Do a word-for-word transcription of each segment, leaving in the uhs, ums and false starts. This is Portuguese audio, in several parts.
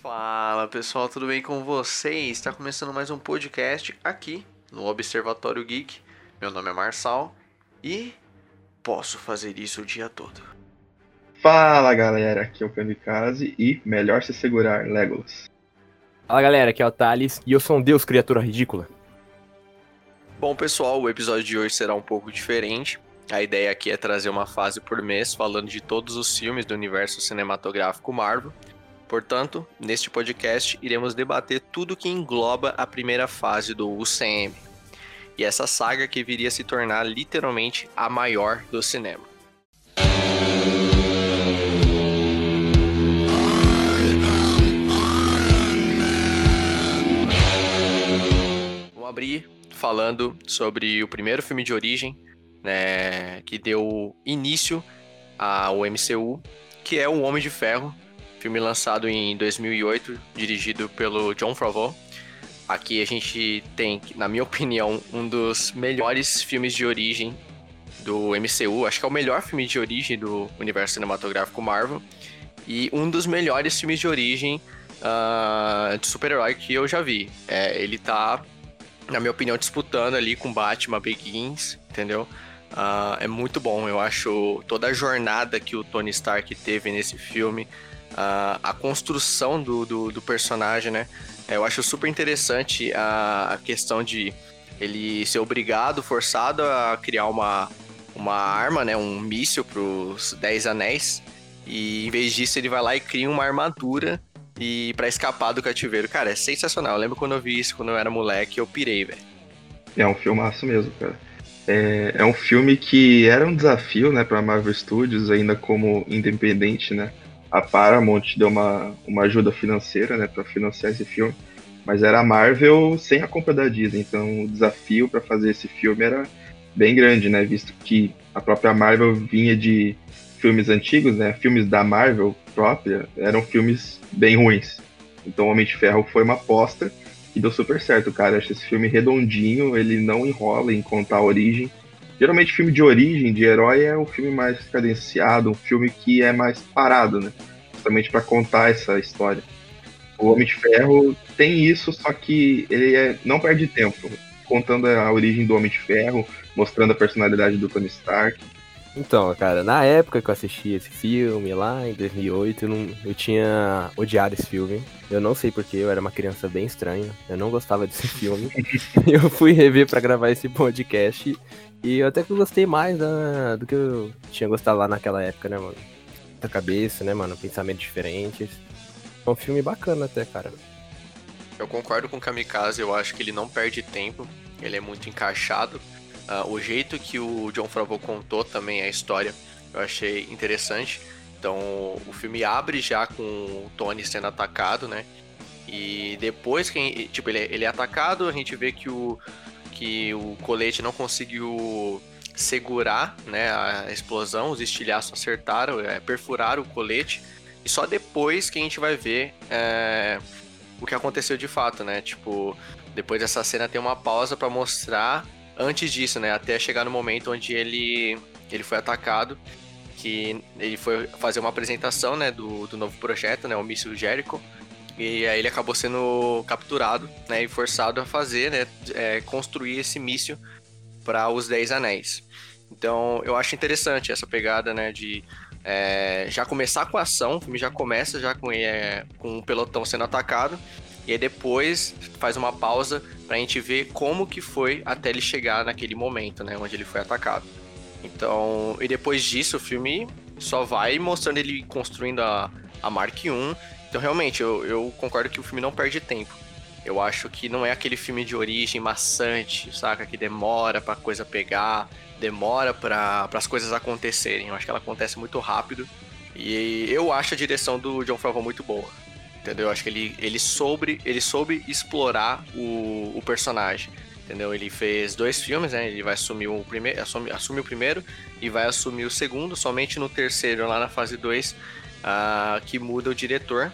Fala pessoal, tudo bem com vocês? Está começando mais um podcast aqui no Observatório Geek. Meu nome é Marçal e posso fazer isso o dia todo. Fala galera, aqui é o Kamikaze e melhor se segurar, Legolas. Fala galera, aqui é o Thales e eu sou um deus, criatura ridícula. Bom pessoal, o episódio de hoje será um pouco diferente. A ideia aqui é trazer uma fase por mês falando de todos os filmes do universo cinematográfico Marvel. Portanto, neste podcast iremos debater tudo que engloba a primeira fase do U C M. E essa saga que viria a se tornar literalmente a maior do cinema. Vamos abrir falando sobre o primeiro filme de origem, né, que deu início ao M C U, que é o Homem de Ferro. Filme lançado em dois mil e oito, dirigido pelo Jon Favreau. Aqui a gente tem, na minha opinião, um dos melhores filmes de origem do M C U. Acho que é o melhor filme de origem do universo cinematográfico Marvel. E um dos melhores filmes de origem uh, de super-herói que eu já vi. É, ele tá, na minha opinião, disputando ali com Batman Begins, entendeu? Uh, é muito bom. Eu acho toda a jornada que o Tony Stark teve nesse filme... Uh, a construção do, do, do personagem, né? Eu acho super interessante a, a questão de ele ser obrigado, forçado a criar uma, uma arma, né? Um míssil pros Dez Anéis. E em vez disso ele vai lá e cria uma armadura e para escapar do cativeiro. Cara, é sensacional. Eu lembro quando eu vi isso quando eu era moleque, eu pirei, velho. É um filmaço mesmo, cara. É, é um filme que era um desafio, né, pra Marvel Studios, ainda como independente, né? A Paramount deu uma, uma ajuda financeira, né, para financiar esse filme, mas era a Marvel sem a compra da Disney, então o desafio para fazer esse filme era bem grande, né, visto que a própria Marvel vinha de filmes antigos, né, filmes da Marvel própria eram filmes bem ruins. Então Homem de Ferro foi uma aposta e deu super certo, cara. Acho esse filme redondinho, ele não enrola em contar a origem. Geralmente filme de origem, de herói, é um filme mais cadenciado, um filme que é mais parado, né? Justamente para contar essa história. O Homem de Ferro tem isso, só que ele é, não perde tempo, contando a origem do Homem de Ferro, mostrando a personalidade do Tony Stark. Então, cara, na época que eu assisti esse filme, lá em dois mil e oito, eu, não, eu tinha odiado esse filme. Eu não sei porquê, eu era uma criança bem estranha, eu não gostava desse filme. Eu fui rever pra gravar esse podcast e eu até que gostei mais da, do que eu tinha gostado lá naquela época, né, mano? Da cabeça, né, mano? Pensamentos diferentes. É um filme bacana até, cara. Eu concordo com o Kamikaze, eu acho que ele não perde tempo, ele é muito encaixado. Uh, o jeito que o Jon Favreau contou também a história, eu achei interessante. Então, o filme abre já com o Tony sendo atacado, né? E depois que tipo, ele, ele é atacado, a gente vê que o, que o colete não conseguiu segurar, né, a explosão, os estilhaços acertaram, é, perfuraram o colete. E só depois que a gente vai ver é, o que aconteceu de fato, né? Tipo, depois dessa cena tem uma pausa para mostrar antes disso, né? Até chegar no momento onde ele, ele foi atacado, que ele foi fazer uma apresentação, né, do, do novo projeto, né, o míssil Jericho, e aí ele acabou sendo capturado, né, e forçado a fazer, né, é, construir esse míssil para os Dez Anéis. Então, eu acho interessante essa pegada, né, de é, já começar com a ação, o filme já começa já com, é, com um pelotão sendo atacado, e aí depois faz uma pausa pra gente ver como que foi até ele chegar naquele momento, né, onde ele foi atacado. Então, e depois disso o filme só vai mostrando ele construindo a, a Mark um. Então, realmente, eu, eu concordo que o filme não perde tempo. Eu acho que não é aquele filme de origem maçante, saca? Que demora pra coisa pegar, demora pra, as coisas acontecerem. Eu acho que ela acontece muito rápido. E eu acho a direção do Jon Favreau muito boa. Entendeu? Eu acho que ele, ele, soube, ele soube explorar o, o personagem. Entendeu? Ele fez dois filmes, né? Ele vai assumir o primeiro, assume, assume o primeiro e vai assumir o segundo. Somente no terceiro, lá na fase dois, uh, que muda o diretor.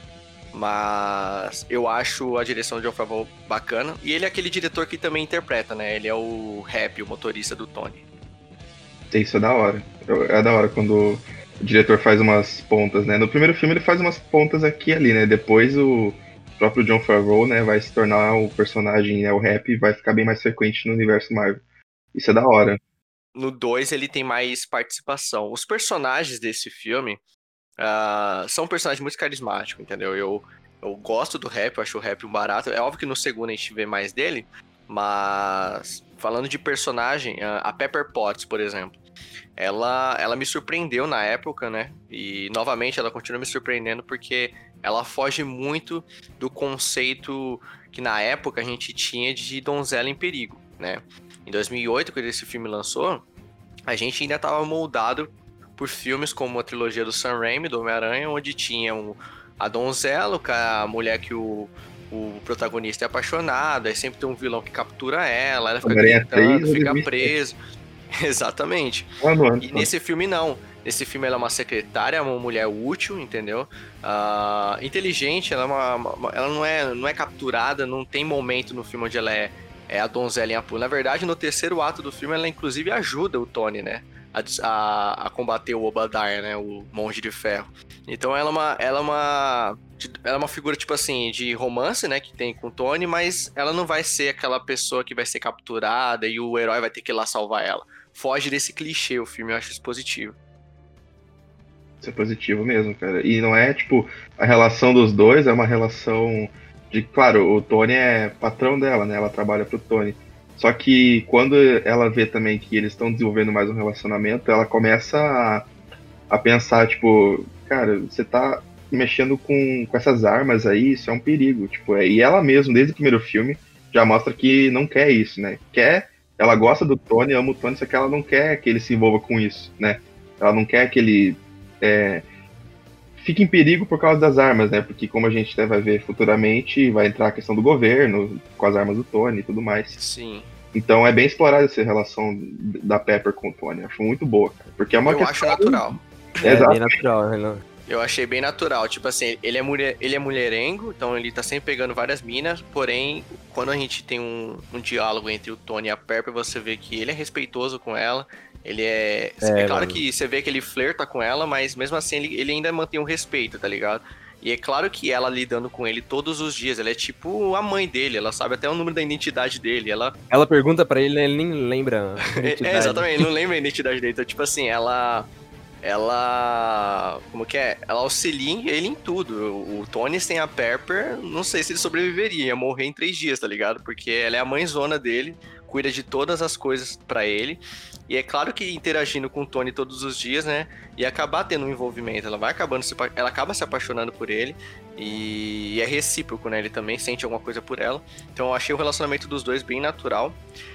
Mas eu acho a direção de Jon Favreau bacana. E ele é aquele diretor que também interpreta, né? Ele é o Rap, o motorista do Tony. Isso é da hora. É da hora quando o diretor faz umas pontas, né? No primeiro filme ele faz umas pontas aqui e ali, né? Depois o próprio Jon Favreau, né, vai se tornar o personagem, né, o Rap, vai ficar bem mais frequente no universo Marvel. Isso é da hora. No dois ele tem mais participação. Os personagens desse filme uh, são personagens muito carismáticos, entendeu? Eu, eu gosto do Rap, eu acho o Rap um barato. É óbvio que no segundo a gente vê mais dele, mas falando de personagem, uh, a Pepper Potts, por exemplo, ela, ela me surpreendeu na época, né? E novamente ela continua me surpreendendo porque ela foge muito do conceito que na época a gente tinha de donzela em perigo, né? Em dois mil e oito, quando esse filme lançou, a gente ainda estava moldado por filmes como a trilogia do Sam Raimi, do Homem-Aranha, onde tinha um, a donzela, a mulher que o, o protagonista é apaixonado, aí sempre tem um vilão que captura ela, ela fica gritando, fica presa. Exatamente. E nesse filme não. Nesse filme ela é uma secretária, é uma mulher útil, entendeu? Uh, inteligente, ela, é uma, uma, ela não, é, não é capturada, não tem momento no filme onde ela é, é a donzela em apuros. Na verdade, no terceiro ato do filme, ela inclusive ajuda o Tony, né? A, a, a combater o Obadiah, né? O Monge de Ferro. Então ela é uma, ela é uma, ela é uma figura, tipo assim, de romance, né? Que tem com o Tony, mas ela não vai ser aquela pessoa que vai ser capturada e o herói vai ter que ir lá salvar ela. Foge desse clichê o filme, eu acho isso positivo. Isso é positivo mesmo, cara. E não é, tipo, a relação dos dois é uma relação de... Claro, o Tony é patrão dela, né? Ela trabalha pro Tony. Só que quando ela vê também que eles estão desenvolvendo mais um relacionamento, ela começa a, a pensar, tipo... Cara, você tá mexendo com, com essas armas aí, isso é um perigo. Tipo, é, e ela mesma, desde o primeiro filme, já mostra que não quer isso, né? Quer... Ela gosta do Tony, ama o Tony, só que ela não quer que ele se envolva com isso, né? Ela não quer que ele... É, fica em perigo por causa das armas, né? Porque como a gente até vai ver futuramente, vai entrar a questão do governo, com as armas do Tony e tudo mais. Sim. Então é bem explorada essa relação da Pepper com o Tony. Acho muito boa, cara. Porque é uma Eu questão... acho natural. É, é bem natural, né? Não? Eu achei bem natural. Tipo assim, ele é, mulher, ele é mulherengo, então ele tá sempre pegando várias minas, porém, quando a gente tem um, um diálogo entre o Tony e a Pepper, você vê que ele é respeitoso com ela. Ele é... É, é claro mano. que você vê que ele flerta com ela, mas mesmo assim ele, ele ainda mantém um respeito, tá ligado? E é claro que ela lidando com ele todos os dias, ela é tipo a mãe dele, ela sabe até o número da identidade dele, ela... Ela pergunta pra ele, ele nem lembra a identidade. É, exatamente, ele não lembra a identidade dele, então tipo assim, ela... Ela... Como que é? Ela auxilia ele em tudo. O Tony sem a Pepper, não sei se ele sobreviveria, ia morrer em três dias, tá ligado? Porque ela é a mãezona dele, cuida de todas as coisas pra ele. E é claro que interagindo com o Tony todos os dias, né? Ia acabar tendo um envolvimento. Ela vai acabando se, ela acaba se apaixonando por ele. E é recíproco, né? Ele também sente alguma coisa por ela. Então eu achei o relacionamento dos dois bem natural.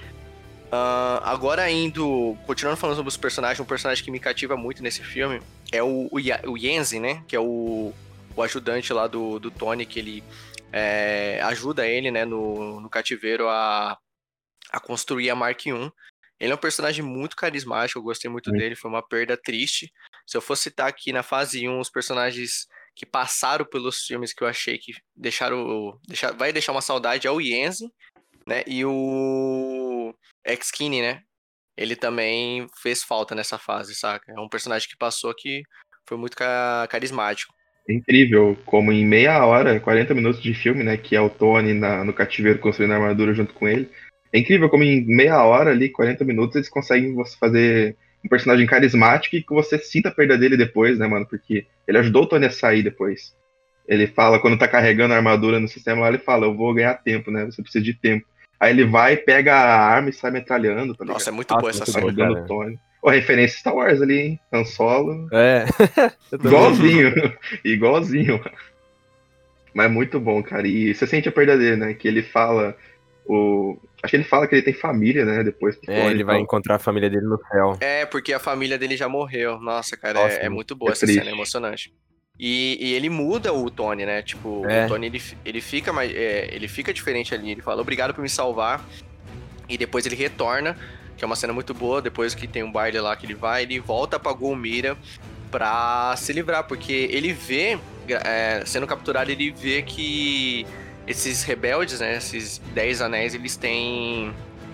Uh, agora indo, continuando falando sobre os personagens, um personagem que me cativa muito nesse filme é o, o, o Yenzi, né? Que é o, o ajudante lá do, do Tony, que ele é, ajuda ele, né, no, no cativeiro a, a construir a Mark um. Ele é um personagem muito carismático, eu gostei muito Sim. dele, foi uma perda triste. Se eu fosse citar aqui na fase um os personagens que passaram pelos filmes que eu achei que deixaram, deixar, vai deixar uma saudade, é o Yenzi, né? E o X-Kinney, né? Ele também fez falta nessa fase, saca? É um personagem que passou que foi muito ca- carismático. É incrível como em meia hora, quarenta minutos de filme, né? Que é o Tony na, no cativeiro construindo a armadura junto com ele. É incrível como em meia hora ali, quarenta minutos, eles conseguem você fazer um personagem carismático e que você sinta a perda dele depois, né, mano? Porque ele ajudou o Tony a sair depois. Ele fala, quando tá carregando a armadura no sistema lá, ele fala, eu vou ganhar tempo, né? Você precisa de tempo. Aí ele vai, pega a arma e sai metralhando, tá ligado? Nossa, é muito boa essa cena. Ajudando o Tony. Pô, referência Star Wars ali, hein? Han Solo. É. Igualzinho. Igualzinho. Mas muito bom, cara. E você sente a perda dele, né? Que ele fala... O... Acho que ele fala que ele tem família, né? Depois. É, ele vai encontrar a família dele no céu. É, porque a família dele já morreu. Nossa, cara, Nossa, é, é muito boa é essa triste. cena, é emocionante. E, e ele muda o Tony, né? Tipo, é. o Tony, ele, ele, fica mais, é, ele fica diferente ali. Ele fala, obrigado por me salvar. E depois ele retorna, que é uma cena muito boa. Depois que tem um baile lá que ele vai, ele volta pra Golmira pra se livrar. Porque ele vê, é, sendo capturado, ele vê que esses rebeldes, né? Esses Dez Anéis, eles têm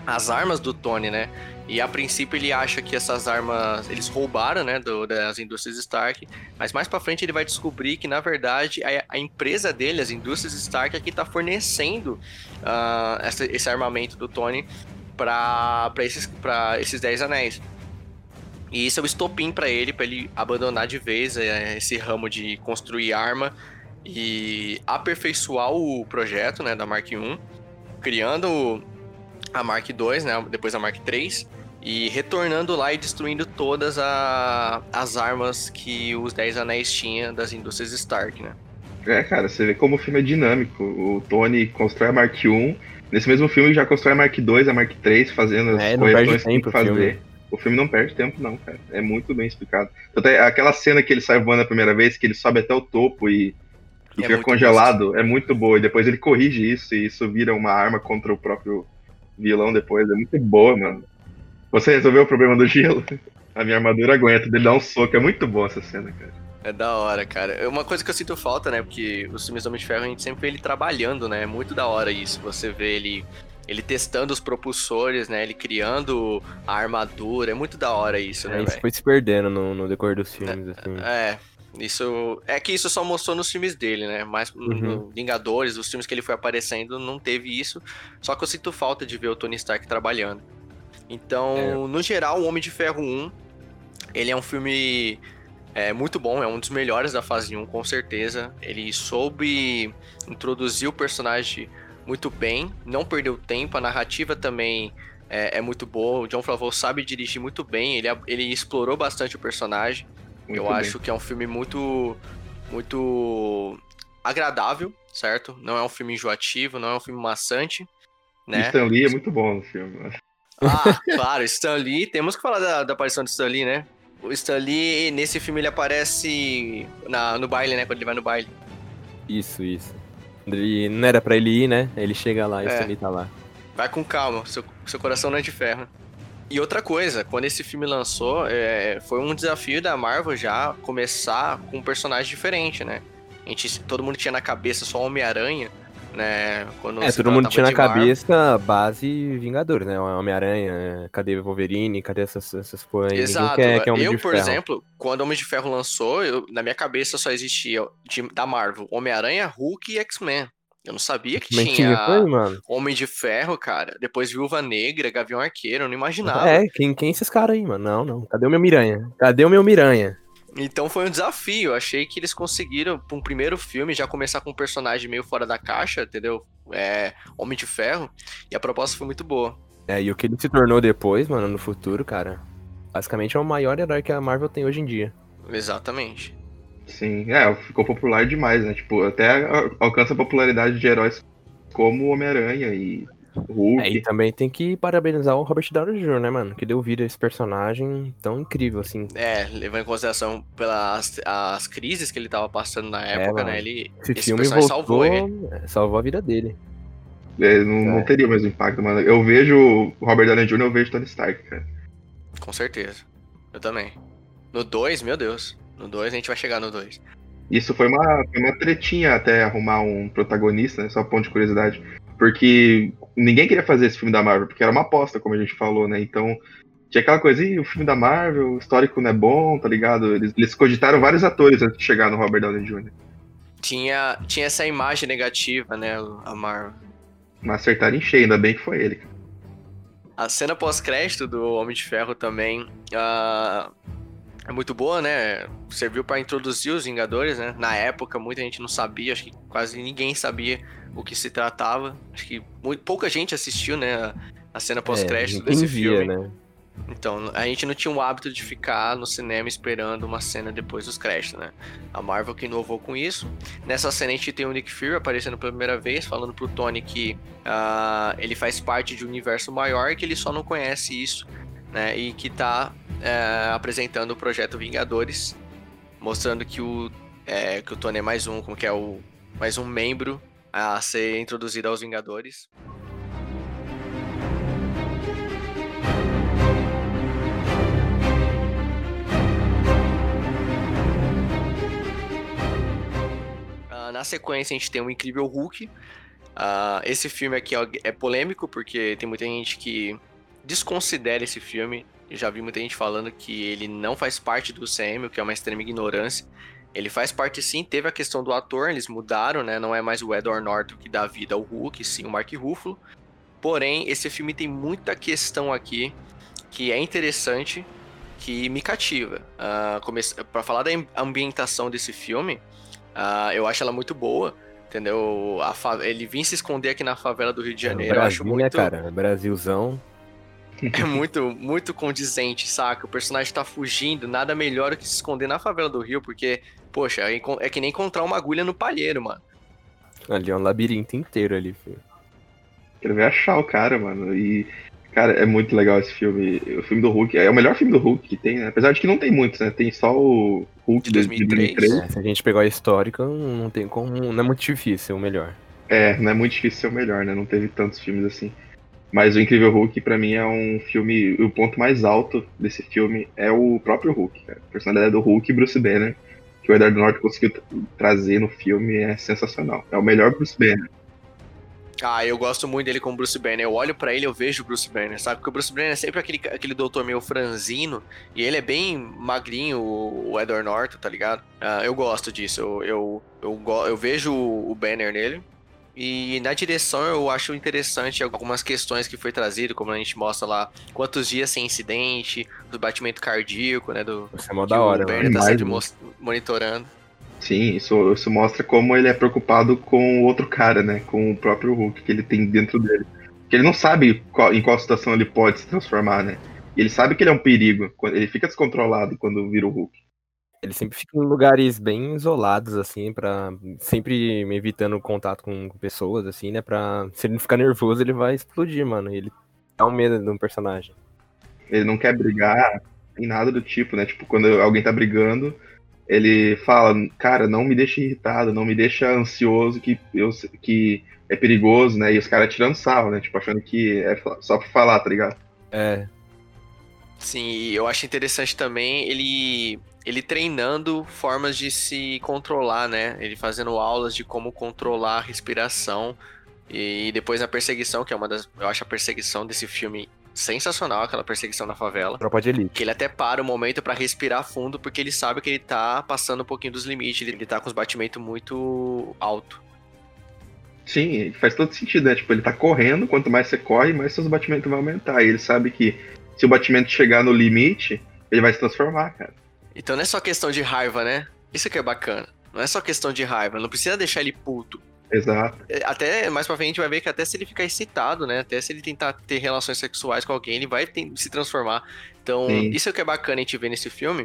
as armas do Tony, né? E a princípio ele acha que essas armas eles roubaram, né, do, das indústrias Stark, mas mais pra frente ele vai descobrir que na verdade a, a empresa dele, as indústrias Stark, é que tá fornecendo uh, essa, esse armamento do Tony para esses, pra esses dez anéis. E isso é o estopim para ele, para ele abandonar de vez é, esse ramo de construir arma e aperfeiçoar o projeto, né, da Mark um, criando a Mark dois, né, depois a Mark três, e retornando lá e destruindo todas a, as armas que os Dez Anéis tinham das indústrias Stark, né. É, cara, você vê como o filme é dinâmico. O Tony constrói a Mark um, nesse mesmo filme já constrói a Mark dois, a Mark três, fazendo as É, não correções perde que tem tempo que o fazer. filme. O filme não perde tempo, não, cara. É muito bem explicado. Até aquela cena que ele sai voando a primeira vez, que ele sobe até o topo e, e É fica muito congelado, é muito boa. E depois ele corrige isso e isso vira uma arma contra o próprio vilão depois. É muito boa, mano. Você resolveu o problema do gelo? A minha armadura aguenta, ele dá um soco. É muito boa essa cena, cara. É da hora, cara. É uma coisa que eu sinto falta, né? Porque os filmes do Homem de Ferro a gente sempre vê ele trabalhando, né? É muito da hora isso. Você vê ele, ele testando os propulsores, né? Ele criando a armadura. É muito da hora isso, né, É, isso velho? foi se perdendo no, no decorrer dos filmes, assim. É, isso. É que isso só mostrou nos filmes dele, né? Mas Uhum. no Vingadores, os filmes que ele foi aparecendo, não teve isso. Só que eu sinto falta de ver o Tony Stark trabalhando. Então, É. no geral, o Homem de Ferro um, ele é um filme é, muito bom, é um dos melhores da fase um, com certeza. Ele soube introduzir o personagem muito bem, não perdeu tempo, a narrativa também é, é muito boa. O Jon Favreau sabe dirigir muito bem, ele, ele explorou bastante o personagem. Muito Eu bem. acho que é um filme muito, muito agradável, certo? Não é um filme enjoativo, não é um filme maçante, E né? Stan Lee é muito bom no filme. Né? Ah, claro, Stan Lee, temos que falar da, da aparição do Stan Lee, né? O Stan Lee, nesse filme, ele aparece na, no baile, né? Quando ele vai no baile. Isso, isso. Ele, não era pra ele ir, né? Ele chega lá e o É. Stanley tá lá. Vai com calma, seu, seu coração não é de ferro. E outra coisa, quando esse filme lançou, é, foi um desafio da Marvel já começar com um personagem diferente, né? A gente, todo mundo tinha na cabeça só Homem-Aranha, né? Quando É, se todo mundo tratava tinha na de Marvel. cabeça base Vingadores, né? Homem-Aranha, é, cadê Wolverine, cadê essas, essas porra aí? Ninguém Exato. quer, quer Homem eu, de por Ferro. exemplo, quando Homem de Ferro lançou, eu, na minha cabeça só existia de- da Marvel Homem-Aranha, Hulk e X-Men. Eu não sabia que Mas tinha isso aí, tinha mano. Homem de Ferro, cara. Depois Viúva Negra, Gavião Arqueiro, eu não imaginava. É, quem, quem esses caras aí, mano? Não, não. Cadê o meu Miranha? Cadê o meu Miranha? Então foi um desafio. Eu achei que eles conseguiram, pra um primeiro filme, já começar com um personagem meio fora da caixa, entendeu? É, Homem de Ferro. E a proposta foi muito boa. É, e o que ele se tornou depois, mano, no futuro, cara, basicamente é o maior herói que a Marvel tem hoje em dia. Exatamente. Sim, é, ficou popular demais, né? Tipo, até a- alcança a popularidade de heróis como o Homem-Aranha e o Hulk. É, e também tem que parabenizar o Robert Downey júnior, né, mano? Que deu vida a esse personagem tão incrível, assim. É, levando em consideração pelas as crises que ele tava passando na época, mano. né? Ele, Esse, esse filme personagem voltou, salvou ele. é, salvou a vida dele. É, não, não É. teria mais impacto, mano. Eu vejo o Robert Downey júnior, eu vejo Tony Stark, cara. Com certeza. Eu também. No dois, meu Deus. No dois, a gente vai chegar no dois. Isso foi uma, foi uma tretinha até arrumar um protagonista, né? Só ponto de curiosidade. Porque ninguém queria fazer esse filme da Marvel, porque era uma aposta, como a gente falou, né? Então, tinha aquela coisa, Ih, o filme da Marvel, o histórico não é bom, tá ligado? Eles, eles cogitaram vários atores antes de chegar no Robert Downey júnior Tinha, tinha essa imagem negativa, né? A Marvel. Mas acertaram em cheio, ainda bem que foi ele. A cena pós-crédito do Homem de Ferro também ah, é muito boa, né? Serviu pra introduzir os Vingadores, né? Na época, muita gente não sabia, acho que quase ninguém sabia o que se tratava. Acho que muito, pouca gente assistiu, né? A, a cena pós-crédito é, desse via, filme. né? Então, a gente não tinha o hábito de ficar no cinema esperando uma cena depois dos créditos, né? A Marvel que inovou com isso. Nessa cena a gente tem o Nick Fury aparecendo pela primeira vez, falando pro Tony que uh, ele faz parte de um universo maior e que ele só não conhece isso, né? E que tá uh, apresentando o projeto Vingadores, mostrando que o, é, que o Tony é mais um, como que é o mais um membro a ser introduzido aos Vingadores. Na sequência, a gente tem o Incrível Hulk, uh, Uh, esse filme aqui ó, é polêmico, porque tem muita gente que desconsidera esse filme. Eu já vi muita gente falando que ele não faz parte do U C M, o que é uma extrema ignorância. Ele faz parte sim, teve a questão do ator, eles mudaram, né? Não é mais o Edward Norton que dá vida ao Hulk, sim o Mark Ruffalo. Porém, esse filme tem muita questão aqui que é interessante, que me cativa. Uh, comece... Para falar da ambientação desse filme, uh, eu acho ela muito boa, entendeu? A fa... Ele vir se esconder aqui na favela do Rio de Janeiro, é, Brasil, eu acho muito... né, cara? Brasilzão. É muito, muito condizente, saca? O personagem tá fugindo, nada melhor do que se esconder na favela do Rio, porque, poxa, é que nem encontrar uma agulha no palheiro, mano. Ali é um labirinto inteiro ali, filho. Quero ver achar o cara, mano. E, cara, é muito legal esse filme. O filme do Hulk é o melhor filme do Hulk que tem, né? Apesar de que não tem muitos, né? Tem só o Hulk de dois mil e três. De dois mil e três. É, se a gente pegar a histórica, não tem como. Não é muito difícil, o melhor. É, não é muito difícil ser o melhor, né? Não teve tantos filmes assim. Mas o Incrível Hulk, pra mim, é um filme... O ponto mais alto desse filme é o próprio Hulk, cara. A personalidade do Hulk e Bruce Banner, que o Edward Norton conseguiu tra- trazer no filme, é sensacional. É o melhor Bruce Banner. Ah, eu gosto muito dele como Bruce Banner. Eu olho pra ele, eu vejo o Bruce Banner, sabe? Porque o Bruce Banner é sempre aquele, aquele doutor meio franzino, e ele é bem magrinho, o Edward Norton, tá ligado? Ah, eu gosto disso. Eu, eu, eu, eu vejo o Banner nele. E na direção eu acho interessante algumas questões que foi trazido, como a gente mostra lá, quantos dias sem incidente, do batimento cardíaco, né, do Isso é mó da hora, o Banner tá sempre most- monitorando. Sim, isso, isso mostra como ele é preocupado com o outro cara, né, com o próprio Hulk que ele tem dentro dele. Porque ele não sabe qual, em qual situação ele pode se transformar, né, e ele sabe que ele é um perigo, ele fica descontrolado quando vira o Hulk. Ele sempre fica em lugares bem isolados, assim, pra... Sempre evitando contato com, com pessoas, assim, né? Pra... Se ele não ficar nervoso, ele vai explodir, mano. Ele dá um medo de um personagem. Ele não quer brigar em nada do tipo, né? Tipo, quando alguém tá brigando, ele fala, cara, não me deixa irritado, não me deixa ansioso, que, eu, que é perigoso, né? E os caras tirando sarro, né? Tipo, achando que é só pra falar, tá ligado? É. Sim, e eu acho interessante também ele... ele treinando formas de se controlar, né? Ele fazendo aulas de como controlar a respiração. E depois na perseguição, que é uma das... Eu acho a perseguição desse filme sensacional, aquela perseguição na favela. Tropa de elite. Que ele até para o momento pra respirar fundo, porque ele sabe que ele tá passando um pouquinho dos limites. Ele tá com os batimentos muito alto. Sim, faz todo sentido, né? Tipo, ele tá correndo, quanto mais você corre, mais seus batimentos vão aumentar. E ele sabe que se o batimento chegar no limite, ele vai se transformar, cara. Então não é só questão de raiva, né? Isso que é bacana. Não é só questão de raiva, não precisa deixar ele puto. Exato. Até mais pra frente a gente vai ver que até se ele ficar excitado, né? Até se ele tentar ter relações sexuais com alguém, ele vai ter, se transformar. Então, Sim. Isso é o que é bacana a gente ver nesse filme,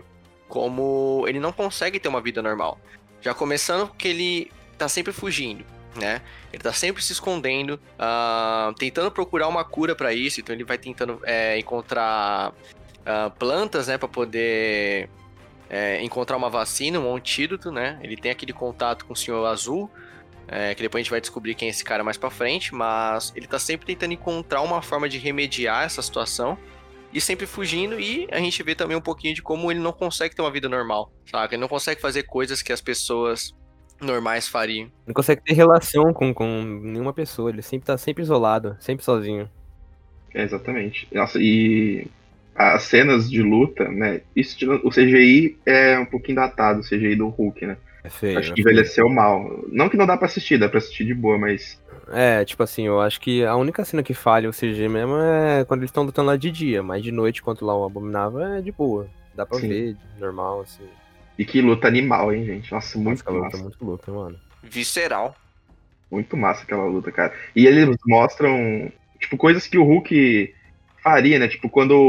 como ele não consegue ter uma vida normal. Já começando que ele tá sempre fugindo, né? Ele tá sempre se escondendo, uh, tentando procurar uma cura pra isso. Então ele vai tentando é, encontrar uh, plantas, né? Pra poder... É, encontrar uma vacina, um antídoto, né? Ele tem aquele contato com o Senhor Azul, é, que depois a gente vai descobrir quem é esse cara mais pra frente, mas ele tá sempre tentando encontrar uma forma de remediar essa situação e sempre fugindo, e a gente vê também um pouquinho de como ele não consegue ter uma vida normal, sabe? Ele não consegue fazer coisas que as pessoas normais fariam. Não consegue ter relação com, com nenhuma pessoa, ele sempre tá sempre isolado, sempre sozinho. É, exatamente. Nossa, e... as cenas de luta, né? Isso, o C G I é um pouquinho datado, o C G I do Hulk, né? É feio. Acho que envelheceu mal. Não que não dá pra assistir, dá pra assistir de boa, mas... É, tipo assim, eu acho que a única cena que falha o C G I mesmo é quando eles estão lutando lá de dia, mas de noite, quando lá o Abominável, é de boa. Dá pra Sim. ver, normal, assim. E que luta animal, hein, gente? Nossa, muito Nossa, massa. Luta, muito luta, mano. Visceral. Muito massa aquela luta, cara. E eles mostram, tipo, coisas que o Hulk... faria, né? Tipo, quando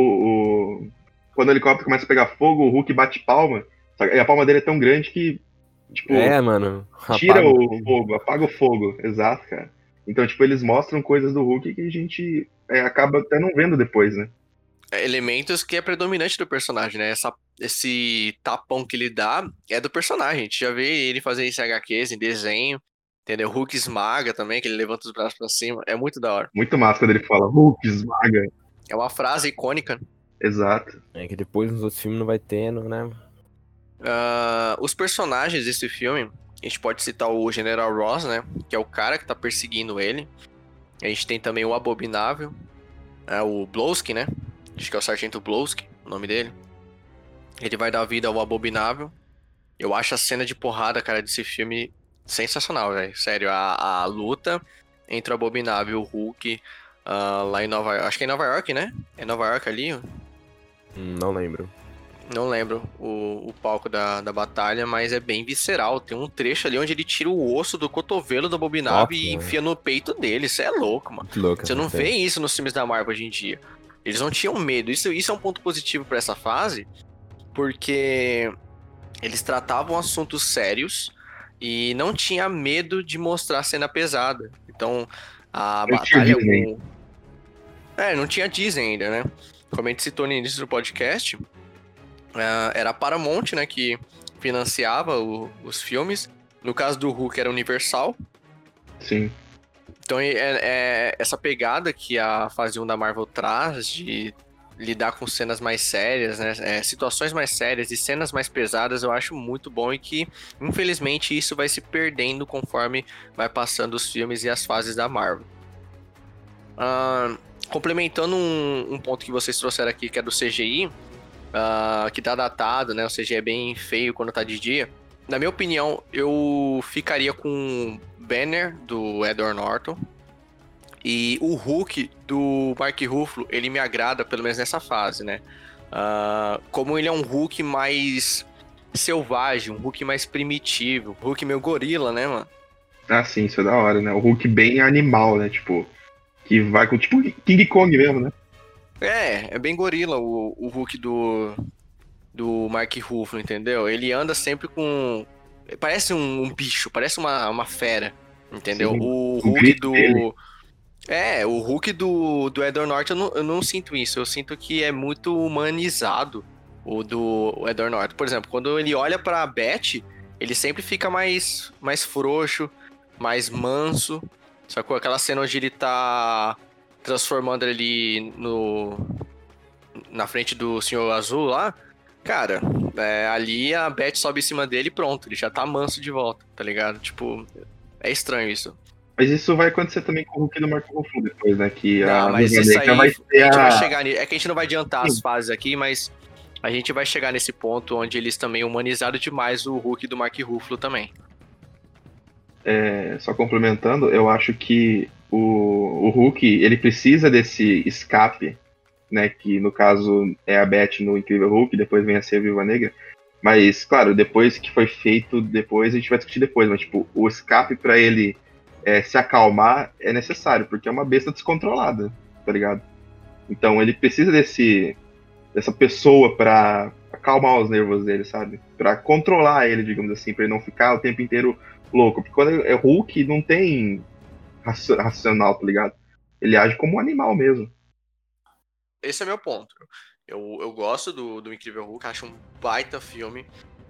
o, quando o helicóptero começa a pegar fogo, o Hulk bate palma, e a palma dele é tão grande que, tipo, é, mano. tira o fogo. fogo, apaga o fogo. Exato, cara. Então, tipo, eles mostram coisas do Hulk que a gente é, acaba até não vendo depois, né? Elementos que é predominante do personagem, né? Essa, esse tapão que ele dá é do personagem. A gente já vê ele fazer isso em H Qs, em desenho. Entendeu? Hulk esmaga também, que ele levanta os braços pra cima. É muito da hora. Muito massa quando ele fala Hulk esmaga. É uma frase icônica. Exato. É que depois nos outros filmes não vai tendo, né? Uh, os personagens desse filme, A gente pode citar o General Ross, né? Que é o cara que tá perseguindo ele. A gente tem também o Abominável, é, o Blonsky, né? Acho que é o Sargento Blonsky, o nome dele. Ele vai dar vida ao Abominável. Eu acho a cena de porrada, cara, desse filme sensacional, velho. Sério, a, a luta entre o Abominável e o Hulk uh, lá em Nova York. Acho que é em Nova York, né? É Nova York ali? Hum, Não lembro. Não lembro o, o palco da, da batalha, mas é bem visceral. Tem um trecho ali onde ele tira o osso do cotovelo do Abominável Nossa, e mano. enfia no peito dele. Isso é louco, mano. Que louco. Você não essa vê cena. isso nos filmes da Marvel hoje em dia. Eles não tinham medo. Isso, isso é um ponto positivo pra essa fase, porque eles tratavam assuntos sérios e não tinha medo de mostrar cena pesada. Então, a Não tinha batalha Disney. com... É, não tinha Disney ainda, né? Como a gente citou no início do podcast, ah, era a Paramount, né, que financiava o- os filmes. No caso do Hulk era Universal. Sim. Então é, é essa pegada que a fase um da Marvel traz de lidar com cenas mais sérias, né? É, situações mais sérias e cenas mais pesadas, eu acho muito bom e que, infelizmente, isso vai se perdendo conforme vai passando os filmes e as fases da Marvel. Ah, complementando um, um ponto que vocês trouxeram aqui, que é do C G I, ah, que tá datado, né? O C G I é bem feio quando tá de dia. Na minha opinião, eu ficaria com Banner, do Edward Norton. E o Hulk do Mark Ruffalo, ele me agrada, pelo menos nessa fase, né? Ah, como ele é um Hulk mais selvagem, um Hulk mais primitivo, um Hulk meio gorila, né, mano? Ah, sim, isso é da hora, né? O Hulk bem animal, né? Tipo, que vai com tipo King Kong mesmo, né? É, é bem gorila o, o Hulk do, do Mark Ruffalo, entendeu? Ele anda sempre com... Parece um, um bicho, parece uma, uma fera, entendeu? Sim, O o Hulk grito do... dele. É, o Hulk do, do Edward Norton, eu não, eu não sinto isso. Eu sinto que é muito humanizado o do Edward Norton. Por exemplo, quando ele olha pra Beth, ele sempre fica mais, mais frouxo, mais manso. Sacou? Aquela cena onde ele tá transformando ele no, na frente do Senhor Azul lá. Cara, é, ali a Beth sobe em cima dele e pronto. Ele já tá manso de volta, tá ligado? Tipo, é estranho isso. Mas isso vai acontecer também com o Hulk do Mark Ruffalo depois, né? Que Não, a mas Viúva isso Negra aí vai a ter gente vai a... chegar nisso. É que a gente não vai adiantar as Sim. fases aqui, mas a gente vai chegar nesse ponto onde eles também humanizaram demais o Hulk do Mark Ruffalo também. É, só complementando, eu acho que o, o Hulk, ele precisa desse escape, né? Que no caso é a Beth no Incrível Hulk, depois vem a ser a Viúva Negra. Mas, claro, depois que foi feito, depois a gente vai discutir depois, mas tipo, o escape pra ele é, se acalmar é necessário, porque é uma besta descontrolada, tá ligado? Então ele precisa desse dessa pessoa pra acalmar os nervos dele, sabe? Pra controlar ele, digamos assim, pra ele não ficar o tempo inteiro louco. Porque quando é Hulk, não tem raci- racional, tá ligado? Ele age como um animal mesmo. Esse é meu ponto. Eu, eu gosto do, do Incrível Hulk, acho um baita filme.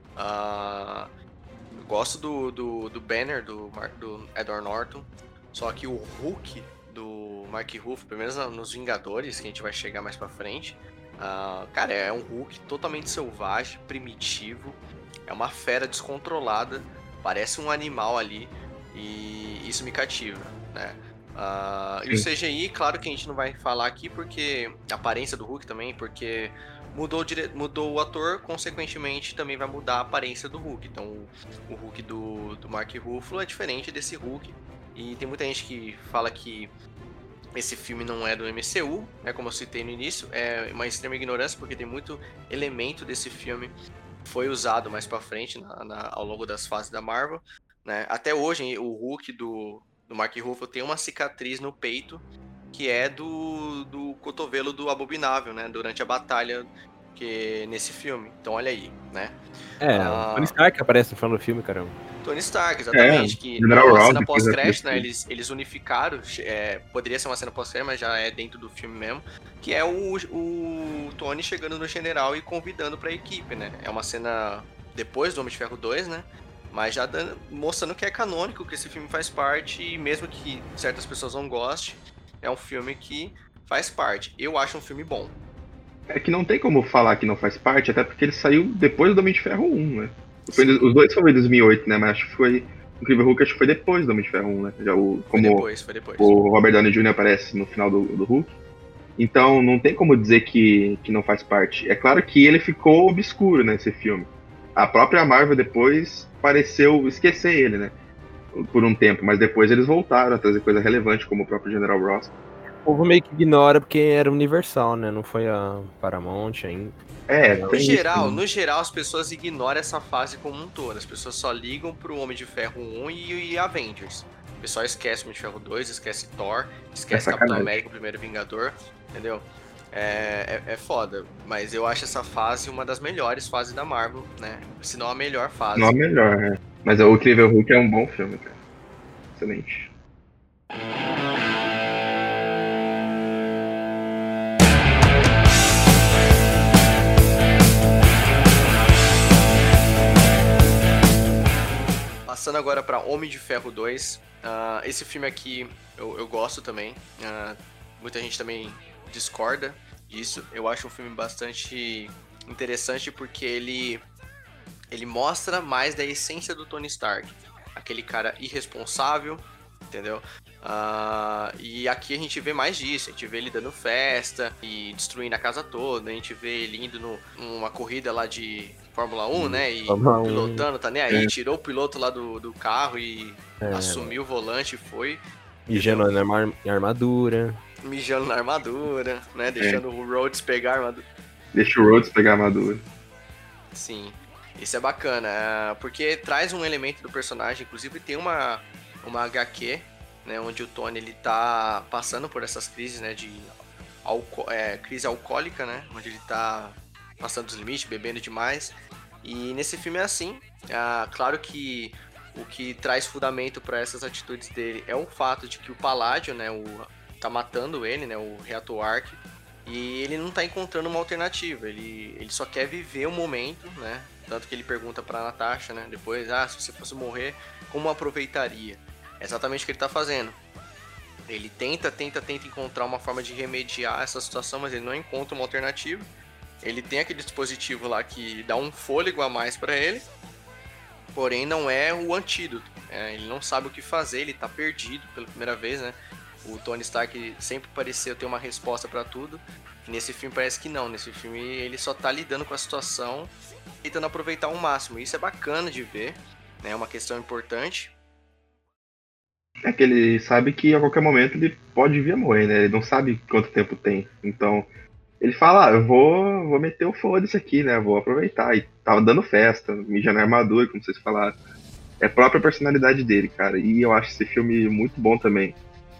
Ah, eu gosto do, do, do Banner, do, Mar- do Edward Norton. Só que o Hulk do Mark Ruffalo, pelo menos nos Vingadores, que a gente vai chegar mais pra frente, ah, cara, é um Hulk totalmente selvagem, primitivo. É uma fera descontrolada, parece um animal ali, e isso me cativa, né? Ah, e o Sim. C G I, claro que a gente não vai falar aqui, porque a aparência do Hulk também, porque mudou o, dire... mudou o ator, consequentemente também vai mudar a aparência do Hulk. Então o, o Hulk do, do Mark Ruffalo é diferente desse Hulk, e tem muita gente que fala que esse filme não é do M C U, né, como eu citei no início, é uma extrema ignorância, porque tem muito elemento desse filme foi usado mais pra frente na, na, ao longo das fases da Marvel, né? Até hoje o Hulk do, do Mark Ruffalo tem uma cicatriz no peito que é do, do cotovelo do Abominável, né? Durante a batalha que nesse filme. Então olha aí, né? É, Ah, o Tony Stark aparece no final do filme, caramba. Tony Stark, exatamente. É, que General é uma Ross cena depois pós-crédito, né? daquele Eles, eles unificaram. É, poderia ser uma cena pós-crédito, mas já é dentro do filme mesmo. Que é o, o Tony chegando no general e convidando pra equipe, né? É uma cena depois do Homem de Ferro dois, né? Mas já dando, mostrando que é canônico, que esse filme faz parte. E mesmo que certas pessoas não gostem, é um filme que faz parte. Eu acho um filme bom. É que não tem como falar que não faz parte, até porque ele saiu depois do Homem de Ferro um, né? Foi, os dois foram em dois mil e oito, né? Mas acho que foi. O Incrível Hulk acho que foi depois do Homem de Ferro um, né? Já o, como foi depois, foi depois. o Robert Downey júnior aparece no final do, do Hulk. Então não tem como dizer que, que não faz parte. É claro que ele ficou obscuro nesse filme. A própria Marvel depois pareceu esquecer ele, né? Por um tempo, mas depois eles voltaram a trazer coisa relevante, como o próprio General Ross. O povo meio que ignora porque era Universal, né? Não foi a Paramount ainda. É, no tem geral, isso, no geral, as pessoas ignoram essa fase como um todo. As pessoas só ligam pro Homem de Ferro um e, e Avengers. O pessoal esquece o Homem de Ferro dois, esquece Thor, esquece É Capitão sacanagem. América, o Primeiro Vingador, entendeu? É, é, é foda, mas eu acho essa fase uma das melhores fases da Marvel, né? Se não a melhor fase. Não é melhor, né? Mas o Incrível Hulk é um bom filme, cara. Excelente. Passando agora pra Homem de Ferro dois, uh, esse filme aqui eu, eu gosto também, uh, muita gente também discorda disso. Eu acho um filme bastante interessante porque ele, ele mostra mais da essência do Tony Stark, aquele cara irresponsável, entendeu? Uh, e aqui a gente vê mais disso, a gente vê ele dando festa e destruindo a casa toda, a gente vê ele indo no, numa corrida lá de Fórmula um, né, e Fórmula um. pilotando, tá nem aí, É. tirou o piloto lá do, do carro e É, assumiu o volante e foi, mijando na arma- em armadura. mijando na armadura, né, deixando o Rhodes pegar a armadura. Deixa o Rhodes pegar a armadura. Sim, isso é bacana, é, porque traz um elemento do personagem, inclusive tem uma, uma H Q, né, onde o Tony ele tá passando por essas crises, né, de alco é, crise alcoólica, né, onde ele tá passando dos limites, bebendo demais, e nesse filme é assim. Ah, claro que o que traz fundamento para essas atitudes dele é o fato de que o Paládio, né, o, tá matando ele, né, o Reator Arc, e ele não tá encontrando uma alternativa, ele, ele só quer viver o momento, né, tanto que ele pergunta pra Natasha, né, depois, ah, se você fosse morrer, como aproveitaria? É exatamente o que ele tá fazendo. Ele tenta, tenta, tenta encontrar uma forma de remediar essa situação, mas ele não encontra uma alternativa. Ele tem aquele dispositivo lá que dá um fôlego a mais pra ele, porém não é o antídoto. É, ele não sabe o que fazer, ele tá perdido pela primeira vez, né? O Tony Stark sempre pareceu ter uma resposta pra tudo. E nesse filme parece que não. Nesse filme ele só tá lidando com a situação, tentando aproveitar ao máximo. Isso é bacana de ver, né? É uma questão importante. É que ele sabe que a qualquer momento ele pode vir a morrer, né? Ele não sabe quanto tempo tem. Então, ele fala, ah, eu vou, vou meter o foda-se aqui, né? Vou aproveitar. E tava dando festa, mijando na armadura, como vocês falaram. É a própria personalidade dele, cara. E eu acho esse filme muito bom também.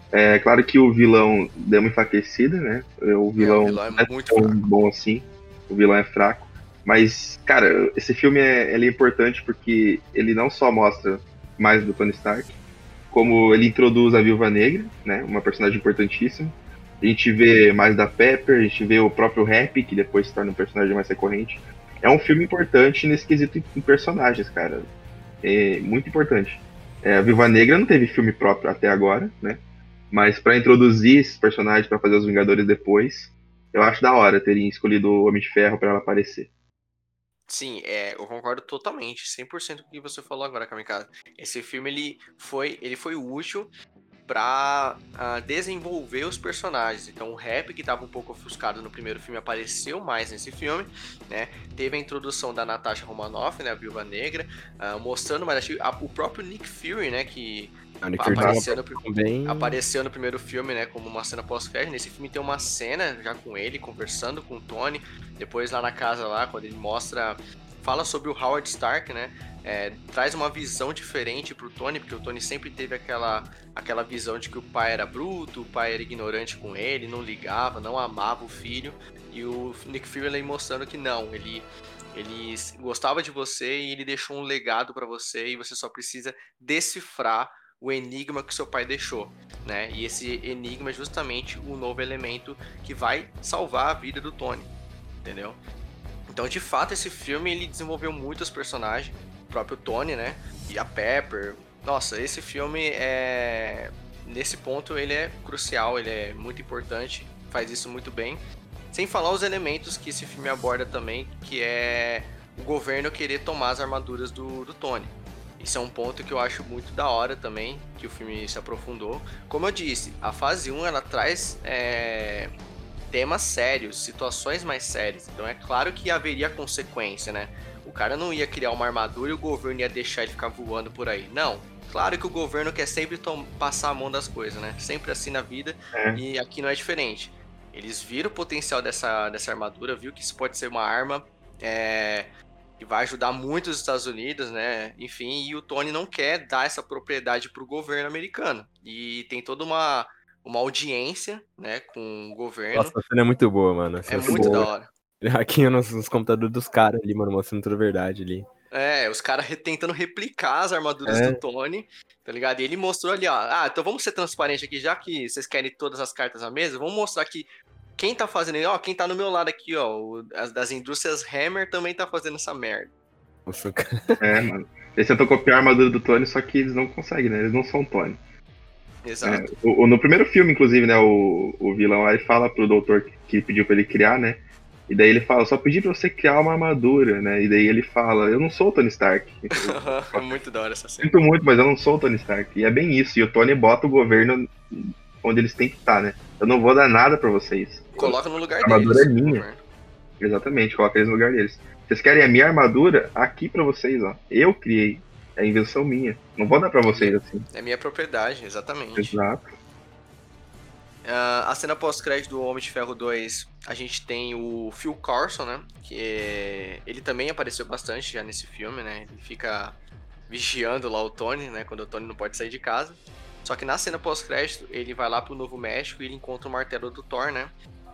É claro que o vilão deu uma enfraquecida, né? O vilão, É, o vilão é não é muito tão fraco. bom assim. O vilão é fraco. Mas, cara, esse filme é, ele é importante porque ele não só mostra mais do Tony Stark, como ele introduz a Viúva Negra, né? Uma personagem importantíssima. A gente vê mais da Pepper, a gente vê o próprio Happy, que depois se torna um personagem mais recorrente. É um filme importante nesse quesito em personagens, cara. É muito importante. É, a Viúva Negra não teve filme próprio até agora, né? Mas pra introduzir esses personagens, pra fazer os Vingadores depois, eu acho da hora terem escolhido o Homem de Ferro pra ela aparecer. Sim, é, eu concordo totalmente, cem por cento com o que você falou agora, Kamikaze. Esse filme ele foi, ele foi útil pra uh, desenvolver os personagens. Então o Rap, que estava um pouco ofuscado no primeiro filme, apareceu mais nesse filme, né? Teve a introdução da Natasha Romanoff, né, a Viúva Negra, uh, mostrando mais a, o próprio Nick Fury, né, que apareceu no, bem... apareceu no primeiro filme, né, como uma cena pós-crédito. Nesse filme tem uma cena já com ele conversando com o Tony, depois lá na casa lá, quando ele mostra, fala sobre o Howard Stark, né, é, traz uma visão diferente pro Tony, porque o Tony sempre teve aquela, aquela visão de que o pai era bruto, o pai era ignorante com ele, não ligava, não amava o filho, e o Nick Fury ele mostrando que não, ele ele gostava de você e ele deixou um legado para você e você só precisa decifrar o enigma que seu pai deixou, né? E esse enigma é justamente o novo elemento que vai salvar a vida do Tony, entendeu? Então, de fato, esse filme ele desenvolveu muitos personagens, o próprio Tony, né? E a Pepper. Nossa, esse filme é... Nesse ponto ele é crucial, ele é muito importante, faz isso muito bem. Sem falar os elementos que esse filme aborda também, que é o governo querer tomar as armaduras do, do Tony. Isso é um ponto que eu acho muito da hora também, que o filme se aprofundou. Como eu disse, a fase um, ela traz é, temas sérios, situações mais sérias. Então é claro que haveria consequência, né? O cara não ia criar uma armadura e o governo ia deixar ele ficar voando por aí. Não. Claro que o governo quer sempre tom- passar a mão das coisas, né? Sempre assim na vida. É. E aqui não é diferente. Eles viram o potencial dessa, dessa armadura, viu que isso pode ser uma arma é, que vai ajudar muito os Estados Unidos, né? Enfim, e o Tony não quer dar essa propriedade para o governo americano. E tem toda uma, uma audiência, né, com o governo. Nossa, a cena é muito boa, mano. É Essa muito boa. da hora. Aqui nos, nos computadores dos caras ali, mano, mostrando toda a verdade ali. É, os caras re- tentando replicar as armaduras É. do Tony, tá ligado? E ele mostrou ali, ó. Ah, então vamos ser transparente aqui, já que vocês querem todas as cartas à mesa, vamos mostrar que quem tá fazendo, ó, quem tá no meu lado aqui, ó, o- as das indústrias Hammer também tá fazendo essa merda. Nossa, cara. É, mano. Eles tentam copiar a armadura do Tony, só que eles não conseguem, né? Eles não são Tony. Exato. É, o, o- no primeiro filme, inclusive, né, o, o vilão lá, ele fala pro doutor que, que pediu pra ele criar, né? E daí ele fala, só pedi pra você criar uma armadura, né? E daí ele fala, eu não sou o Tony Stark. É muito da hora essa cena. Sinto muito, mas eu não sou o Tony Stark. E é bem isso. E o Tony bota o governo onde eles têm que estar, né? Eu não vou dar nada pra vocês. Coloca no lugar A armadura deles. é minha. governo. Exatamente, coloca eles no lugar deles. Vocês querem a minha armadura? Aqui pra vocês, ó. Eu criei. É invenção minha. Não vou dar pra vocês assim. É minha propriedade, exatamente. Exato. Ah, a cena pós-crédito do Homem de Ferro dois, a gente tem o Phil Coulson, né? Que é- ele também apareceu bastante já nesse filme, né? Ele fica vigiando lá o Tony, né? Quando o Tony não pode sair de casa. Só que na cena pós-crédito, ele vai lá pro Novo México e ele encontra o martelo do Thor, né?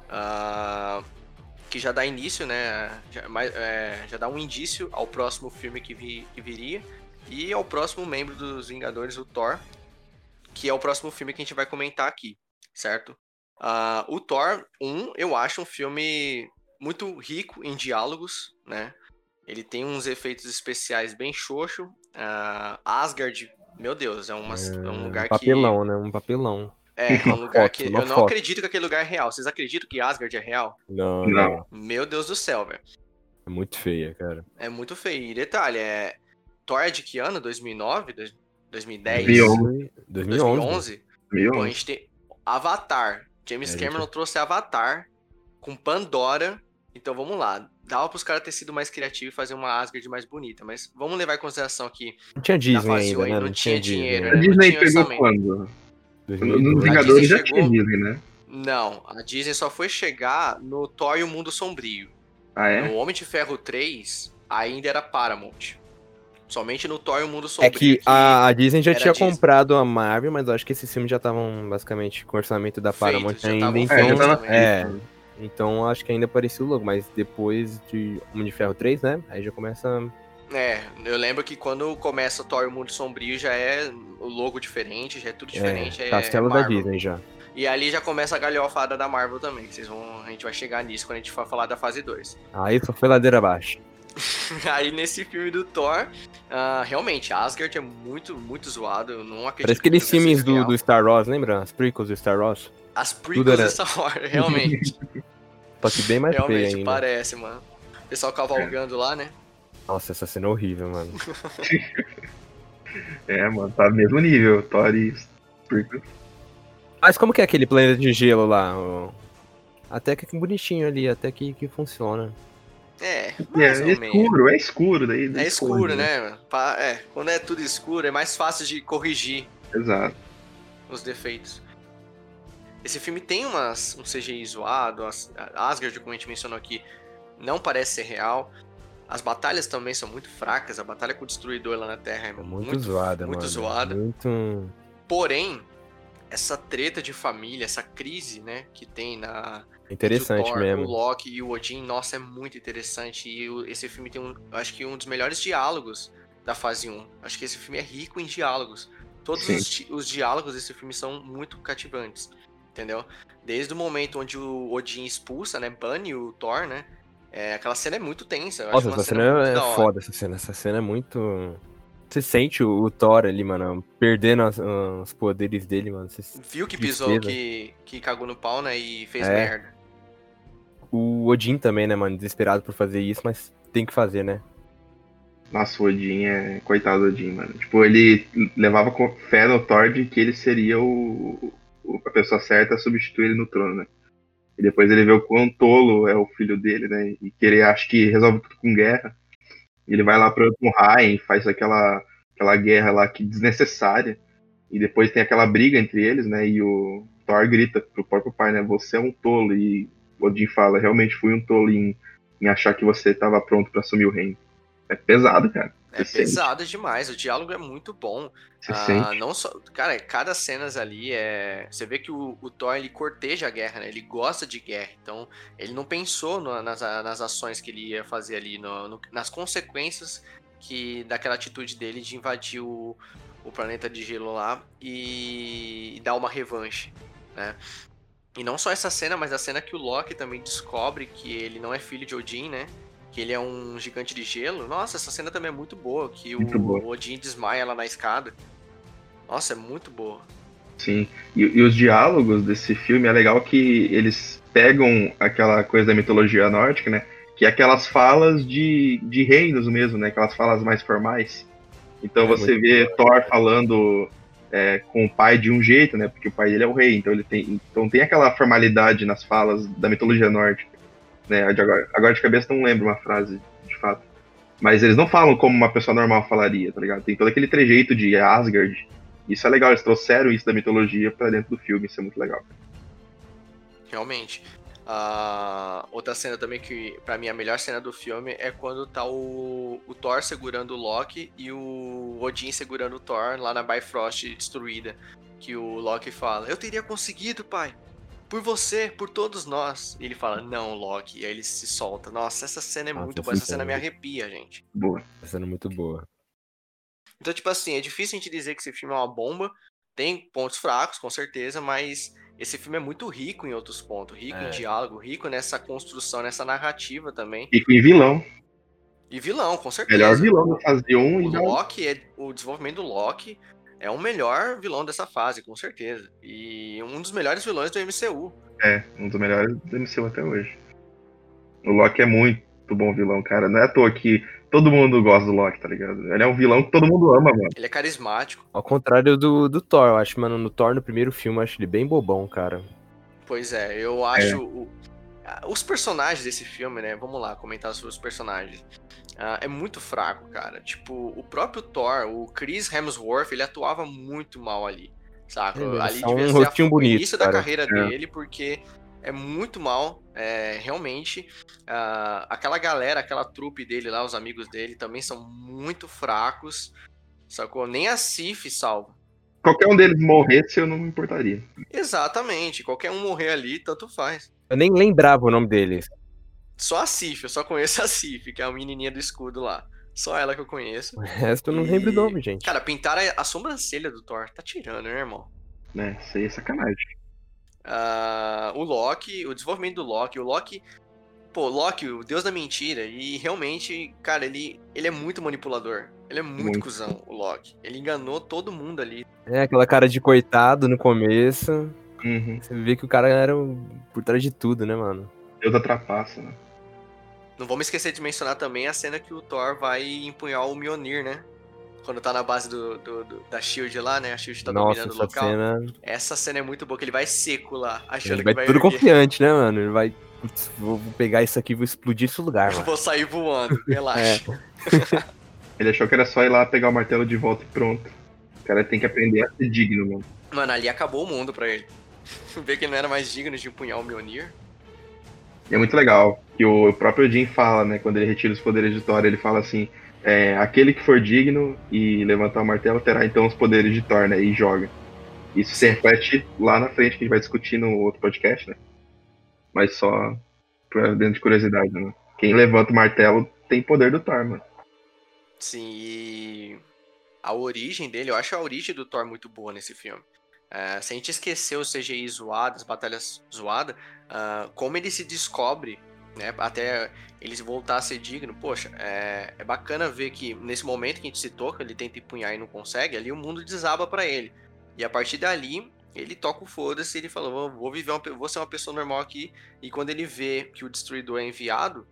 Ah, que já dá início, né? Já, mais- é, já dá um indício ao próximo filme que, vi- que viria. E ao próximo membro dos Vingadores, o Thor. Que é o próximo filme que a gente vai comentar aqui, certo? Ah, o Thor um, eu acho um filme muito rico em diálogos, né? Ele tem uns efeitos especiais bem xoxo. Ah, Asgard, meu Deus, é, uma, é um lugar Um papelão, né? Um papelão. que... É, é um lugar foto, que... uma Eu não foto. acredito que aquele lugar é real. Vocês acreditam que Asgard é real? Não, Não. não. Meu Deus do céu, velho. É muito feia, cara. É muito feio. E detalhe, é... Thor é de que ano? dois mil e nove? dois mil e dez? dois mil e onze. dois mil e onze. dois mil e onze? Viu? Pô, a gente tem Avatar. James É, Cameron gente. trouxe Avatar com Pandora. Então vamos lá. Dava pros caras ter sido mais criativos e fazer uma Asgard mais bonita. Mas vamos levar em consideração que Não tinha Disney fase ainda, aí né? não tinha dinheiro, A né? Disney tinha pegou orçamento. quando? dois No- mil e Nos doze. Vingadores Disney já tinha chegou- Disney, né? Não, a Disney só foi chegar no Thor e o Mundo Sombrio. Ah, é? No Homem de Ferro três, ainda era Paramount. Somente no Thor e o Mundo É Sombrio. que a, a Disney já era tinha Disney. comprado a Marvel, mas eu acho que esses filmes já estavam basicamente com o orçamento da Feitos, Paramount já ainda, estavam então... É, já tava também. é, feito. então acho que ainda parecia o logo, mas depois de Homem de Ferro três, né? Aí já começa... É, eu lembro que quando começa Thor e o Mundo Sombrio já é o logo diferente, já é tudo diferente. É, É, castelo é da Marvel. Disney já. E ali já começa a galhofada da Marvel também, que vocês vão, a gente vai chegar nisso quando a gente for falar da fase dois. Aí só foi ladeira abaixo. Aí nesse filme do Thor, ah, realmente, Asgard é muito, muito zoado, eu não acredito Parece aqueles que aquilo filmes seja do, real. do Star Wars, lembra? As prequels do Star Wars? As tudo prequels era- de Star Wars, realmente, Só que bem mais feio realmente ainda. parece, mano. O pessoal cavalgando lá, né? Nossa, essa cena é horrível, mano. É, mano, tá no mesmo nível. Thor e Prequel. Mas como que é aquele planeta de gelo lá? o- Até que bonitinho ali, até que, que funciona. É, É, mais é ou menos. escuro, é escuro. Daí, É escuro, né? mano? Pa- É, quando é tudo escuro é mais fácil de corrigir Exato. os defeitos. Esse filme tem umas, um C G I zoado, as- a Asgard, como a gente mencionou aqui, não parece ser real. As batalhas também são muito fracas, a batalha com o Destruidor lá na Terra é É muito, muito, zoada, muito mano. zoada. Muito... Porém, essa treta de família, essa crise, né, que tem na Interessante entre o Thor, mesmo. o Loki e o Odin, nossa, é muito interessante. E o- esse filme tem um, eu acho que um dos melhores diálogos da fase um. Acho que esse filme é rico em diálogos. Todos Sim. os, ti- os diálogos desse filme são muito cativantes, entendeu? Desde o momento onde o Odin expulsa, né, bane o Thor, né? É, aquela cena é muito tensa. Eu Nossa, acho uma essa cena cena muito é da hora. foda, essa cena. Essa cena é muito... Você sente o, o Thor ali, mano, perdendo as- os poderes dele, mano. Você- Viu que pisou, Tristeza. que, que cagou no pau, né? E fez É. merda. O Odin também, né, mano, desesperado por fazer isso, mas tem que fazer, né? Nossa, o Odin é. Coitado do Odin, mano. Tipo, ele levava com fé no Thor de que ele seria o, o- a pessoa certa a substituir ele no trono, né? E depois ele vê o quão tolo é o filho dele, né? E que ele acha que resolve tudo com guerra. E ele vai lá pro Jotunheim, faz aquela, aquela guerra lá que desnecessária. E depois tem aquela briga entre eles, né? E o Thor grita pro próprio pai, né? Você é um tolo. E Odin fala, realmente fui um tolo em, em achar que você estava pronto para assumir o reino. É pesado, cara. É Você sente. pesado demais, o diálogo é muito bom. Você Ah, sente. não só, cara, cada cenas ali é. Você vê que o, o Thor ele corteja a guerra, né? Ele gosta de guerra. Então, ele não pensou no- nas, nas ações que ele ia fazer ali, no- no- nas consequências que daquela atitude dele de invadir o, o planeta de gelo lá e, e dar uma revanche, né? E não só essa cena, mas a cena que o Loki também descobre que ele não é filho de Odin, né? Que ele é um gigante de gelo. Nossa, essa cena também é muito boa. Que Muito boa. o Odin desmaia lá na escada. Nossa, é muito boa. Sim. E, e os diálogos desse filme é legal que eles pegam aquela coisa da mitologia nórdica, né? Que é aquelas falas de, de reinos mesmo, né? Aquelas falas mais formais. Então É você muito vê boa. Thor falando é, com o pai de um jeito, né? Porque o pai dele é o rei, então ele tem, então tem aquela formalidade nas falas da mitologia nórdica, né? De agora, agora de cabeça não lembro uma frase de fato, mas eles não falam como uma pessoa normal falaria, tá ligado? Tem todo aquele trejeito de Asgard. Isso é legal, eles trouxeram isso da mitologia pra dentro do filme, isso é muito legal. Realmente. Ah, outra cena também que, pra mim, a melhor cena do filme é quando tá o, o Thor segurando o Loki e o Odin segurando o Thor lá na Bifrost destruída. Que o Loki fala, eu teria conseguido, pai. Por você, por todos nós. E ele fala, não, Loki. E aí ele se solta. Nossa, essa cena é Nossa, muito boa. essa Essa cena cena me é muito- arrepia, gente. Boa. essa cena é muito boa. Então, tipo assim, é difícil a gente dizer que esse filme é uma bomba. Tem pontos fracos, com certeza, mas esse filme é muito rico em outros pontos. Rico em É. diálogo, rico nessa construção, nessa narrativa também. E com vilão. E vilão, com Melhor certeza. vilão O, da fase um o e da. Loki, é, o desenvolvimento do Loki é o melhor vilão dessa fase, com certeza. E um dos melhores vilões do M C U. É, um dos melhores do M C U até hoje. O Loki é muito bom vilão, cara. Não é à toa que todo mundo gosta do Loki, tá ligado? Ele é um vilão que todo mundo ama, mano. Ele é carismático. Ao contrário do, do Thor, eu acho, mano, no Thor, no primeiro filme, eu acho ele bem bobão, cara. Pois é, eu acho. o- ah, Os personagens desse filme, né? Vamos lá, comentar sobre os personagens. Ah, é muito fraco, cara. Tipo, o próprio Thor, o Chris Hemsworth, ele atuava muito mal ali, saca? Ele era Ali só devia um ser a- rostinho o bonito, início da cara. carreira É. dele, porque é muito mal, é, realmente. Ah, aquela galera, aquela trupe dele lá, os amigos dele, também são muito fracos, sacou? Nem a Sif salva. Qualquer um deles morresse, eu não me importaria. Exatamente, qualquer um morrer ali, tanto faz. Eu nem lembrava o nome deles. Só a Sif, eu só conheço a Sif, que é a menininha do escudo lá. Só ela que eu conheço. O resto eu não E, lembro o nome, gente. Cara, pintar a, a sobrancelha do Thor. Tá tirando, né, irmão? Né? Isso aí é sacanagem. Ah, o Loki, o desenvolvimento do Loki. O Loki, pô, Loki, o deus da mentira. E realmente, cara, ele, ele é muito manipulador. Ele é muito, Muito. cuzão, o Loki. Ele enganou todo mundo ali. É, aquela cara de coitado no começo. Uhum. Você vê que o cara era o- por trás de tudo, né, mano? Deus da trapaça, né? Não vamos esquecer de mencionar também a cena que o Thor vai empunhar o Mjolnir, né? Quando tá na base do, do- do- da Shield lá, né? A Shield tá Nossa, dominando o essa local. cena. Essa cena é muito boa, que ele vai seco lá, achando Ele vai que vai todo erguer. confiante, né, mano? Ele vai. Putz, vou vou pegar isso aqui e vou explodir esse lugar, Eu mano. vou sair voando, relaxa. Ele achou que era só ir lá pegar o martelo de volta e pronto. O cara tem que aprender a ser digno, mano. Mano, ali acabou o mundo pra ele. Ver que ele não era mais digno de empunhar o Mjolnir. E é muito legal que o próprio Jim fala, né? Quando ele retira os poderes de Thor, ele fala assim: é, aquele que for digno e levantar o martelo terá então os poderes de Thor, né? E joga. Isso se reflete lá na frente, que a gente vai discutir no outro podcast, né? Mas só pra dentro de curiosidade, né? Quem levanta o martelo tem poder do Thor, mano. Sim, e a origem dele, eu acho a origem do Thor muito boa nesse filme. É, se a gente esquecer o C G I zoado, as batalhas zoadas, ah, como ele se descobre, né, até ele voltar a ser digno, poxa, é, é bacana ver que nesse momento que a gente citou, que ele tenta empunhar e não consegue, ali o mundo desaba pra ele. E a partir dali, ele toca o foda-se e ele fala, vou, vou viver uma, pe- vou ser uma pessoa normal aqui. E quando ele vê que o Destruidor é enviado,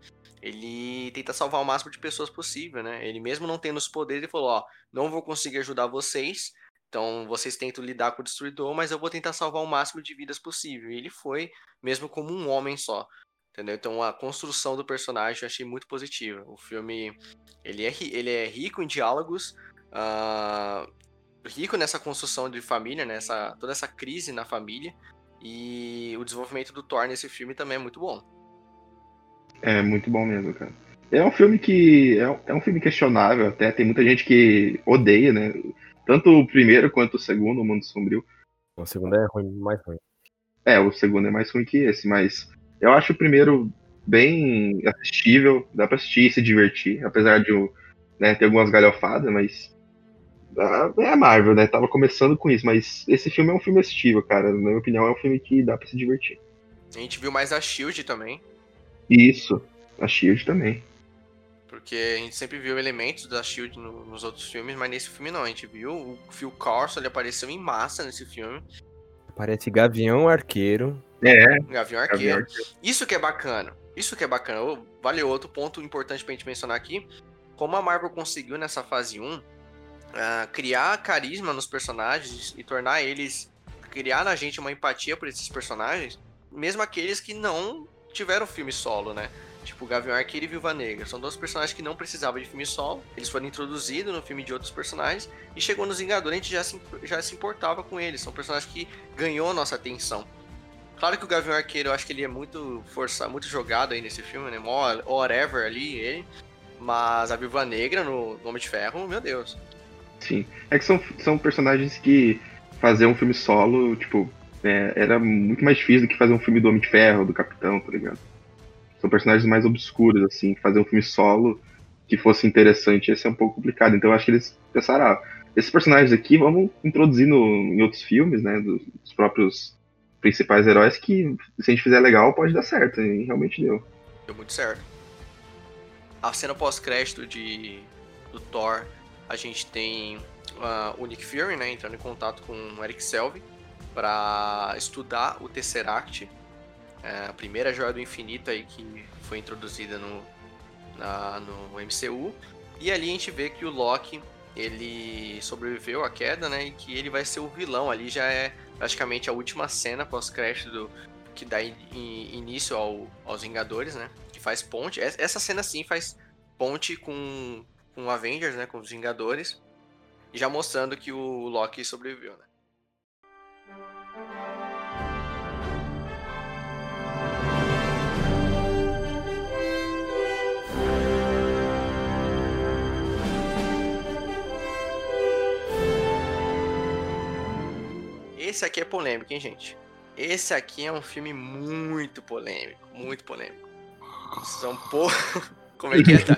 ele tenta salvar o máximo de pessoas possível, né? Ele mesmo não tendo os poderes, ele falou, ó, não vou conseguir ajudar vocês, então vocês tentam lidar com o Destruidor, mas eu vou tentar salvar o máximo de vidas possível. E ele foi, mesmo como um homem só, entendeu? Então a construção do personagem eu achei muito positiva. O filme, ele é, ri- ele é rico em diálogos, ah, rico nessa construção de família, né? Essa, toda essa crise na família, e o desenvolvimento do Thor nesse filme também é muito bom. É muito bom mesmo, cara. É um filme que. É um, é um filme questionável, até. Tem muita gente que odeia, né? Tanto o primeiro quanto o segundo, O Mundo Sombrio. O segundo é ruim, mais ruim. É, o segundo é mais ruim que esse, mas eu acho o primeiro bem assistível, dá pra assistir e se divertir, apesar de né, ter algumas galhofadas, mas ah, é a Marvel, né? Tava começando com isso, mas esse filme é um filme assistível, cara. Na minha opinião, é um filme que dá pra se divertir. A gente viu mais a Shield também, E isso, a Shield também. porque a gente sempre viu elementos da Shield no- nos outros filmes, mas nesse filme não. A gente viu o Phil Coulson, ele apareceu em massa nesse filme. Parece Gavião Arqueiro. É, O Gavião Gavião Arqueiro. Isso que é bacana. Isso que é bacana. Ô, Valeu, outro ponto importante pra gente mencionar aqui. Como a Marvel conseguiu nessa fase um ah, criar carisma nos personagens e tornar eles. Criar na gente uma empatia por esses personagens, mesmo aqueles que não tiveram filme solo, né? Tipo, Gavião Arqueiro e Viúva Negra. São dois personagens que não precisavam de filme solo. Eles foram introduzidos no filme de outros personagens. E chegou nos Vingadores, a gente já se, já se importava com eles. São personagens que ganhou a nossa atenção. Claro que o Gavião Arqueiro, eu acho que ele é muito forçado, muito jogado aí nesse filme, né? Mó whatever ali, ele. Mas a Viúva Negra no Homem de Ferro, meu Deus. sim. É que são, são personagens que fazer um filme solo, tipo, é, era muito mais difícil do que fazer um filme do Homem de Ferro, do Capitão, tá ligado? São personagens mais obscuros, assim, fazer um filme solo que fosse interessante ia ser um pouco complicado. Então eu acho que eles pensaram, ah, esses personagens aqui vamos introduzir no, em outros filmes, né, dos, dos próprios principais heróis, que se a gente fizer legal pode dar certo, e realmente deu. Deu muito certo. A cena pós-crédito de do Thor, a gente tem uh, o Nick Fury, né, entrando em contato com o Eric Selvig para estudar o Tesseract, é, a primeira joia do infinito aí que foi introduzida no, na, no M C U. E ali a gente vê que o Loki, ele sobreviveu à queda, né, e que ele vai ser o vilão. Ali já é praticamente a última cena pós-crédito do, que dá in, in, início ao, aos Vingadores, né, que faz ponte. Essa cena sim faz ponte com, com Avengers, né, com os Vingadores, e já mostrando que o Loki sobreviveu, né. Esse aqui é polêmico, hein, gente? Esse aqui é um filme muito polêmico, muito polêmico. São por... Como é que é, tá?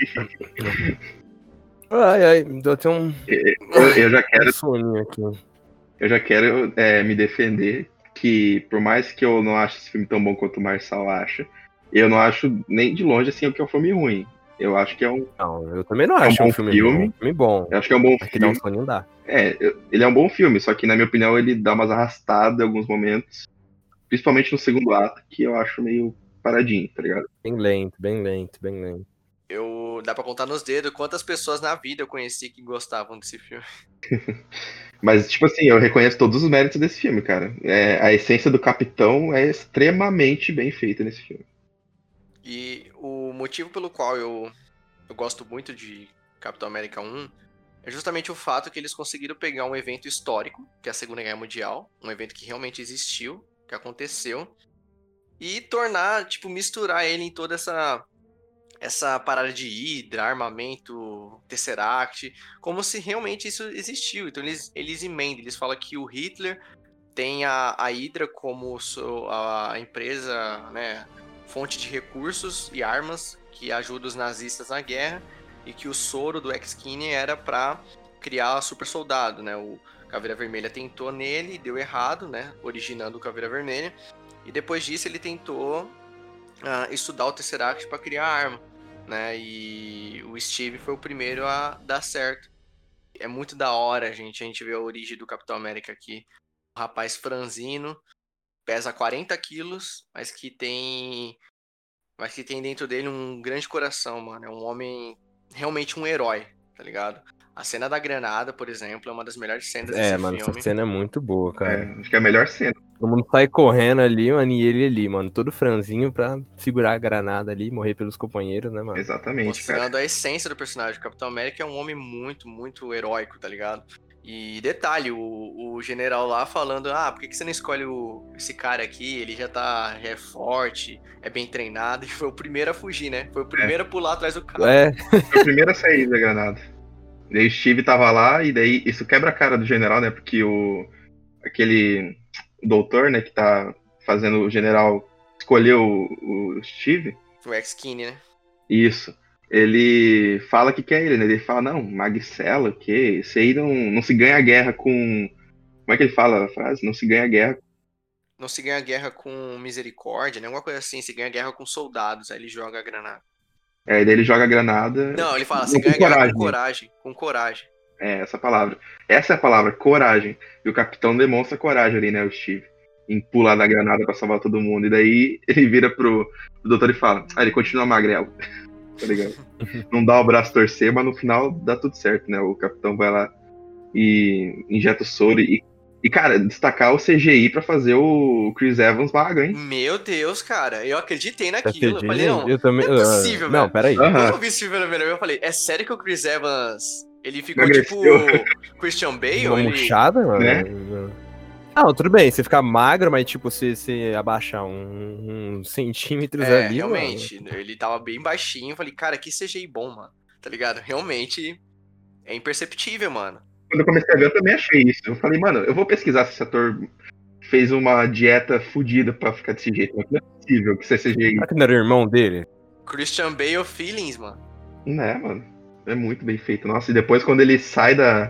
Ai, ai, me deu até um, Eu, eu já um quero, soninho aqui. eu já quero é, me defender que, por mais que eu não ache esse filme tão bom quanto o Marçal acha, eu não acho nem de longe assim o que é um filme ruim. Eu acho que é um, Não, eu também não é um acho um, bom filme, filme. ruim, um filme bom. Eu acho que é um bom Mas que dá um filme. soninho, dá. É, eu- ele é um bom filme, só que na minha opinião ele dá umas arrastadas em alguns momentos, principalmente no segundo ato, que eu acho meio paradinho, tá ligado? Bem lento, bem lento, bem lento. Eu dá pra contar nos dedos quantas pessoas na vida eu conheci que gostavam desse filme. Mas, tipo assim, eu reconheço todos os méritos desse filme, cara. É, a essência do Capitão é extremamente bem feita nesse filme. E o motivo pelo qual eu, eu gosto muito de Capitão América um é justamente o fato que eles conseguiram pegar um evento histórico, que é a Segunda Guerra Mundial, um evento que realmente existiu, que aconteceu, e tornar, tipo, misturar ele em toda essa essa parada de Hydra, armamento, Tesseract, como se realmente isso existiu. Então eles, eles emendam, eles falam que o Hitler tem a, a Hydra como so, a empresa, né, fonte de recursos e armas que ajuda os nazistas na guerra, e que o soro do X-Kine era para criar o super soldado, né? O Caveira Vermelha tentou nele, deu errado, né, originando o Caveira Vermelha, e depois disso ele tentou uh, estudar o Tesseract para criar a arma, né? E o Steve foi o primeiro a dar certo. É muito da hora, gente, a gente vê a origem do Capitão América aqui. Um rapaz franzino, pesa quarenta quilos, mas que tem mas que tem dentro dele um grande coração, mano. É um homem, realmente um herói, tá ligado? A cena da granada, por exemplo, é uma das melhores cenas É, desse mano, essa filme. cena é muito boa, É, cara. acho que é a melhor cena. Todo mundo sai correndo ali, mano, e ele ali, mano, todo franzinho pra segurar a granada ali e morrer pelos companheiros, né, mano? Exatamente, cara. Mostrando a essência do personagem. O Capitão América é um homem muito, muito heróico, tá ligado? E detalhe, o, o general lá falando, ah, por que, que você não escolhe o, esse cara aqui? Ele já tá, já é forte, é bem treinado, e foi o primeiro a fugir, né? Foi o primeiro a pular atrás do carro. É, Foi a primeira a sair da granada. Daí o Steve tava lá, e daí isso quebra a cara do general, né? Porque o. Aquele doutor, né, que tá fazendo o general escolher o, o Steve. O ex-Kine, né? Isso. Ele fala que quer ele, né? Ele fala, não, Magicela, o quê? Isso aí não, não se ganha guerra com. Como é que ele fala a frase? Não se ganha guerra. Não se ganha guerra com misericórdia, né? Alguma coisa assim, se ganha guerra com soldados. Aí ele joga a granada. É, daí ele joga a granada. Não, ele fala, Não, se com ganha guerra coragem. com coragem. Com coragem. É, essa palavra. Essa é a palavra, coragem. E o capitão demonstra coragem ali, né, o Steve. Em pular da granada pra salvar todo mundo. E daí ele vira pro, pro doutor e fala, ah, ele continua magrelo. Tá ligado? Não dá o braço torcer, mas no final dá tudo certo, né? O capitão vai lá e injeta o soro e, e cara, destacar o C G I pra fazer o Chris Evans vaga, hein? Meu Deus, cara, eu acreditei tá naquilo. Eu falei, não, eu também. não é possível, Não, velho. peraí. Aham. Quando eu vi esse filme pela primeira vez, eu falei, é sério que o Chris Evans, ele ficou Emagreceu. tipo Christian Bale? Uma Ele... murchada, mano? Né? Não, tudo bem, você ficar magro, mas tipo, você, você abaixar um, uns centímetros É, ali, realmente, ele tava bem baixinho. Eu falei, cara, que C G I bom, mano. Tá ligado? Realmente é imperceptível, mano. Quando eu comecei a ver, eu também achei isso. Eu falei, mano, eu vou pesquisar se esse ator fez uma dieta fodida pra ficar desse jeito. Mas não é possível que isso é C G I. Será que não era o irmão dele? Christian Bale Feelings, mano. Não é, mano. É muito bem feito. Nossa, e depois quando ele sai da,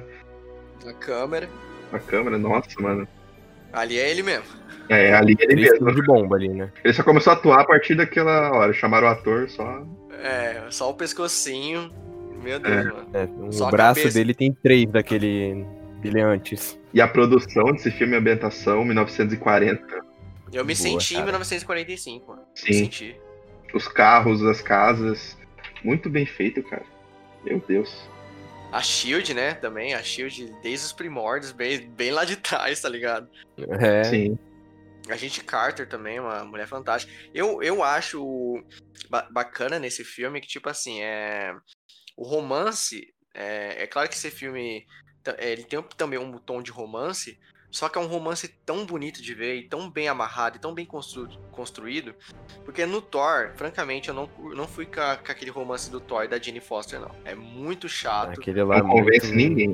Na câmera. da câmera, nossa, mano. Ali é ele mesmo. É, ali ele Três mesmo. quilos de bomba ali, né? Ele só começou a atuar a partir daquela hora. Chamaram o ator só. É, só o pescocinho. Meu Deus, mano. É, o Só a braço cabeça. dele tem três daquele dele antes. E a produção desse filme, a ambientação, mil novecentos e quarenta. Eu me Boa, senti em cara. mil novecentos e quarenta e cinco, mano. Me Sim. senti. Os carros, as casas. Muito bem feito, cara. Meu Deus. A Shield, né, também. A Shield desde os primórdios, bem, bem lá de trás, tá ligado? É, Sim. A gente Carter também, uma mulher fantástica. Eu, eu acho ba- bacana nesse filme que, tipo assim, é... o romance... É, é claro que esse filme ta- é, ele tem também um tom de romance, só que é um romance tão bonito de ver e tão bem amarrado e tão bem constru- construído, porque no Thor, francamente, eu não, cu- não fui com, a- com aquele romance do Thor e da Jane Foster, não. É muito chato. aquele lá Não convence muito- ninguém.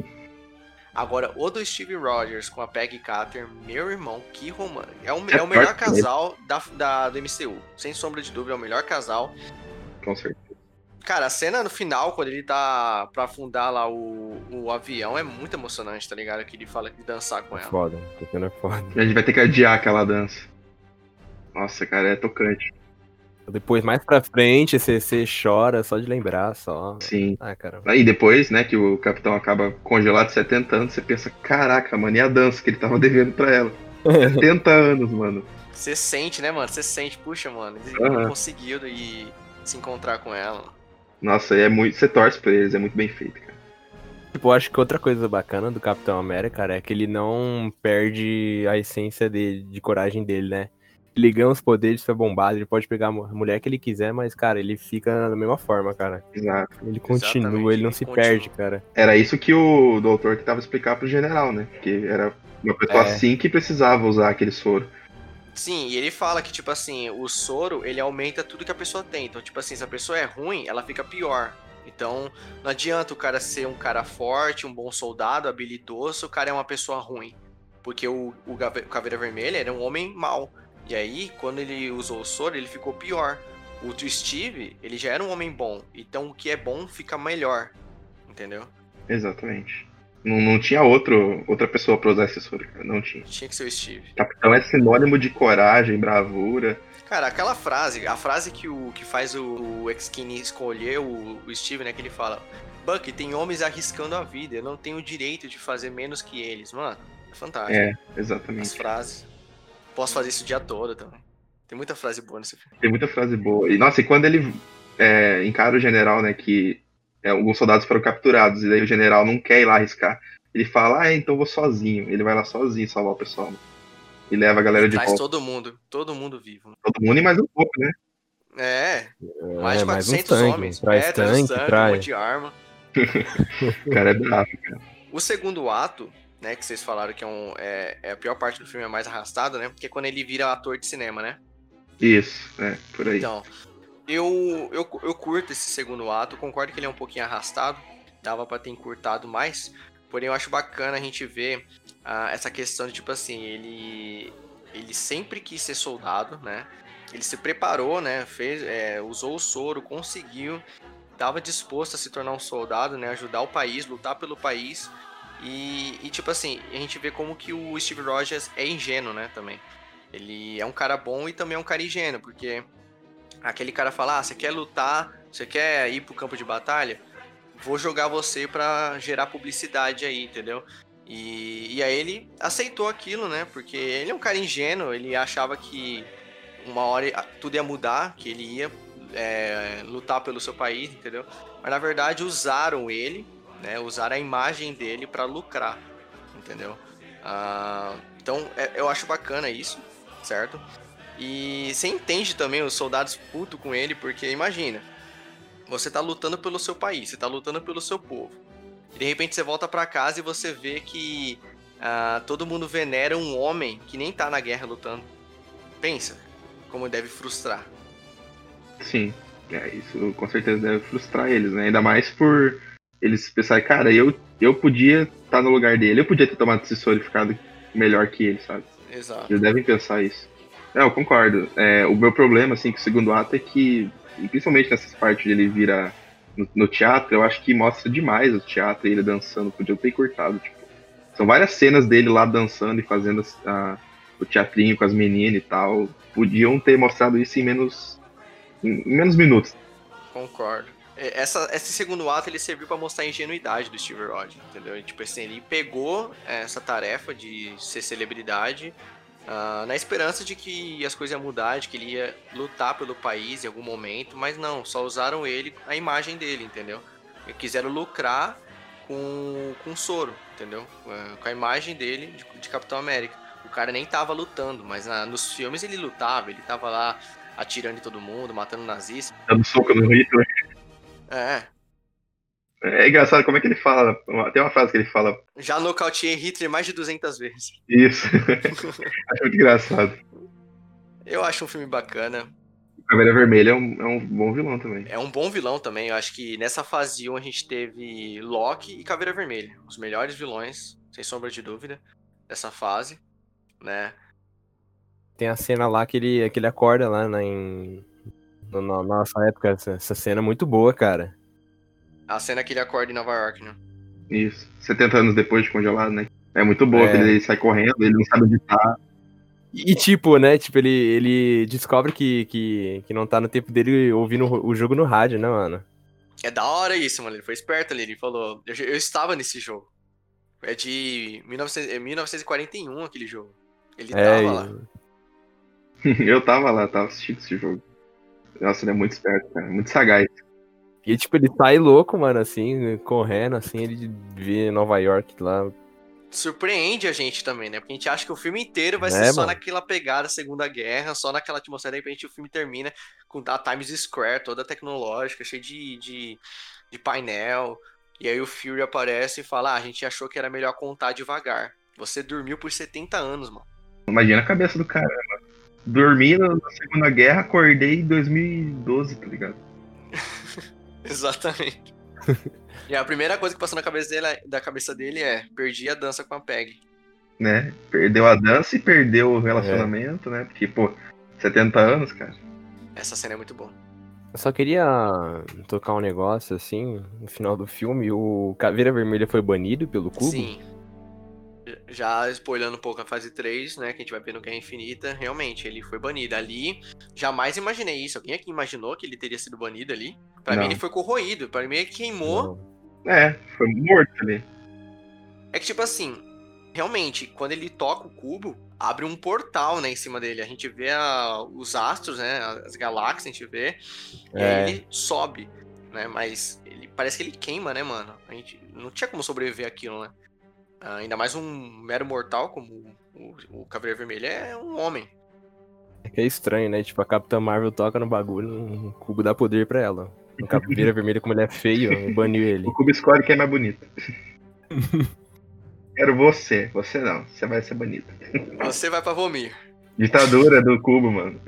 Agora, o do Steve Rogers com a Peggy Carter, meu irmão, que romance. É o, É é o melhor forte mesmo. casal da, da, do M C U. Sem sombra de dúvida, é o melhor casal. Com certeza. Cara, a cena no final, quando ele tá pra afundar lá o, o avião, é muito emocionante, tá ligado? Que ele fala que dançar com ela. Foda, essa cena é foda. A gente vai ter que adiar aquela dança. Nossa, cara, é tocante. Depois, mais pra frente, você, você chora só de lembrar, só. Sim. Ah, cara. Aí depois, né, que o capitão acaba congelado de setenta anos, você pensa, caraca, mano, e a dança que ele tava devendo pra ela? setenta anos, mano. Você sente, né, mano? Você sente, puxa, mano, ele Aham. não conseguiu ir se encontrar com ela. Nossa, é muito. Você torce pra eles, é muito bem feito, cara. Tipo, eu acho que outra coisa bacana do Capitão América, cara, é que ele não perde a essência de, de coragem dele, né? Ele ganha os poderes, foi bombado, ele pode pegar a mu- a mulher que ele quiser, mas, cara, ele fica da mesma forma, cara. Exato. Ele continua, Exatamente, ele não ele se continua. perde, cara. Era isso que o doutor tentava explicar pro general, né? Que era uma pessoa É. assim que precisava usar aquele soro. Sim, e ele fala que, tipo assim, o soro, ele aumenta tudo que a pessoa tem. Então, tipo assim, se a pessoa é ruim, ela fica pior. Então, não adianta o cara ser um cara forte, um bom soldado, habilidoso, o cara é uma pessoa ruim. Porque o, o Gave- o Caveira Vermelha era um homem mau. E aí, quando ele usou o soro, ele ficou pior. O do Steve, ele já era um homem bom. Então, o que é bom fica melhor. Entendeu? Exatamente. Não, não tinha outro, outra pessoa pra usar esse soro, cara. Não tinha. Tinha que ser o Steve. Capitão é sinônimo de coragem, bravura. Cara, aquela frase, a frase que o que faz o, o X-Kine escolher o, o Steve, né? Que ele fala: Bucky, tem homens arriscando a vida, eu não tenho o direito de fazer menos que eles. Mano, é fantástico. É, As exatamente. frases. Posso fazer isso o dia todo também. Tem muita frase boa nesse filme. Tem muita frase boa. E, nossa, e quando ele é, encara o general, né, que é, alguns soldados foram capturados, e daí o general não quer ir lá arriscar. Ele fala, ah, então eu vou sozinho. Ele vai lá sozinho salvar o pessoal. Né? E leva a galera E de traz volta. todo mundo, todo mundo vivo. Todo mundo e mais um pouco, né? É, mais de É, mais uns quatrocentos tanque, homens. traz é, traz tanque, tanque, traz- um monte de arma. O cara é bravo, cara. O segundo ato, né, que vocês falaram que é, um, é, é a pior parte do filme, é mais arrastada, né? Porque é quando ele vira ator de cinema, né? Isso, é, por aí. Então, eu, eu, eu curto esse segundo ato, concordo que ele é um pouquinho arrastado, dava pra ter encurtado mais, porém eu acho bacana a gente ver ah, essa questão de, tipo assim, ele, ele sempre quis ser soldado, né? Ele se preparou, né? Fez, é, usou o soro, conseguiu, estava disposto a se tornar um soldado, né? Ajudar o país, lutar pelo país. E, e, tipo assim, a gente vê como que o Steve Rogers é ingênuo, né? Também. Ele é um cara bom e também é um cara ingênuo, porque aquele cara fala, ah, você quer lutar, você quer ir pro campo de batalha? Vou jogar você pra gerar publicidade aí, entendeu? E, e aí ele aceitou aquilo, né? Porque ele é um cara ingênuo, ele achava que uma hora tudo ia mudar, que ele ia é, lutar pelo seu país, entendeu? Mas na verdade usaram ele, né? Usaram a imagem dele pra lucrar, entendeu? Ah, então é, eu acho bacana isso, certo? E você entende também os soldados putos com ele, porque imagina, você tá lutando pelo seu país, você tá lutando pelo seu povo. E de repente você volta pra casa e você vê que ah, todo mundo venera um homem que nem tá na guerra lutando. Pensa como deve frustrar. Sim, é, isso com certeza deve frustrar eles, né? Ainda mais por eles pensarem, cara, eu, eu podia estar no lugar dele, eu podia ter tomado esse soro e ficado melhor que ele, sabe? Exato. Eles devem pensar isso. É, eu concordo. É, o meu problema, assim, com o segundo ato é que, e principalmente nessas partes de ele vira no, no teatro, eu acho que mostra demais o teatro e ele dançando. Podia ter cortado, tipo. São várias cenas dele lá dançando e fazendo a, a, o teatrinho com as meninas e tal. Podiam ter mostrado isso em menos, em, em menos minutos. Concordo. Essa, esse segundo ato ele serviu pra mostrar a ingenuidade do Steve Rogers, entendeu? E, tipo assim, ele pegou essa tarefa de ser celebridade uh, na esperança de que as coisas iam mudar, de que ele ia lutar pelo país em algum momento, mas não, só usaram ele, a imagem dele, entendeu? E quiseram lucrar com, com o soro, entendeu? Uh, com a imagem dele de, de Capitão América. O cara nem tava lutando, mas na, nos filmes ele lutava, ele tava lá atirando em todo mundo, matando nazistas. Dando soco no Hitler. É. É engraçado como é que ele fala. Tem uma frase que ele fala. Já nocauteei Hitler mais de duzentas vezes. Isso. Acho muito engraçado. Eu acho um filme bacana. O Caveira Vermelha é um, é um bom vilão também. É um bom vilão também. Eu acho que nessa fase um a gente teve Loki e Caveira Vermelha. Os melhores vilões, sem sombra de dúvida, dessa fase, né? Tem a cena lá que ele, que ele acorda lá na, em, na nossa época. Essa, essa cena é muito boa, cara. A cena que ele acorda em Nova York, né? Isso. setenta anos depois de congelado, né? É muito boa, É. que ele sai correndo, ele não sabe onde tá. E tipo, né, tipo, ele, ele descobre que, que, que não tá no tempo dele ouvindo o jogo no rádio, né, mano? É da hora isso, mano. Ele foi esperto ali. Ele falou: Eu, eu estava nesse jogo. É de mil novecentos e quarenta e um aquele jogo. Ele É, tava e- lá. Eu tava lá, tava assistindo esse jogo. Nossa, ele é muito esperto, cara. Muito sagaz. E tipo, ele sai louco, mano, assim, correndo, assim, ele vê Nova York lá. Surpreende a gente também, né? Porque a gente acha que o filme inteiro vai É, ser só mano. naquela pegada Segunda Guerra, só naquela atmosfera, de repente o filme termina com a Times Square toda tecnológica, cheia de, de, de painel. E aí o Fury aparece e fala: ah, a gente achou que era melhor contar devagar. Você dormiu por setenta anos, mano. Imagina a cabeça do cara, mano. Dormi na Segunda Guerra, acordei em dois mil e doze, tá ligado? Exatamente. E a primeira coisa que passou na cabeça dele, da cabeça dele é: perdi a dança com a Peg. Né? Perdeu a dança e perdeu o relacionamento, né? Porque, pô, setenta anos, cara. Essa cena é muito boa. Eu só queria tocar um negócio, assim, no final do filme, o Caveira Vermelha foi banido pelo cubo? Sim. Já spoilando um pouco a fase três, né, que a gente vai ver no Guerra Infinita, realmente, ele foi banido. Ali, jamais imaginei isso. Alguém aqui imaginou que ele teria sido banido ali? Pra Não. mim, ele foi corroído. Pra mim, ele queimou. Não. É, foi morto ali. É que, tipo assim, realmente, quando ele toca o cubo, abre um portal, né, em cima dele. A gente vê a, os astros, né, as galáxias, a gente vê, e É. aí ele sobe, né, mas ele, parece que ele queima, né, mano? A gente não tinha como sobreviver àquilo, né? Ah, ainda mais um mero mortal como o, o Cavaleiro Vermelho é um homem. É que é estranho, né? Tipo, a Capitã Marvel toca no bagulho, um cubo dá poder pra ela. O Caveira Vermelha, como ele é feio, baniu ele. O cubo escolhe quem é mais bonito. Quero você, você não, você vai ser bonito. Você vai pra Vomir. Ditadura do cubo, mano.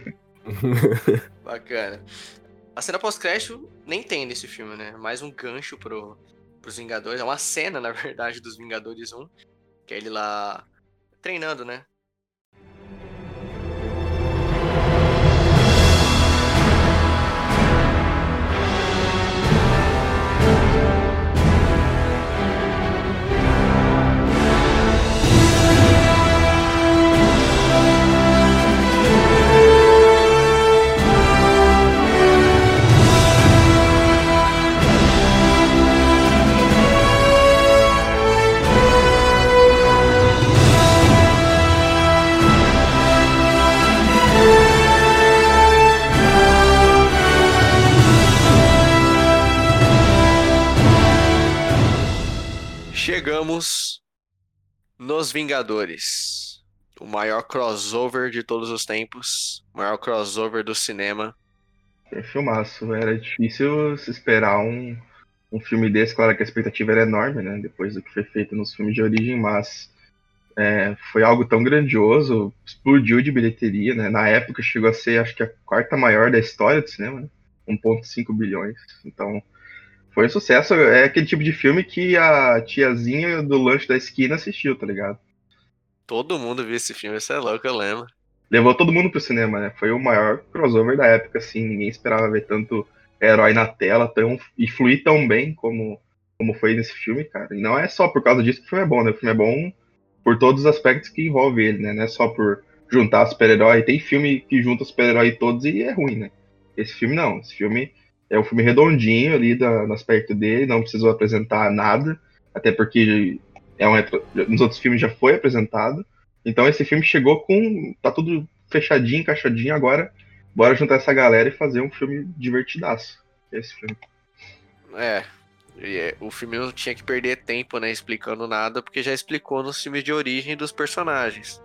Bacana. A cena pós-crédito nem tem nesse filme, né? Mais um gancho pro, pros Vingadores. É uma cena, na verdade, dos Vingadores um. Que é ele lá treinando, né? Chegamos nos Vingadores. O maior crossover de todos os tempos. O maior crossover do cinema. É filmaço, era difícil se esperar um, um filme desse. Claro que a expectativa era enorme, né? Depois do que foi feito nos filmes de origem, mas é, foi algo tão grandioso, explodiu de bilheteria, né? Na época chegou a ser, acho que a quarta maior da história do cinema, né? um vírgula cinco bilhões. Então, foi um sucesso. É aquele tipo de filme que a tiazinha do lanche da esquina assistiu, tá ligado? Todo mundo viu esse filme, isso é louco, eu lembro. Levou todo mundo pro cinema, né? Foi o maior crossover da época, assim. Ninguém esperava ver tanto herói na tela tão, e fluir tão bem como, como foi nesse filme, cara. E não é só por causa disso que o filme é bom, né? O filme é bom por todos os aspectos que envolve ele, né? Não é só por juntar super-herói. Tem filme que junta super-herói todos e é ruim, né? Esse filme não. Esse filme é um filme redondinho ali da, no aspecto dele, não precisou apresentar nada, até porque é um, nos outros filmes já foi apresentado. Então esse filme chegou com. Tá tudo fechadinho, encaixadinho, agora bora juntar essa galera e fazer um filme divertidaço. Esse filme. É. E é, o filme não tinha que perder tempo, né, explicando nada, porque já explicou nos filmes de origem dos personagens.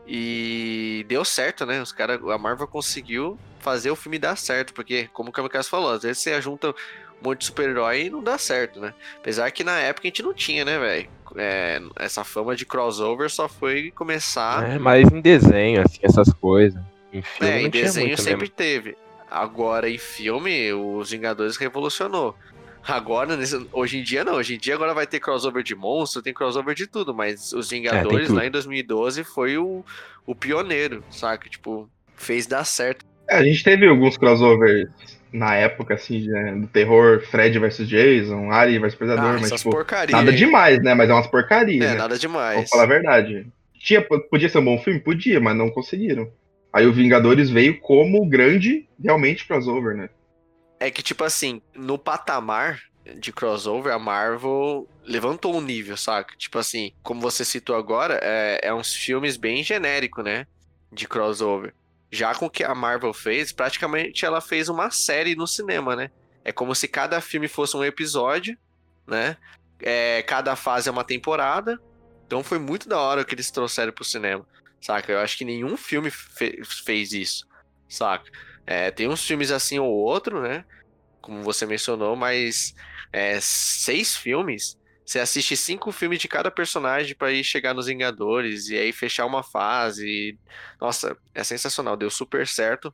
E deu certo, né? Os caras, a Marvel conseguiu fazer o filme dar certo, porque, como o Kamikaze falou, às vezes você junta um monte de super-herói e não dá certo, né? Apesar que na época a gente não tinha, né, velho? É, essa fama de crossover só foi começar. É, mas em desenho, assim, essas coisas. Em filme É, não em tinha desenho muito sempre mesmo. teve. Agora, em filme, os Vingadores revolucionou. Agora, nesse- hoje em dia não. Hoje em dia agora vai ter crossover de monstro, tem crossover de tudo. Mas os Vingadores, tudo. lá em dois mil e doze, foi o, o pioneiro, saca? Tipo, fez dar certo. É, a gente teve alguns crossovers na época, assim, né, do terror Fred versus Jason, Alien versus Ah, Predador, mas, essas tipo, porcaria nada aí. demais, né? Mas é umas porcaria, É, né? nada Vamos falar a demais. verdade. Tinha, podia ser um bom filme? Podia, mas não conseguiram. Aí o Vingadores veio como o grande, realmente, crossover, né? É que, tipo assim, no patamar de crossover, a Marvel levantou um nível, saca? Tipo assim, como você citou agora, é, é uns filmes bem genéricos, né? De crossover. Já com o que a Marvel fez, praticamente ela fez uma série no cinema, né? É como se cada filme fosse um episódio, né? É, cada fase é uma temporada. Então foi muito da hora o que eles trouxeram pro cinema, saca? Eu acho que nenhum filme fe- fez isso, saca? É, tem uns filmes assim ou outro, né? Como você mencionou, mas é, seis filmes. Você assiste cinco filmes de cada personagem pra ir chegar nos Vingadores e aí fechar uma fase. Nossa, é sensacional, deu super certo.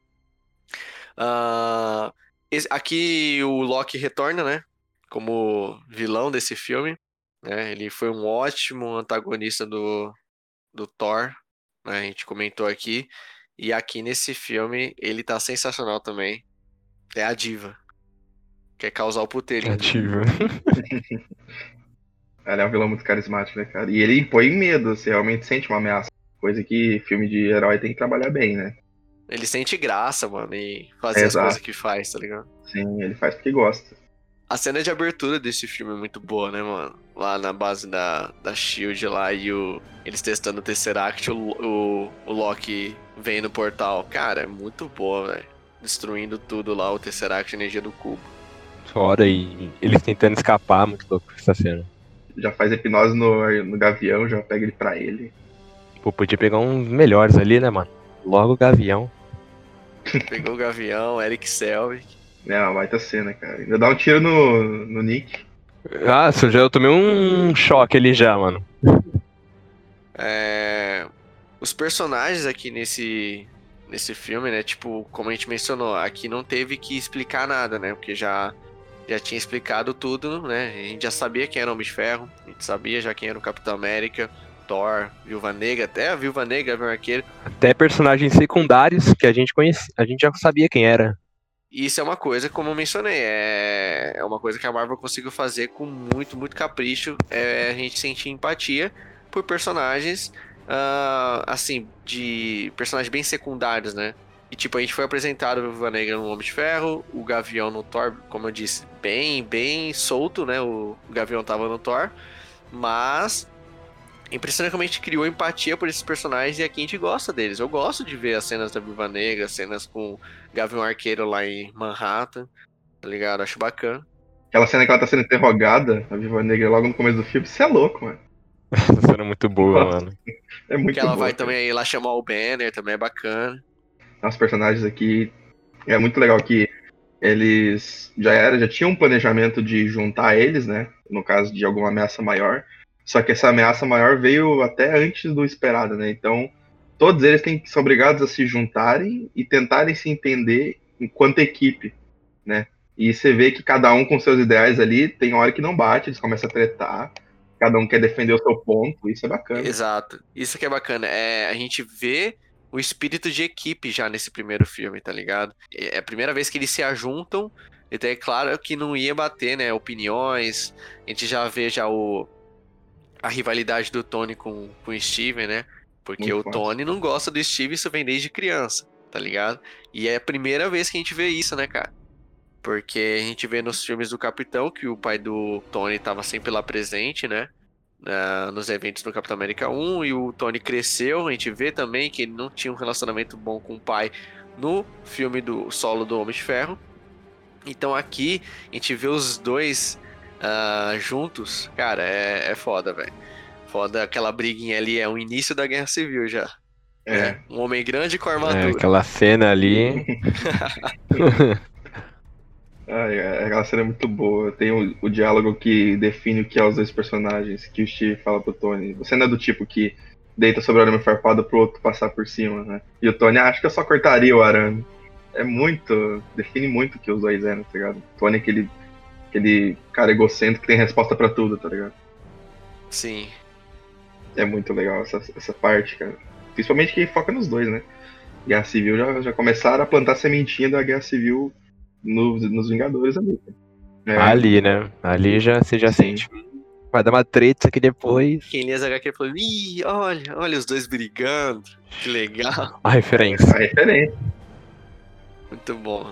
Ah, esse- aqui o Loki retorna, né? Como vilão desse filme. Né? Ele foi um ótimo antagonista do, do Thor, né? A gente comentou aqui. E aqui nesse filme ele tá sensacional também. É a diva. Quer causar o puteiro em tudo. Ativa. Ele é um vilão muito carismático, né, cara? E ele impõe medo, você realmente sente uma ameaça. Coisa que filme de herói tem que trabalhar bem, né? Ele sente graça, mano, e É, fazer as coisas exato. que faz, tá ligado? Sim, ele faz porque gosta. A cena de abertura desse filme é muito boa, né, mano? Lá na base da, da Shield lá e o, eles testando o Tesseract, o, o, o Loki vem no portal. Cara, é muito boa, velho. Destruindo tudo lá, o Tesseract, a energia do cubo. Fora e eles tentando escapar, muito louco essa cena. Já faz hipnose no, no Gavião, já pega ele pra ele. Pô, podia pegar uns melhores ali, né, mano? Logo o Gavião. Pegou o Gavião, Eric Selvig. É uma baita cena, cara. Ainda dá um tiro no, no Nick. Ah, eu já eu tomei um choque ali já, mano. É... Os personagens aqui nesse, nesse filme, né? Tipo, como a gente mencionou, aqui não teve que explicar nada, né? Porque já, já tinha explicado tudo, né? A gente já sabia quem era o Homem de Ferro, a gente sabia já quem era o Capitão América, Thor, Viúva Negra, até a Viúva Negra, Gavião Arqueiro. Até personagens secundários que a gente conhecia, a gente já sabia quem era. E isso é uma coisa, como eu mencionei, é, é uma coisa que a Marvel conseguiu fazer com muito, muito capricho, é a gente sentir empatia por personagens, uh, assim, de personagens bem secundários, né? E tipo, a gente foi apresentado o Viúva Negra no Homem de Ferro, o Gavião no Thor, como eu disse, bem, bem solto, né? O Gavião tava no Thor, mas impressionante como a gente criou empatia por esses personagens e aqui a gente gosta deles. Eu gosto de ver as cenas da Viúva Negra, cenas com Gavião Arqueiro lá em Manhattan, tá ligado? Acho bacana. Aquela cena que ela tá sendo interrogada, a Viúva Negra, logo no começo do filme, isso é louco, mano. Essa cena é muito boa, Nossa, mano. É muito Que ela boa, vai cara. também aí lá chamar o Banner, também é bacana. Os personagens aqui, é muito legal que eles já era, já tinham um planejamento de juntar eles, né? No caso de alguma ameaça maior. Só que essa ameaça maior veio até antes do esperado, né? Então, todos eles têm, são obrigados a se juntarem e tentarem se entender enquanto equipe, né? E você vê que cada um com seus ideais ali, tem hora que não bate, eles começam a tretar, cada um quer defender o seu ponto, isso é bacana. Exato. Isso que é bacana. É, a gente vê o espírito de equipe já nesse primeiro filme, tá ligado? É a primeira vez que eles se ajuntam, então é claro que não ia bater, né? Opiniões, a gente já vê já o... a rivalidade do Tony com, com o Steven, né? Porque Muito o forte. Tony não gosta do Steven, isso vem desde criança, tá ligado? E é a primeira vez que a gente vê isso, né, cara? Porque a gente vê nos filmes do Capitão que o pai do Tony tava sempre lá presente, né? Uh, nos eventos do Capitão América um, e o Tony cresceu. A gente vê também que ele não tinha um relacionamento bom com o pai no filme do solo do Homem de Ferro. Então aqui a gente vê os dois uh, juntos. Cara, é, é foda, velho. Foda, aquela briguinha ali é o início da Guerra Civil já. É. Né? Um homem grande com É, armadura. aquela cena ali. Ah, é, aquela cena é muito boa. Tem o, o diálogo que define o que é os dois personagens, que o Steve fala pro Tony. Você não é do tipo que deita sobre o arame farpado pro outro passar por cima, né? E o Tony, ah, acho que eu só cortaria o arame. É muito, define muito o que os dois eram, tá ligado? O Tony é aquele, aquele cara egocêntrico que tem resposta pra tudo, tá ligado? Sim. É muito legal essa, essa parte, cara. Principalmente que foca nos dois, né? Guerra Civil já, já começaram a plantar a sementinha da Guerra Civil no, nos Vingadores ali. É, Ali, né? Ali já, você já Sim. sente. Vai dar uma treta isso aqui depois. Quem lê as agá quê falou: ih, olha, olha os dois brigando. Que legal. A referência. a referência. Muito bom.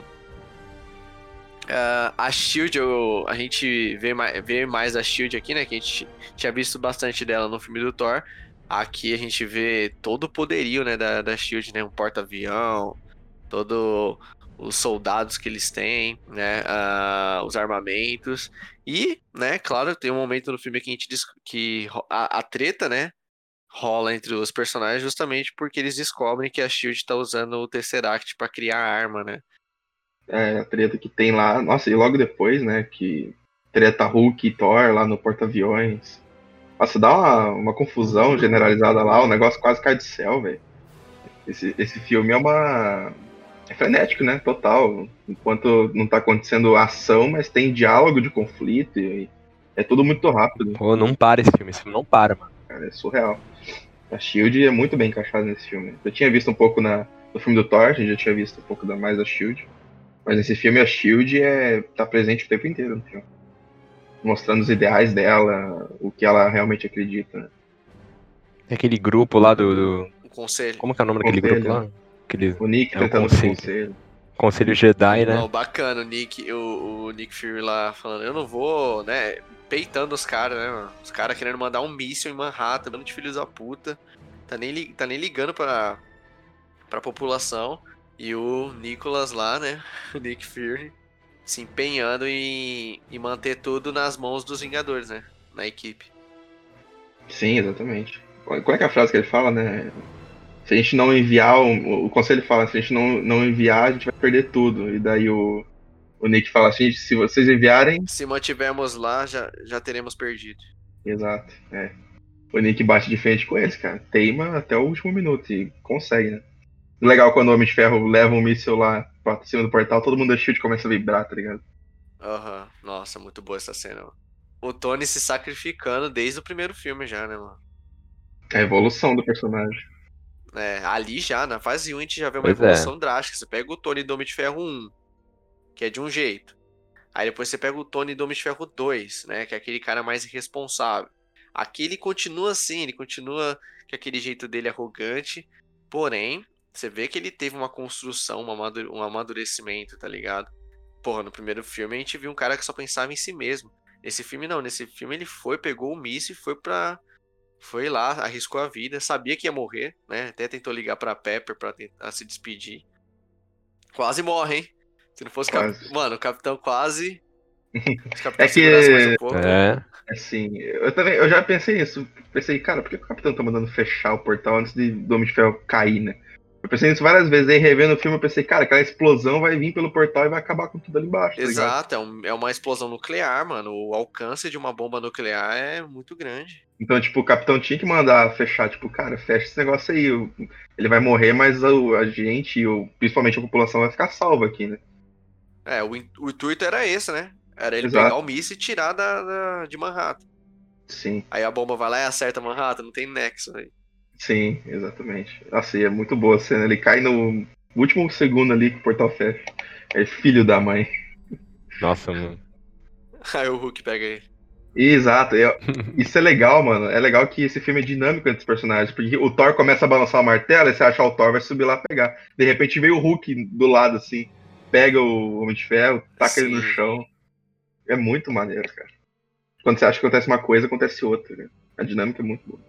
Uh, a Shield, eu, a gente vê mais, vê mais a Shield aqui, né? Que a gente tinha visto bastante dela no filme do Thor. Aqui a gente vê todo o poderio, né, da, da Shield, né? Um porta-avião, todos os soldados que eles têm, né? Uh, os armamentos. E, né, claro, tem um momento no filme que a gente diz que a, a treta, né? Rola entre os personagens justamente porque eles descobrem que a Shield tá usando o Tesseract pra criar arma, né? É, a treta que tem lá. Nossa, e logo depois, né? Que treta Hulk e Thor lá no porta-aviões. Nossa, dá uma, uma confusão generalizada lá, o negócio quase cai do céu, velho. Esse, esse filme é uma. É frenético, né? Total. Enquanto não tá acontecendo ação, mas tem diálogo de conflito e é tudo muito rápido. Pô, não para esse filme, esse filme não para, mano. Cara, é surreal. A Shield é muito bem encaixada nesse filme. Eu tinha visto um pouco na, no filme do Thor, a gente já tinha visto um pouco da, mais da Shield. Mas nesse filme a Shield é, tá presente o tempo inteiro no filme. Mostrando os ideais dela, o que ela realmente acredita. Né? Tem aquele grupo lá do, do... Um conselho. Como que é o nome daquele Conselho. grupo lá? Aquele... O Nick É o tentando ser conselho. conselho. Conselho Jedi, né? Não, bacana, o Nick, o, o Nick Fury lá falando, eu não vou, né, peitando os caras, né, mano? Os caras querendo mandar um míssil em Manhattan, dando de filhos da puta, tá nem, li- tá nem ligando pra, pra população, e o Nicholas lá, né, o Nick Fury, se empenhando em, em manter tudo nas mãos dos Vingadores, né, na equipe. Sim, exatamente. Qual qual é que é a frase que ele fala, né? Se a gente não enviar, o, o conselho fala, se a gente não, não enviar, a gente vai perder tudo. E daí o, o Nick fala assim, se vocês enviarem. Se mantivermos lá, já, já teremos perdido. Exato, é. O Nick bate de frente com eles, cara. Teima até o último minuto e consegue, né? Legal quando o Homem de Ferro leva um míssil lá pra cima do portal, todo mundo da Shield começa a vibrar, tá ligado? Aham, nossa, muito boa essa cena, mano. O Tony se sacrificando desde o primeiro filme já, né, mano? É a evolução do personagem. É, ali já, na fase um, a gente já vê uma Pois é. evolução drástica. Você pega o Tony do Homem de Ferro um, que é de um jeito. Aí depois você pega o Tony do Homem de Ferro dois, né? Que é aquele cara mais irresponsável. Aqui ele continua assim, ele continua com aquele jeito dele arrogante. Porém, você vê que ele teve uma construção, um amadu- um amadurecimento, tá ligado? Porra, no primeiro filme a gente viu um cara que só pensava em si mesmo. Nesse filme não, nesse filme ele foi, pegou o míssil e foi pra... Foi lá, arriscou a vida, sabia que ia morrer, né? Até tentou ligar pra Pepper pra tentar se despedir. Quase morre, hein? Se não fosse o Quase. cap... Mano, o capitão quase. Se o capitão É que- segurasse mais um pouco. É. Assim, eu também, eu já pensei nisso. Pensei, cara, por que o Capitão tá mandando fechar o portal antes de do Homem de Ferro cair, né? Eu pensei nisso várias vezes, aí revendo o filme eu pensei, cara, aquela explosão vai vir pelo portal e vai acabar com tudo ali embaixo, tá ligado? Exato, é, um- é uma explosão nuclear, mano. O alcance de uma bomba nuclear é muito grande. Então, tipo, o Capitão tinha que mandar fechar, tipo, cara, fecha esse negócio aí. o- Ele vai morrer, mas o- a gente, e o- principalmente a população, vai ficar salva aqui, né? É, o, in- o intuito era esse, né? Era ele Exato. pegar o míssil e tirar da, da- de Manhattan. Sim, Aí a bomba vai lá e acerta Manhattan, não tem nexo, velho. sim, exatamente. Nossa, e é muito boa a cena. Ele cai no último segundo ali que o portal fecha. É filho da mãe. Nossa, mano. Aí o Hulk pega ele. Exato, é- isso é legal, mano. É legal que esse filme é dinâmico entre os personagens, porque o Thor começa a balançar o martelo e você acha que o Thor vai subir lá pegar. De repente vem o Hulk do lado, assim, pega o Homem de Ferro, taca ele no Sim. chão. É muito maneiro, cara. Quando você acha que acontece uma coisa, acontece outra, né? A dinâmica é muito boa.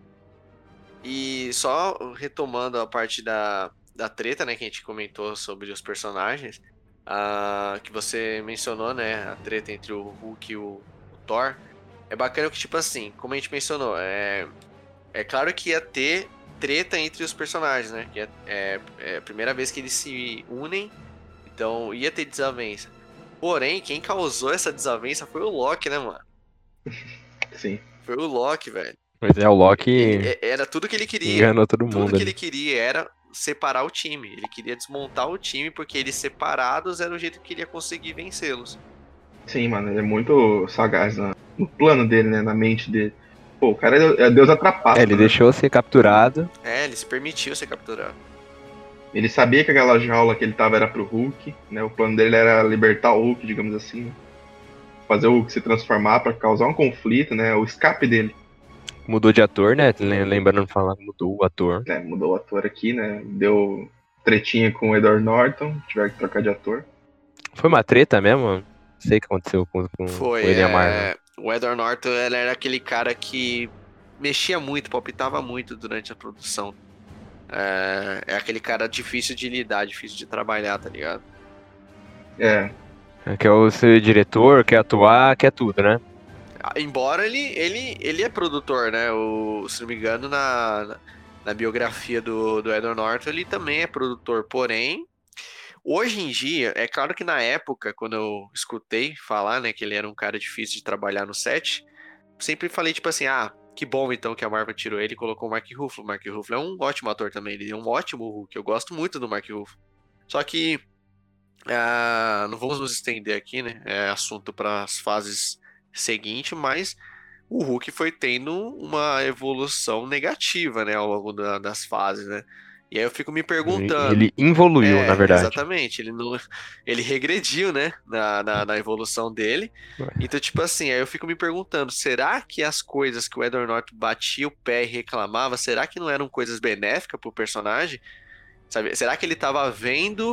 E só retomando a parte da, da treta, né, que a gente comentou sobre os personagens, ah, que você mencionou, né, a treta entre o Hulk e o, o Thor, é bacana que, tipo assim, como a gente mencionou, é, é claro que ia ter treta entre os personagens, né, que é, é, é a primeira vez que eles se unem, então ia ter desavença. Porém, quem causou essa desavença foi o Loki, né, mano? Sim. Foi o Loki, velho. Pois é, o Loki Ele- é- era tudo que ele queria. enganou todo Tudo mundo que ali. ele queria era separar o time. Ele queria desmontar o time porque eles separados era o jeito que ele ia conseguir vencê-los. Sim, mano, ele é muito sagaz na- no plano dele, né? Na mente dele. Pô, o cara é é Deus atrapado. É, ele né? deixou ser capturado. É, ele se permitiu ser capturado. Ele sabia que aquela jaula que ele tava era pro Hulk, né? O plano dele era libertar o Hulk, digamos assim. né? Fazer o Hulk se transformar pra causar um conflito, né? O escape dele. Mudou de ator, né? Lem- Lembrando de falar, mudou o ator. Né? Mudou o ator aqui, né? Deu tretinha com o Edward Norton, tiveram que trocar de ator. Foi uma treta mesmo? Não sei o que aconteceu com, com, Foi. com ele e a é, Marvel. O Edward Norton ele era aquele cara que mexia muito, palpitava muito durante a produção. É, é aquele cara difícil de lidar, difícil de trabalhar, tá ligado? É, Quer o ser diretor, quer atuar, quer tudo, né? Embora ele, ele, ele é produtor, né? O, se não me engano, na, na, na biografia do, do Edward Norton, ele também é produtor. Porém, hoje em dia, é claro que na época, quando eu escutei falar, né, que ele era um cara difícil de trabalhar no set, sempre falei, tipo assim, ah, que bom então que a Marvel tirou ele e colocou o Mark Ruffalo. O Mark Ruffalo é um ótimo ator também, ele é um ótimo Hulk. Eu gosto muito do Mark Ruffalo. Só que, ah, não vamos nos estender aqui, né? É assunto para as fases seguinte, mas o Hulk foi tendo uma evolução negativa, né, ao longo da- das fases, né? E aí eu fico me perguntando. Ele evoluiu, É, na verdade. Exatamente, ele não, ele regrediu, né, na, na, na evolução dele. Ué. Então, tipo assim, aí eu fico me perguntando, será que as coisas que o Edward Norton batia o pé e reclamava, será que não eram coisas benéficas pro personagem? Sabe? Será que ele tava vendo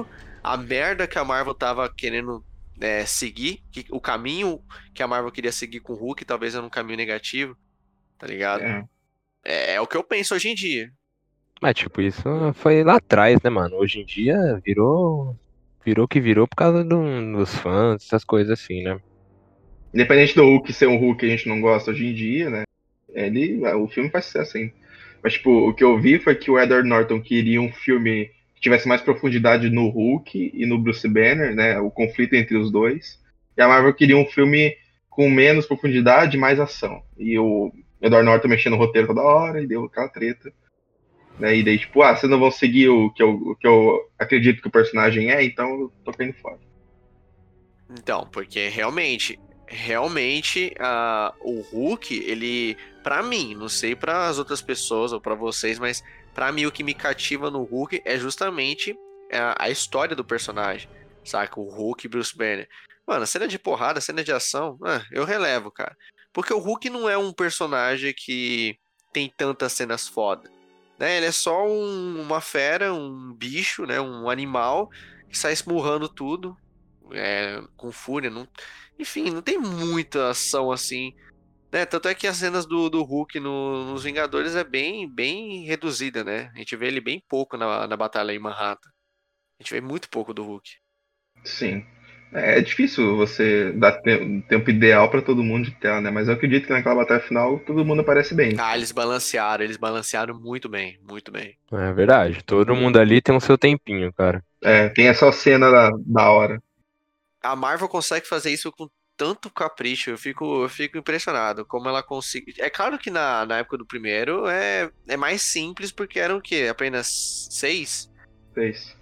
a merda que a Marvel tava querendo é, seguir, que, o caminho que a Marvel queria seguir com o Hulk, talvez era um caminho negativo, tá ligado? É. É, é o que eu penso hoje em dia. Mas, tipo, isso foi lá atrás, né, mano? Hoje em dia virou. Virou o que virou por causa do- dos fãs, essas coisas assim, né? Independente do Hulk ser um Hulk que a gente não gosta hoje em dia, né? Ele, o filme faz sucesso ainda. Mas, tipo, o que eu vi foi que o Edward Norton queria um filme que tivesse mais profundidade no Hulk e no Bruce Banner, né? O conflito entre os dois. E a Marvel queria um filme com menos profundidade e mais ação. E o Edward Norton mexendo no roteiro toda hora e deu aquela treta. Né? E daí, tipo, ah, vocês não vão seguir o que, eu, o que eu acredito que o personagem é, então eu tô caindo fora. Então, porque realmente, realmente, ah, o Hulk, ele, pra mim, não sei para as outras pessoas ou pra vocês, mas pra mim o que me cativa no Hulk é justamente a, a história do personagem, saca? O Hulk e Bruce Banner. Mano, cena de porrada, cena de ação, ah, eu relevo, cara. Porque o Hulk não é um personagem que tem tantas cenas foda, né? Ele é só um- uma fera, um bicho, né? Um animal que sai esmurrando tudo é, com fúria. Não... Enfim, não tem muita ação assim, né? Tanto é que as cenas do, do Hulk no- nos Vingadores é bem, bem reduzida, né? A gente vê ele bem pouco na, na batalha em Manhattan. A gente vê muito pouco do Hulk. Sim. É, é difícil você dar te- tempo ideal pra todo mundo de tela, né? Mas eu acredito que naquela batalha final todo mundo aparece bem. Ah, eles balancearam, eles balancearam muito bem, muito bem. É verdade. Todo mundo ali tem o seu tempinho, cara. É, tem essa cena da, da hora. A Marvel consegue fazer isso com tanto capricho, eu fico, eu fico impressionado como ela consegue. É claro que na, na época do primeiro é, é mais simples porque eram o quê? Apenas seis? Fez.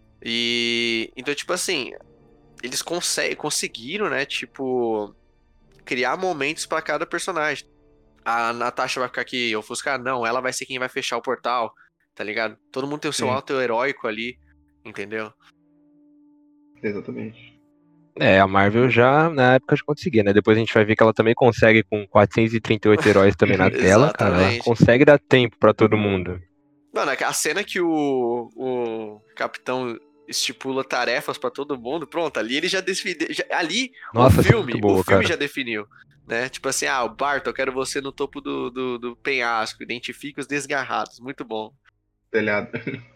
E então, tipo assim, eles conseguem, conseguiram, né, tipo, criar momentos pra cada personagem. A Natasha vai ficar aqui ofuscada? Não, ela vai ser quem vai fechar o portal, tá ligado? Todo mundo tem o seu Sim. alto heróico ali, entendeu? Exatamente. É, a Marvel já na época já conseguia, né? Depois a gente vai ver que ela também consegue com quatrocentos e trinta e oito heróis também na tela, cara. Ela Exatamente. consegue dar tempo pra todo mundo. Mano, a cena que o, o capitão estipula tarefas pra todo mundo, pronto, ali ele já definiu. Ali Nossa, o essa é filme, muito boa, o filme cara. já definiu. Né? Tipo assim, ah, o Bart, eu quero você no topo do, do, do penhasco, identifique os desgarrados. Muito bom. Telhado.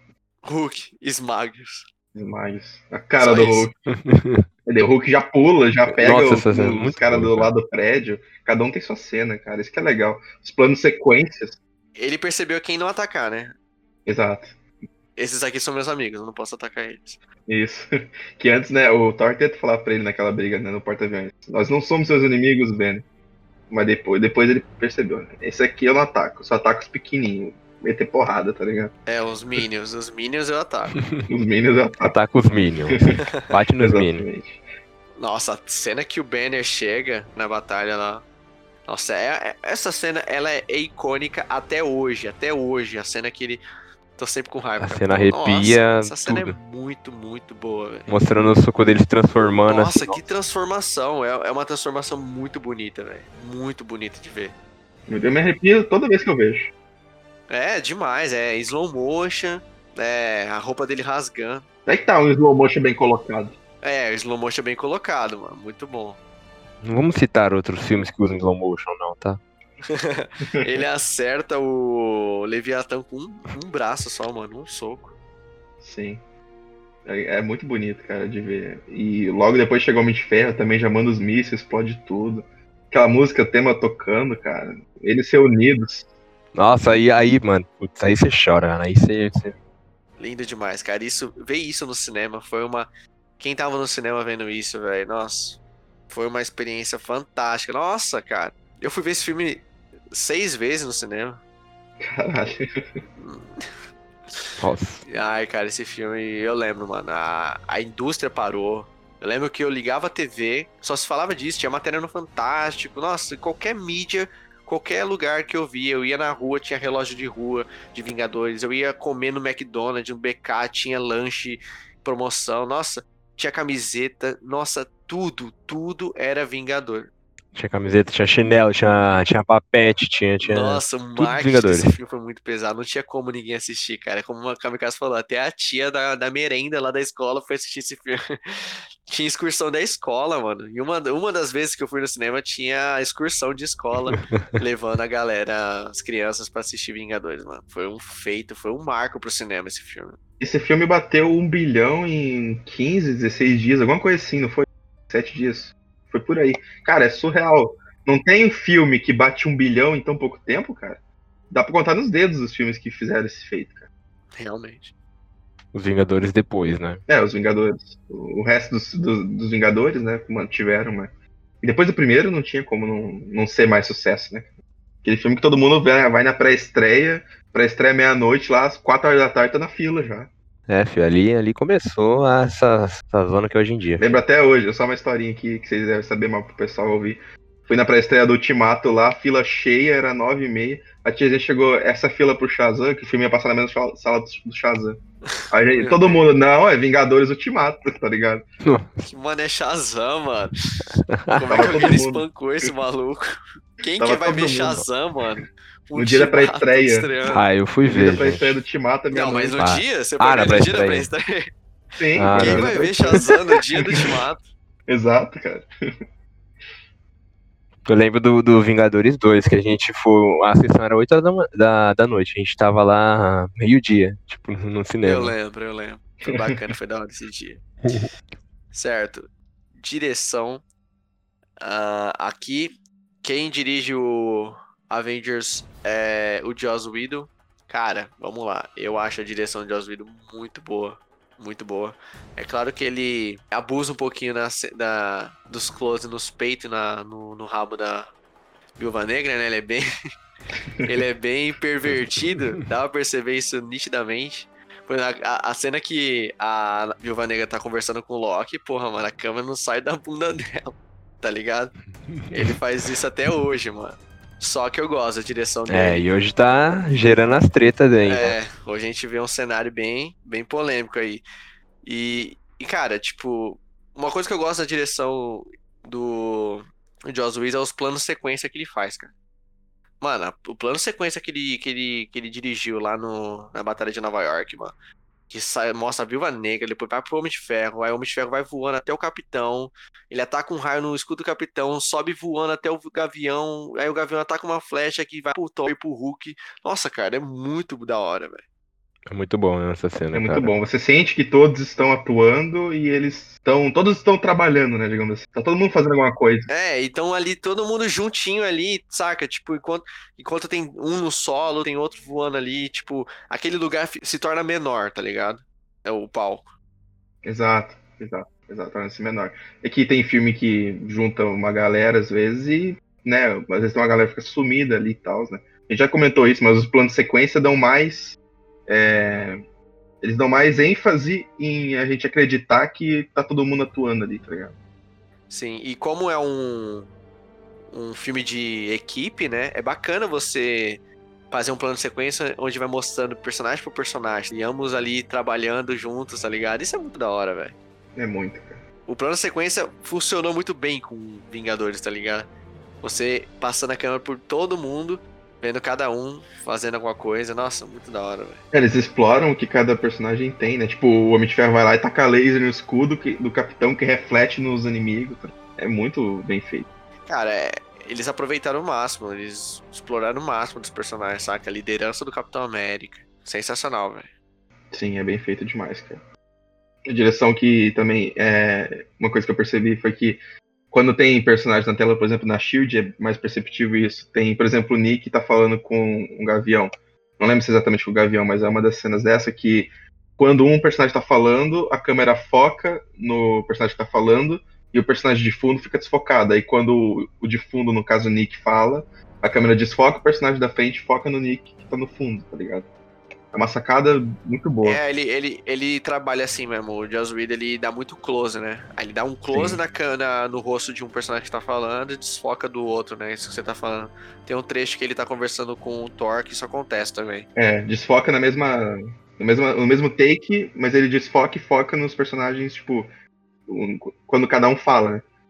Hulk, esmague-os. Demais. A cara Só do isso. Hulk. Ele- O Hulk já pula, já pega Nossa, o- essa cena é os muito caras boa, do cara. lado do prédio. Cada um tem sua cena, cara. Isso que é legal. Os planos sequências. Ele percebeu quem não atacar, né? Exato. Esses aqui são meus amigos, eu não posso atacar eles. Isso. Que antes, né, o Thor tenta falar pra ele naquela briga, né, no porta-aviões. Nós não somos seus inimigos, Ben. Mas depois, depois ele percebeu, né? Esse aqui eu não ataco, eu só ataco os pequenininhos. Meter porrada, tá ligado? É, os Minions. Os Minions eu ataco. Os Minions eu ataco. Ataca os Minions. Bate nos Minions. Exatamente. Nossa, a cena que o Banner chega na batalha lá. Nossa, é, é- essa cena ela é icônica até hoje. Até hoje. A cena que ele. Tô sempre com raiva. A cara. cena Nossa, arrepia essa cena tudo. é muito, muito boa, velho. Mostrando o soco dele se transformando Nossa, assim. que transformação. É, é uma transformação muito bonita, velho. Muito bonita de ver. Eu me arrepio toda vez que eu vejo. É, demais. É slow motion. É, a roupa dele rasgando. Aí que tá um slow motion bem colocado. É, o slow motion bem colocado, mano. Muito bom. Não vamos citar outros filmes que usam slow motion, não, tá? Ele acerta o Leviatã com um, um braço só, mano. Um soco. Sim. É, é muito bonito, cara, de ver. E logo depois chegou o Homem de Ferro, também já manda os mísseis, explode tudo. Aquela música, tema tocando, cara. Eles se unidos. Nossa, aí, aí, mano, putz, aí você chora, mano. Aí você, você- Lindo demais, cara. Isso, ver isso no cinema foi uma. Quem tava no cinema vendo isso, velho, nossa. Foi uma experiência fantástica. Nossa, cara. Eu fui ver esse filme seis vezes no cinema. Caralho. Nossa. Ai, cara, esse filme, eu lembro, mano. A, a indústria parou. Eu lembro que eu ligava a T V, só se falava disso, tinha matéria no Fantástico. Nossa, qualquer mídia, qualquer lugar que eu via, eu ia na rua, tinha relógio de rua de Vingadores. Eu ia comer no McDonald's, no B K, tinha lanche, promoção. Nossa, tinha camiseta. Nossa, tudo, tudo era Vingador. Tinha camiseta, tinha chinelo, tinha, tinha papete, tinha, tinha Nossa, o tudo dos marketing Vingadores. desse filme foi muito pesado. Não tinha como ninguém assistir, cara. Como a Kamikaze falou, até a tia da, da merenda lá da escola foi assistir esse filme. Tinha excursão da escola, mano. E uma, uma das vezes que eu fui no cinema tinha a excursão de escola, levando a galera, as crianças, pra assistir Vingadores, mano. Foi um feito, foi um marco pro cinema esse filme. Esse filme bateu um bilhão em quinze, dezesseis dias, alguma coisa assim, não foi? Sete dias. Foi por aí. Cara, é surreal. Não tem um filme que bate um bilhão em tão pouco tempo, cara. Dá pra contar nos dedos os filmes que fizeram esse feito, cara. Realmente. Os Vingadores depois, né? É, os Vingadores. O resto dos, dos, dos Vingadores, né, mantiveram, mas... E depois do primeiro não tinha como não, não ser mais sucesso, né? Aquele filme que todo mundo vai, vai na pré-estreia, pré-estreia meia-noite, lá às quatro horas da tarde tá na fila já. É, filho, ali, ali começou essa, essa zona que é hoje em dia. Lembro até hoje, é só uma historinha aqui que vocês devem saber mal pro pessoal ouvir. Fui na pré-estreia do Ultimato lá, fila cheia, era nove e meia. A tia chegou, essa fila pro Shazam, que o filme ia passar na mesma sala do Shazam. Aí todo mundo, não, é Vingadores Ultimato, tá ligado? Que mano, é Shazam, mano. Como é que alguém espancou esse maluco? Quem Tava que vai ver todo mundo. Shazam, mano? No dia da Ultimato pré-estreia. estreando. Ah, eu fui No dia ver, da pré-estreia do gente. Ultimato, é Não, mas no meia-noite. Ah. dia? Você Ah, pode na ver no dia da pré-estreia. pré-estreia? Sim, Ah, Quem não. vai ver Shazam no dia do Ultimato? Exato, cara. Eu lembro do, do Vingadores dois, que a gente foi. A sessão era oito horas da, ma- da, da noite. A gente tava lá meio-dia, tipo, no Eu cinema. lembro, eu lembro. Foi bacana, foi da hora esse dia. Certo. Direção. Ah, aqui, quem dirige o Avengers é o Joss Whedon. Cara, vamos lá. Eu acho a direção de Joss Whedon muito boa. Muito boa. É claro que ele abusa um pouquinho na, ce- da, dos close nos peitos e na, no, no rabo da Viúva Negra, né? Ele é bem. Ele é bem pervertido. Dá pra perceber isso nitidamente. Por exemplo, A, a cena que a Viúva Negra tá conversando com o Loki, porra, mano, a câmera não sai da bunda dela, tá ligado? Ele faz isso até hoje, mano. Só que eu gosto da direção dele. É, e hoje tá gerando as tretas ainda. É, hoje a gente vê um cenário bem, bem polêmico aí. E, e, cara, tipo, uma coisa que eu gosto da direção do Joss Whedon é os planos sequência que ele faz, cara. Mano, a- o plano sequência que ele, que ele, que ele dirigiu lá no, na Batalha de Nova York, mano. Que sai, mostra a Viúva Negra, depois vai pro Homem de Ferro, aí o Homem de Ferro vai voando até o Capitão, ele ataca um raio no escudo do Capitão, sobe voando até o Gavião, aí o Gavião ataca uma flecha que vai pro Thor e pro Hulk. Nossa, cara, é muito da hora, velho. É muito bom né, essa cena, É muito cara. bom. Você sente que todos estão atuando e eles estão. Todos estão trabalhando, né? Digamos assim. Tá todo mundo fazendo alguma coisa. É, então ali todo mundo juntinho ali, saca? Tipo, enquanto, enquanto tem um no solo, tem outro voando ali, tipo, aquele lugar fi- se torna menor, tá ligado? É o palco. Exato, exato, exato. Torna-se menor. É que tem filme que junta uma galera às vezes e, né? Às vezes tem uma galera que fica sumida ali e tal, né? A gente já comentou isso, mas os planos de sequência dão mais. é, Eles dão mais ênfase em a gente acreditar que tá todo mundo atuando ali, tá ligado? Sim, e como é um, um filme de equipe, né? É bacana você fazer um plano de sequência onde vai mostrando personagem por personagem e ambos ali trabalhando juntos, tá ligado? Isso é muito da hora, velho. É muito, cara. O plano de sequência funcionou muito bem com Vingadores, tá ligado? Você passando a câmera por todo mundo, vendo cada um fazendo alguma coisa. Nossa, muito da hora, velho. Eles exploram o que cada personagem tem, né? Tipo, o Homem de Ferro vai lá e taca laser no escudo que- do Capitão que reflete nos inimigos. tá? É muito bem feito. Cara, é, eles aproveitaram o máximo, eles exploraram o máximo dos personagens, saca? A liderança do Capitão América. Sensacional, velho. Sim, é bem feito demais, cara. A direção que também é. Uma coisa que eu percebi foi que quando tem personagens na tela, por exemplo, na Shield, é mais perceptível isso. Tem, por exemplo, o Nick tá falando com um Gavião. Não lembro se é exatamente o Gavião, mas é uma das cenas dessa que quando um personagem tá falando, a câmera foca no personagem que tá falando e o personagem de fundo fica desfocado. Aí quando o de fundo, no caso o Nick, fala, a câmera desfoca, o personagem da frente foca no Nick que tá no fundo, tá ligado? É uma sacada muito boa. É, ele, ele, ele trabalha assim mesmo. O Joss Whedon, ele dá muito close, né? Aí ele dá um close Sim. na, ca- na, no rosto de um personagem que tá falando e desfoca do outro, né? Isso que você tá falando. Tem um trecho que ele tá conversando com o Thor, que isso acontece também. É, desfoca na mesma, no, mesmo, no mesmo take, mas ele desfoca e foca nos personagens, tipo, um- quando cada um fala, né?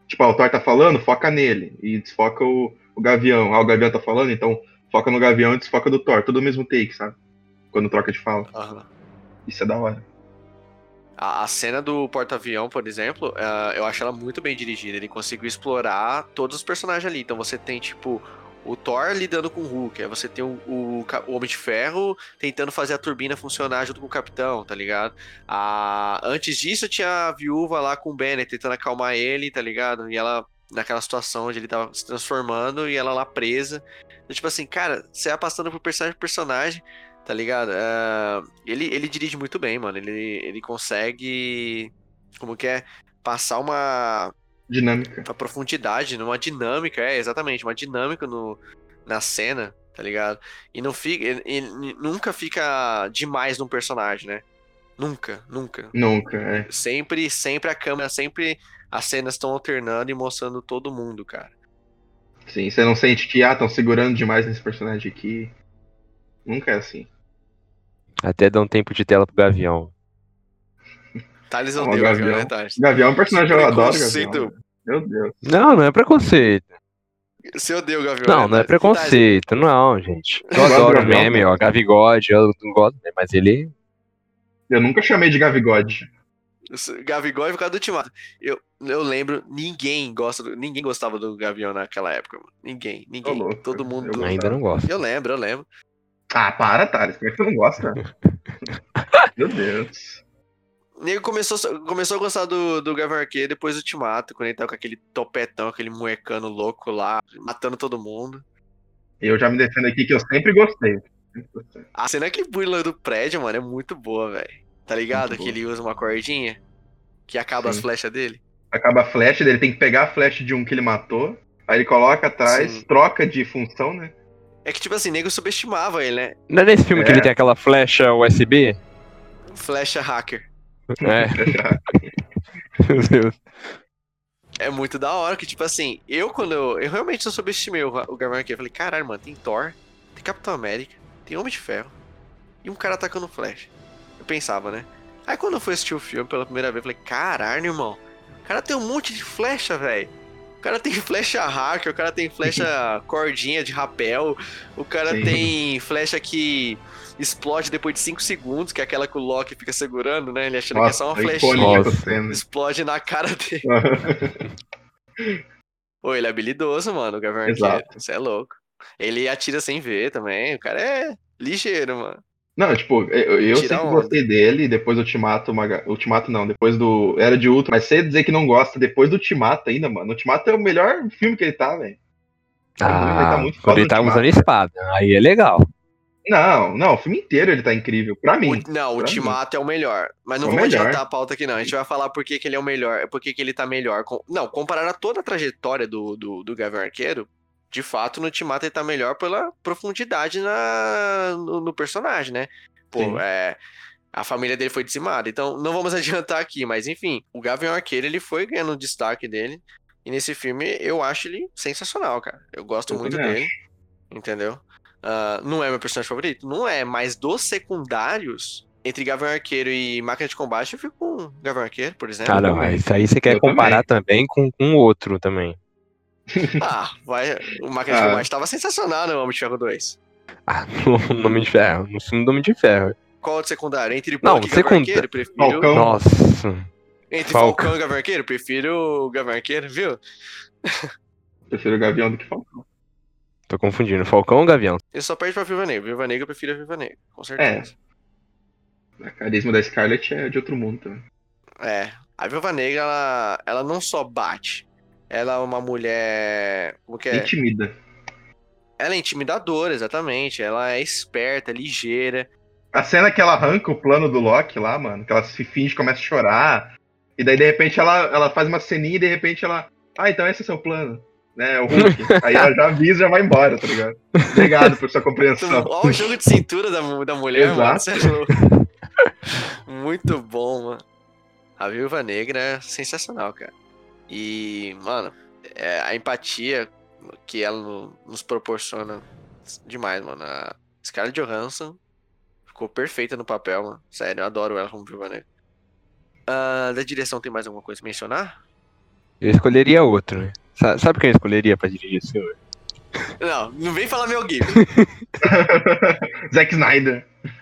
Tipo, ah, o Thor tá falando, foca nele. E desfoca o, o Gavião. Ah, o Gavião tá falando, então foca no Gavião e desfoca do Thor. Tudo no mesmo take, sabe? Quando troca de fala. Aham. Isso é da hora. A, a cena do porta-avião, por exemplo, uh, eu acho ela muito bem dirigida. Ele conseguiu explorar todos os personagens ali. Então você tem, tipo, o Thor lidando com o Hulk. Aí você tem o, o, o Homem de Ferro tentando fazer a turbina funcionar junto com o Capitão, tá ligado? Ah, antes disso tinha a viúva lá com o Banner tentando acalmar ele, tá ligado? E ela naquela situação onde ele tava se transformando e ela lá presa. Então, tipo assim, cara, você vai passando por personagem por personagem, tá ligado? Uh, ele, ele dirige muito bem, mano. Ele, ele consegue, como que é, passar uma, Dinâmica. uma profundidade, numa dinâmica, é, exatamente, uma dinâmica no, na cena, tá ligado? E não fica, ele, ele nunca fica demais num personagem, né? Nunca, nunca. Nunca, é. Sempre, sempre a câmera, sempre as cenas estão alternando e mostrando todo mundo, cara. Sim, você não sente que, ah, estão segurando demais nesse personagem aqui. Nunca é assim. Até dá um tempo de tela pro Gavião. Thales Não, odeia o o Gavião, Gavião. né, Thales? Gavião é um personagem que eu adoro, Preconceito. Gavião. Meu Deus. Não, não é preconceito. Você odeia o Gavião, Não, né, não é Thales? preconceito, não, gente. Eu gosto do adoro o Gavião, meme, pô. ó, Gavigode, eu não gosto, né, mas ele... Eu nunca chamei de Gavigode. Thales? Gavigol é por causa do Ultimato. Eu, eu lembro, ninguém gosta do, ninguém gostava do Gavião naquela época, mano. Ninguém, Tô ninguém. louco. Todo mundo. Eu Ainda não gosto. Eu lembro, eu lembro. Ah, para, Thales. Como é que você não gosta? Meu Deus. O nego começou, começou a gostar do, do Gavião Arqueiro depois do Ultimato, quando ele tava com aquele topetão, aquele moecano louco lá, matando todo mundo. Eu já me defendo aqui que eu sempre gostei. Sempre gostei. A cena que pula do prédio, mano, é muito boa, velho. Tá ligado? Muito Que boa. ele usa uma cordinha que acaba as Sim. flechas dele. Acaba a flecha dele, tem que pegar a flecha de um que ele matou. Aí ele coloca atrás, Sim. troca de função, né? É que, tipo assim, nego subestimava ele, né? Não é nesse filme que É. ele tem aquela flecha U S B? Flecha hacker. É, meu Deus. É muito da hora que, tipo assim, eu quando eu, eu realmente não subestimei o, o Gavião Arqueiro. Eu falei, caralho, mano, tem Thor, tem Capitão América, tem Homem de Ferro e um cara atacando flecha. Eu pensava, né? Aí quando eu fui assistir o filme pela primeira vez, eu falei, caralho, irmão, o cara tem um monte de flecha, velho. O cara tem flecha hacker, o cara tem flecha cordinha de rapel, o cara Sim. tem flecha que explode depois de cinco segundos, que é aquela que o Loki fica segurando, né? Ele achando que é só uma Nossa, flechinha. icônica Nossa. essa cena. Explode na cara dele. Pô, ele é habilidoso, mano, o Gavião Arqueiro. Exato. Você é louco. Ele atira sem ver também. O cara é ligeiro, mano. Não, tipo, eu, eu Tira sempre onda. gostei dele, depois do Ultimato, uma... Ultimato não, depois do Era de Ultron, mas você dizer que não gosta depois do Ultimato ainda, mano. O Ultimato é o melhor filme que ele tá, velho. Ele tá Ah, muito quando foda ele no tá Ultimato. usando espada, aí é legal. Não, não, o filme inteiro ele tá incrível, pra mim. O- não, o pra Ultimato é o melhor. Mas não É o vamos melhor. adiantar a pauta aqui, não. A gente vai falar por que, que ele é o melhor. Por que, que ele tá melhor. Com- Não, comparado a toda a trajetória do, do, do Gavião Arqueiro, de fato, no Ultimato ele tá melhor pela profundidade na, no, no personagem, né? Pô, Sim. é. A família dele foi dizimada. Então, não vamos adiantar aqui, mas enfim, o Gavião Arqueiro ele foi ganhando o destaque dele. E nesse filme eu acho ele sensacional, cara. Eu gosto Eu muito também dele. Entendeu? Ah, não é meu personagem favorito? Não é, mas dos secundários, entre Gavião Arqueiro e Máquina de Combate, eu fico com Gavião Arqueiro, por exemplo. Ah, não, também. mas isso aí você quer Eu comparar também com com outro também. Ah, vai. O Máquina de Ah. Combate tava sensacional no Homem de Ferro dois. Ah, no Nome de Ferro, no filme do Homem de Ferro. Qual outro secundário? Entre Não, Bucky e Gavião secunda- Arqueiro, prefiro. Falcão. Nossa. Entre Falcão. Falcão e Gavião Arqueiro, prefiro o Gavião Arqueiro, viu? Prefiro o Gavião do que Falcão. Tô confundindo. Falcão ou Gavião? Ele só perde pra Viúva Negra. Viúva Negra eu prefiro a Viúva Negra, com certeza. A carisma da Scarlett é de outro mundo também. É. A Viúva Negra, ela, ela não só bate. Ela é uma mulher. Como que é? Intimida. Ela é intimidadora, exatamente. Ela é esperta, ligeira. A cena que ela arranca o plano do Loki lá, mano, que ela se finge, começa a chorar. E daí, de repente, ela, ela faz uma ceninha e de repente ela. Ah, então esse é seu plano. Né, o Hulk. Aí ela já avisa e já vai embora, tá ligado? Obrigado por sua compreensão. Olha o jogo de cintura da, da mulher, mano. Exato. Você é louco. Muito bom, mano. A Viúva Negra é sensacional, cara. E, mano, é, a empatia que ela no- nos proporciona demais, mano. A Scarlett Johansson ficou perfeita no papel, mano. Sério, eu adoro ela como Viúva Negra. Ah, da direção tem mais alguma coisa a mencionar? Eu escolheria outro, né? Sa- Sabe quem eu escolheria pra dirigir esse filme? Não, não vem falar Mel Gibson. Zack Snyder.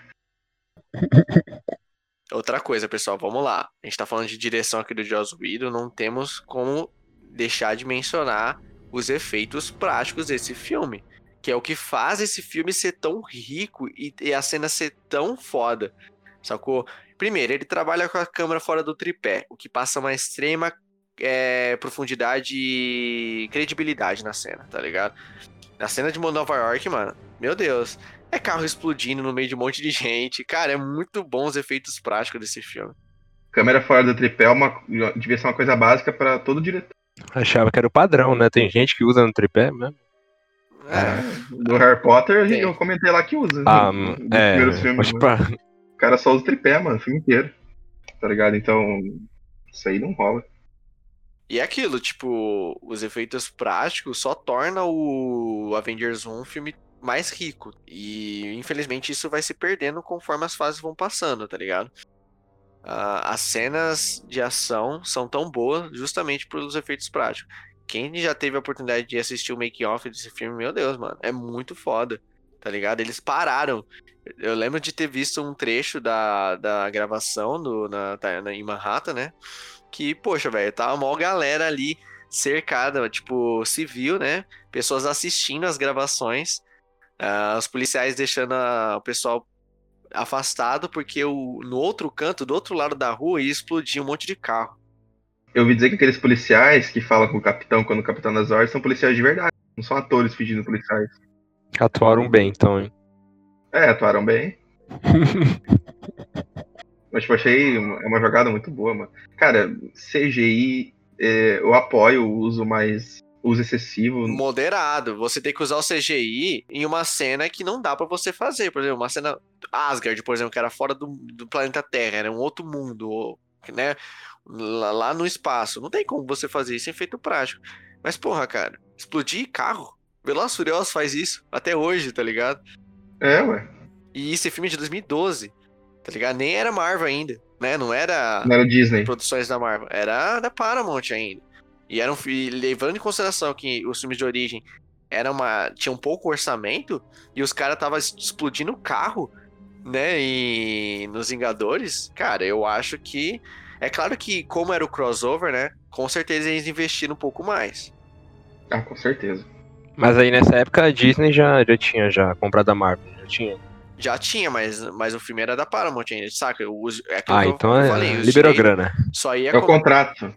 Outra coisa, pessoal, vamos lá. A gente tá falando de direção aqui do Joss Whedon, não temos como deixar de mencionar os efeitos práticos desse filme, que é o que faz esse filme ser tão rico e, e a cena ser tão foda, sacou? Primeiro, ele trabalha com a câmera fora do tripé, o que passa uma extrema é, profundidade e credibilidade na cena, tá ligado? Na cena de Nova York, mano, meu Deus, é carro explodindo no meio de um monte de gente. Cara, é muito bom os efeitos práticos desse filme. Câmera fora do tripé é uma, devia ser uma coisa básica pra todo diretor. Achava que era o padrão, né? Tem gente que usa no tripé mesmo. É, Do Harry Potter, Tem. eu comentei lá que usa. Ah, né? m- Dos é. primeiros filmes, Mas, tipo, mano. O cara só usa tripé, mano, o filme inteiro. Tá ligado? Então, isso aí não rola. E é aquilo, tipo, os efeitos práticos só torna o Avengers um um filme mais rico. E infelizmente isso vai se perdendo conforme as fases vão passando, tá ligado? Ah, as cenas de ação são tão boas justamente pelos efeitos práticos. Quem já teve a oportunidade de assistir o making-off desse filme, meu Deus, mano, é muito foda, tá ligado? Eles pararam. Eu lembro de ter visto um trecho da, da gravação do, na, tá- na, em Manhattan, né? Que, poxa, velho, tava uma maior galera ali cercada, tipo, civil, né? Pessoas assistindo as gravações, ah, os policiais deixando a- o pessoal afastado, porque o, no outro canto, do outro lado da rua, ia explodir um monte de carro. Eu ouvi dizer que aqueles policiais que falam com o capitão quando o capitão das ordens são policiais de verdade. Não são atores fingindo policiais. atuaram bem, então, hein? É, atuaram bem. Mas, tipo, achei uma- é uma jogada muito boa, mano. Cara, C G I, é, eu apoio o uso mais. Uso excessivo. Moderado. Você tem que usar o C G I em uma cena que não dá pra você fazer. Por exemplo, uma cena Asgard, por exemplo, que era fora do, do planeta Terra, era um outro mundo, ou, né? Lá, lá no espaço. Não tem como você fazer isso em efeito prático. Mas, porra, cara, explodir carro. Velozes e Furiosos faz isso até hoje, tá ligado? É, ué. E esse filme é de dois mil e doze, tá ligado? Nem era Marvel ainda, né? Não era Não era Disney. produções da Marvel, era da Paramount ainda. E eram e levando em consideração que os filmes de origem era uma tinha um pouco orçamento e os caras estavam explodindo o carro, né? E nos Vingadores, cara, eu acho que é claro que como era o crossover, né? Com certeza eles investiram um pouco mais. Ah, com certeza. Mas aí nessa época a Disney já, já tinha já comprado a Marvel, já tinha. Já tinha, mas, mas o filme era da Paramount ainda, saca? Os, é aquilo Ah, que eu- então eu é, falei, os liberou direitos grana. Só ia, É o com- contrato.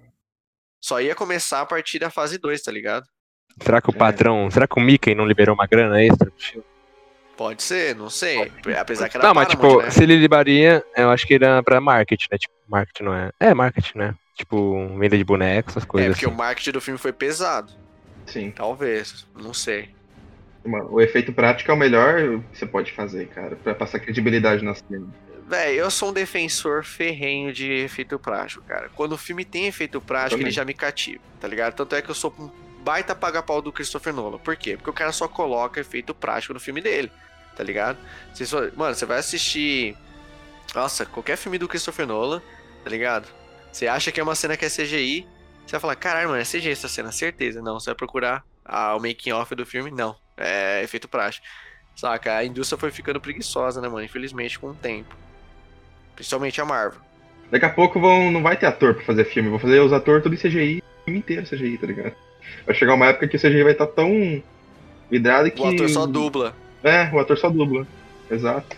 só ia começar a partir da fase dois, tá ligado? Será que o É. patrão, será que o Mickey não liberou uma grana extra pro filme? Pode ser, não sei. Apesar que era Não, mas Paramount, tipo, né? se ele liberaria, eu acho que era pra marketing, né? Tipo, marketing não é. É, marketing, né? Tipo, venda de bonecos, essas É, coisas porque assim. o marketing do filme foi pesado. Sim. Talvez, não sei. Mano, o efeito prático é o melhor que você pode fazer, cara, pra passar credibilidade na cena. Véi, eu sou um defensor ferrenho de efeito prático, cara. Quando o filme tem efeito prático, Também. ele já me cativa, tá ligado? Tanto é que eu sou um baita paga-pau do Christopher Nolan. Por quê? Porque o cara só coloca efeito prático no filme dele, tá ligado? Você só- Mano, você vai assistir. Nossa, qualquer filme do Christopher Nolan, tá ligado? Você acha que é uma cena que é C G I, você vai falar, caralho, mano, é C G I essa cena, certeza. Não, você vai procurar ah, o making off do filme, não. É efeito prático. Saca? A indústria foi ficando preguiçosa, né, mano? Infelizmente, com o tempo. Principalmente a Marvel. Daqui a pouco vão, não vai ter ator pra fazer filme, vou fazer os atores tudo em C G I, o filme inteiro C G I, tá ligado? Vai chegar uma época que o C G I vai estar tão vidrado que. O ator só dubla. É, o ator só dubla. Exato.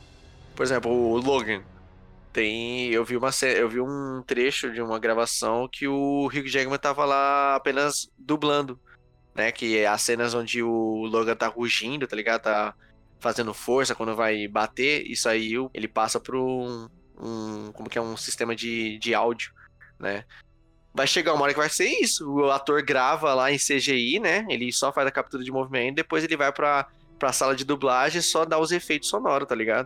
Por exemplo, o Logan. Tem. Eu vi uma ce- eu vi um trecho de uma gravação que o Hugh Jackman tava lá apenas dublando. Né? Que é as cenas onde o Logan tá rugindo, tá ligado? Tá fazendo força quando vai bater. Isso aí o- ele passa por um. um- como que é? Um sistema de, de áudio, né? Vai chegar uma hora que vai ser isso. O ator grava lá em C G I, né? Ele só faz a captura de movimento, depois ele vai pra, pra sala de dublagem e só dá os efeitos sonoros, tá ligado?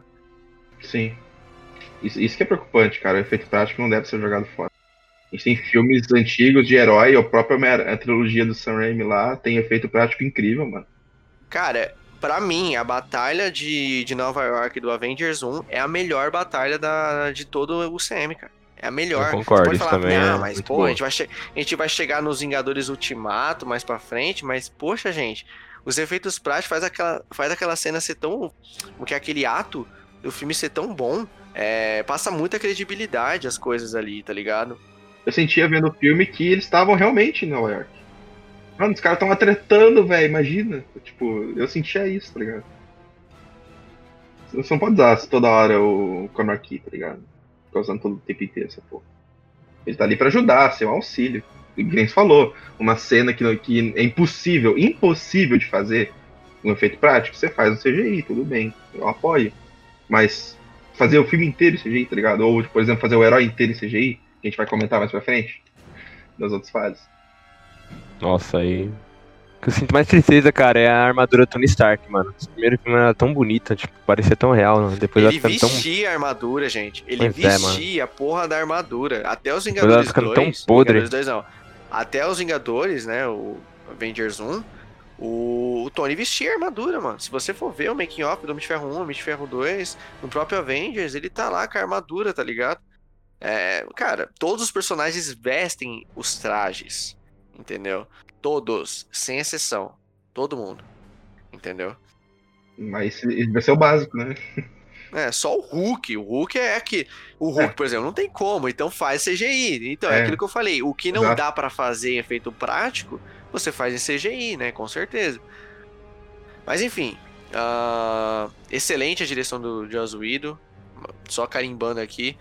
Sim. Isso, isso que é preocupante, cara. O efeito prático não deve ser jogado fora. A gente tem filmes antigos de herói, o próprio Homem- a trilogia do Sam Raimi lá tem efeito prático incrível, mano. Cara, pra mim, a batalha de, de Nova York do Avengers um é a melhor batalha da, de todo o C M, cara. É a melhor. Eu concordo, Você pode isso falar, também ah, é mas muito pô, boa. a gente, vai che- a gente vai chegar nos Vingadores Ultimato mais pra frente, mas poxa, gente, os efeitos práticos faz aquela, faz aquela cena ser tão. Porque aquele ato do filme ser tão bom, é, passa muita credibilidade as coisas ali, tá ligado? Eu sentia vendo o filme que eles estavam realmente em Nova York. Mano, os caras estão tretando, velho, imagina. Tipo, eu sentia isso, tá ligado? Você não pode usar toda hora o Connor Key, tá ligado? Ficar usando todo o tempo inteiro essa porra. Ele tá ali pra ajudar, ser um auxílio. E o Grace falou, uma cena que, que é impossível, impossível de fazer um efeito prático, você faz no C G I, tudo bem, eu apoio. Mas fazer o filme inteiro em C G I, tá ligado? Ou, por exemplo, fazer o herói inteiro em C G I, que a gente vai comentar mais pra frente, nas outras fases. Nossa, aí. O que eu sinto mais tristeza, cara, é a armadura Tony Stark, mano. Esse primeiro filme era tão bonita, tipo, parecia tão real, né? Depois ela Ele ficando tão. vestia a armadura, gente. Ele Pois é, mano. vestia a porra da armadura. Até os ela Vingadores ficando tão dois. podre. Vingadores dois não. Até os Vingadores, né? O Avengers um. O, o Tony vestia a armadura, mano. Se você for ver o making off do Homem de Ferro um, Homem de Ferro dois, no próprio Avengers, ele tá lá com a armadura, tá ligado? É, cara, todos os personagens vestem os trajes. Entendeu? Todos, sem exceção. Todo mundo. Entendeu? Mas isso vai ser o básico, né? É, só o Hulk. O Hulk é que. O Hulk, É. por exemplo, não tem como, então faz C G I. Então, é, É. aquilo que eu falei. O que não Exato. dá pra fazer em efeito prático, você faz em C G I, né? Com certeza. Mas enfim. ah, excelente a direção do Joss Whedon. Só carimbando aqui.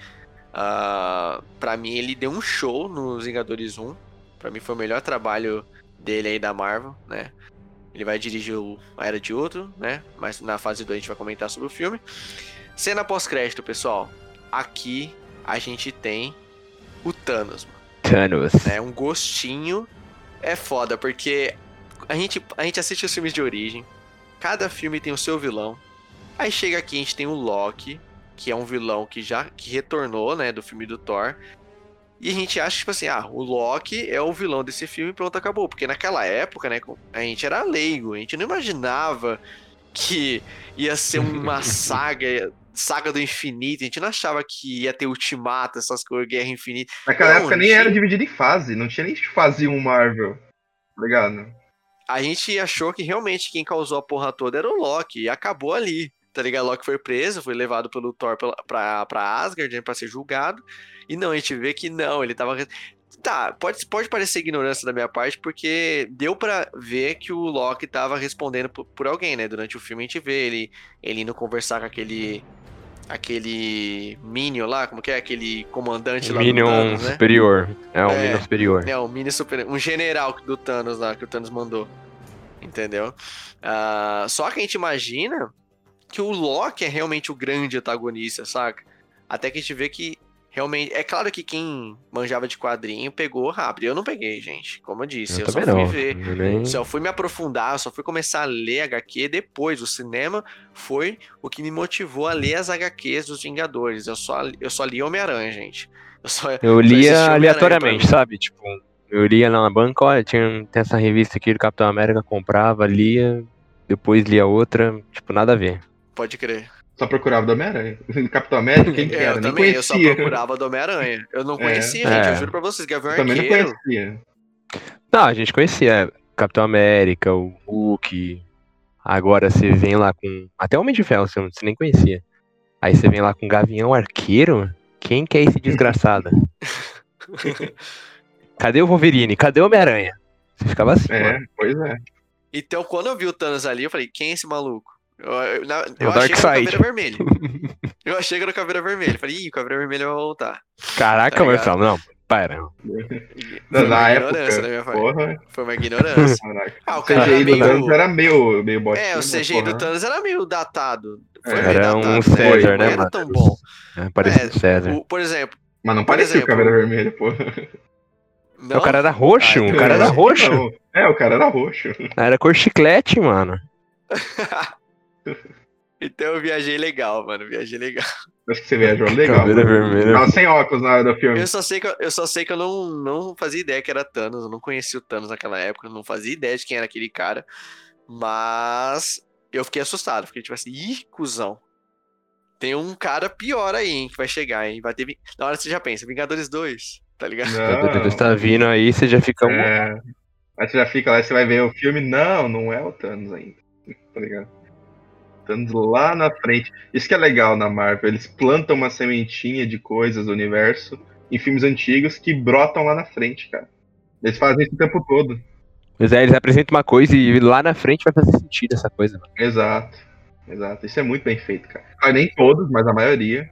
Ah, pra mim, ele deu um show nos Vingadores um. Pra mim, foi o melhor trabalho dele aí da Marvel, né? Ele vai dirigir o A Era de Ultron, né? Mas na fase dois a gente vai comentar sobre o filme. Cena pós-crédito, pessoal. Aqui a gente tem o Thanos, mano. Thanos. É um gostinho. É foda, porque a gente, a gente assiste os filmes de origem. Cada filme tem o seu vilão. Aí chega aqui, a gente tem o Loki, que é um vilão que já que retornou, né, do filme do Thor. E a gente acha, tipo assim, ah, o Loki é o vilão desse filme e pronto, acabou. Porque naquela época, né, a gente era leigo, a gente não imaginava que ia ser uma saga, saga do infinito, a gente não achava que ia ter ultimato, essas coisas, Guerra Infinita. Naquela Não, época a nem gente- era dividido em fase, não tinha nem fase um Marvel, tá ligado? A gente achou que realmente quem causou a porra toda era o Loki, e acabou ali, tá ligado? Loki foi preso, foi levado pelo Thor pra, pra, pra Asgard, né, pra ser julgado, e não, a gente vê que não, ele tava... Tá, pode, pode parecer ignorância da minha parte, porque deu pra ver que o Loki tava respondendo por, por alguém, né? Durante o filme a gente vê ele, ele indo conversar com aquele... aquele Minion lá, como que é? Aquele comandante lá do Minion Thanos, né? superior. É, um É. Minion superior. É, um mini super. Um general do Thanos lá, que o Thanos mandou. Entendeu? Ah, só que a gente imagina que o Loki é realmente o grande antagonista, saca? Até que a gente vê que realmente. É claro que quem manjava de quadrinho pegou rápido. Eu não peguei, gente. Como eu disse, eu, Eu só também fui não. ver. Eu nem- Só fui me aprofundar, só fui começar a ler H Q depois. O cinema foi o que me motivou a ler as H Qs dos Vingadores. Eu só, eu só li Homem-Aranha, gente. Eu só, Eu só existia lia Homem-Aranha aleatoriamente, pra mim. sabe? Tipo, eu lia lá na banca, olha, tinha, tem essa revista aqui do Capitão América, comprava, lia, depois lia outra, tipo, nada a ver. Pode crer. Só procurava do Homem-Aranha. Capitão América, quem que É, era? eu Nem também, eu só conhecia. procurava do Homem-Aranha. Eu não É. conhecia, gente, É. eu juro pra vocês. Gavião Eu também não Arqueiro. conhecia. Não, a gente conhecia Capitão América, o Hulk, agora você vem lá com... Até Homem de Ferro, você não- você nem conhecia. Aí você vem lá com Gavião Arqueiro? Quem que é esse desgraçado? Cadê o Wolverine? Cadê o Homem-Aranha? Você ficava assim, É, mano. pois é. Então, quando eu vi o Thanos ali, eu falei, quem é esse maluco? Eu, eu, na- eu É o achei que era o Darkseid. Caveira Vermelho. Eu achei que era o Caveira Vermelho. Eu falei, ih, o Caveira Vermelho vai voltar. Caraca, Tá ligado? Marcelo, não, para. Foi Na, uma na ignorância da minha época, parte. porra. Foi uma ignorância. Caraca. Ah, o O cara C G I era do Thanos meio... era meio, meio botinho, É, o C G I né, do porra. Thanos era meio datado. Foi É. meio Era datado, um né? César, Não né, era mano? tão bom. É, parecia É, um César. O- por exemplo... Mas não Por parecia exemplo, o Caveira Vermelha, porra. Não? O cara era roxo, Ah, o cara era então- roxo. Não. É, o cara era roxo. Era cor chiclete, mano. Então eu viajei legal, mano. Viajei legal. Acho que você viajou legal. Caveira mano. Vermelha. Tava sem óculos na hora do filme. Eu só sei que eu, eu só sei que eu não, não fazia ideia que era Thanos. Eu não conhecia o Thanos naquela época. Eu não fazia ideia de quem era aquele cara. Mas eu fiquei assustado. Fiquei tipo assim, ih, cuzão. tem um cara pior aí, hein, que vai chegar, hein? Vai ter... ving- Na hora você já pensa, Vingadores dois, tá ligado? Quando Deus Não, tá vindo aí, você já fica. é... Aí você já fica lá e você vai ver o filme. Não, não é o Thanos ainda. Tá ligado? Thanos lá na frente. Isso que é legal na Marvel. Eles plantam uma sementinha de coisas do universo em filmes antigos que brotam lá na frente, cara. Eles fazem isso o tempo todo. Mas aí eles apresentam uma coisa e lá na frente vai fazer sentido essa coisa, mano. Exato. Exato. Isso é muito bem feito, cara. Ah, nem todos, mas a maioria.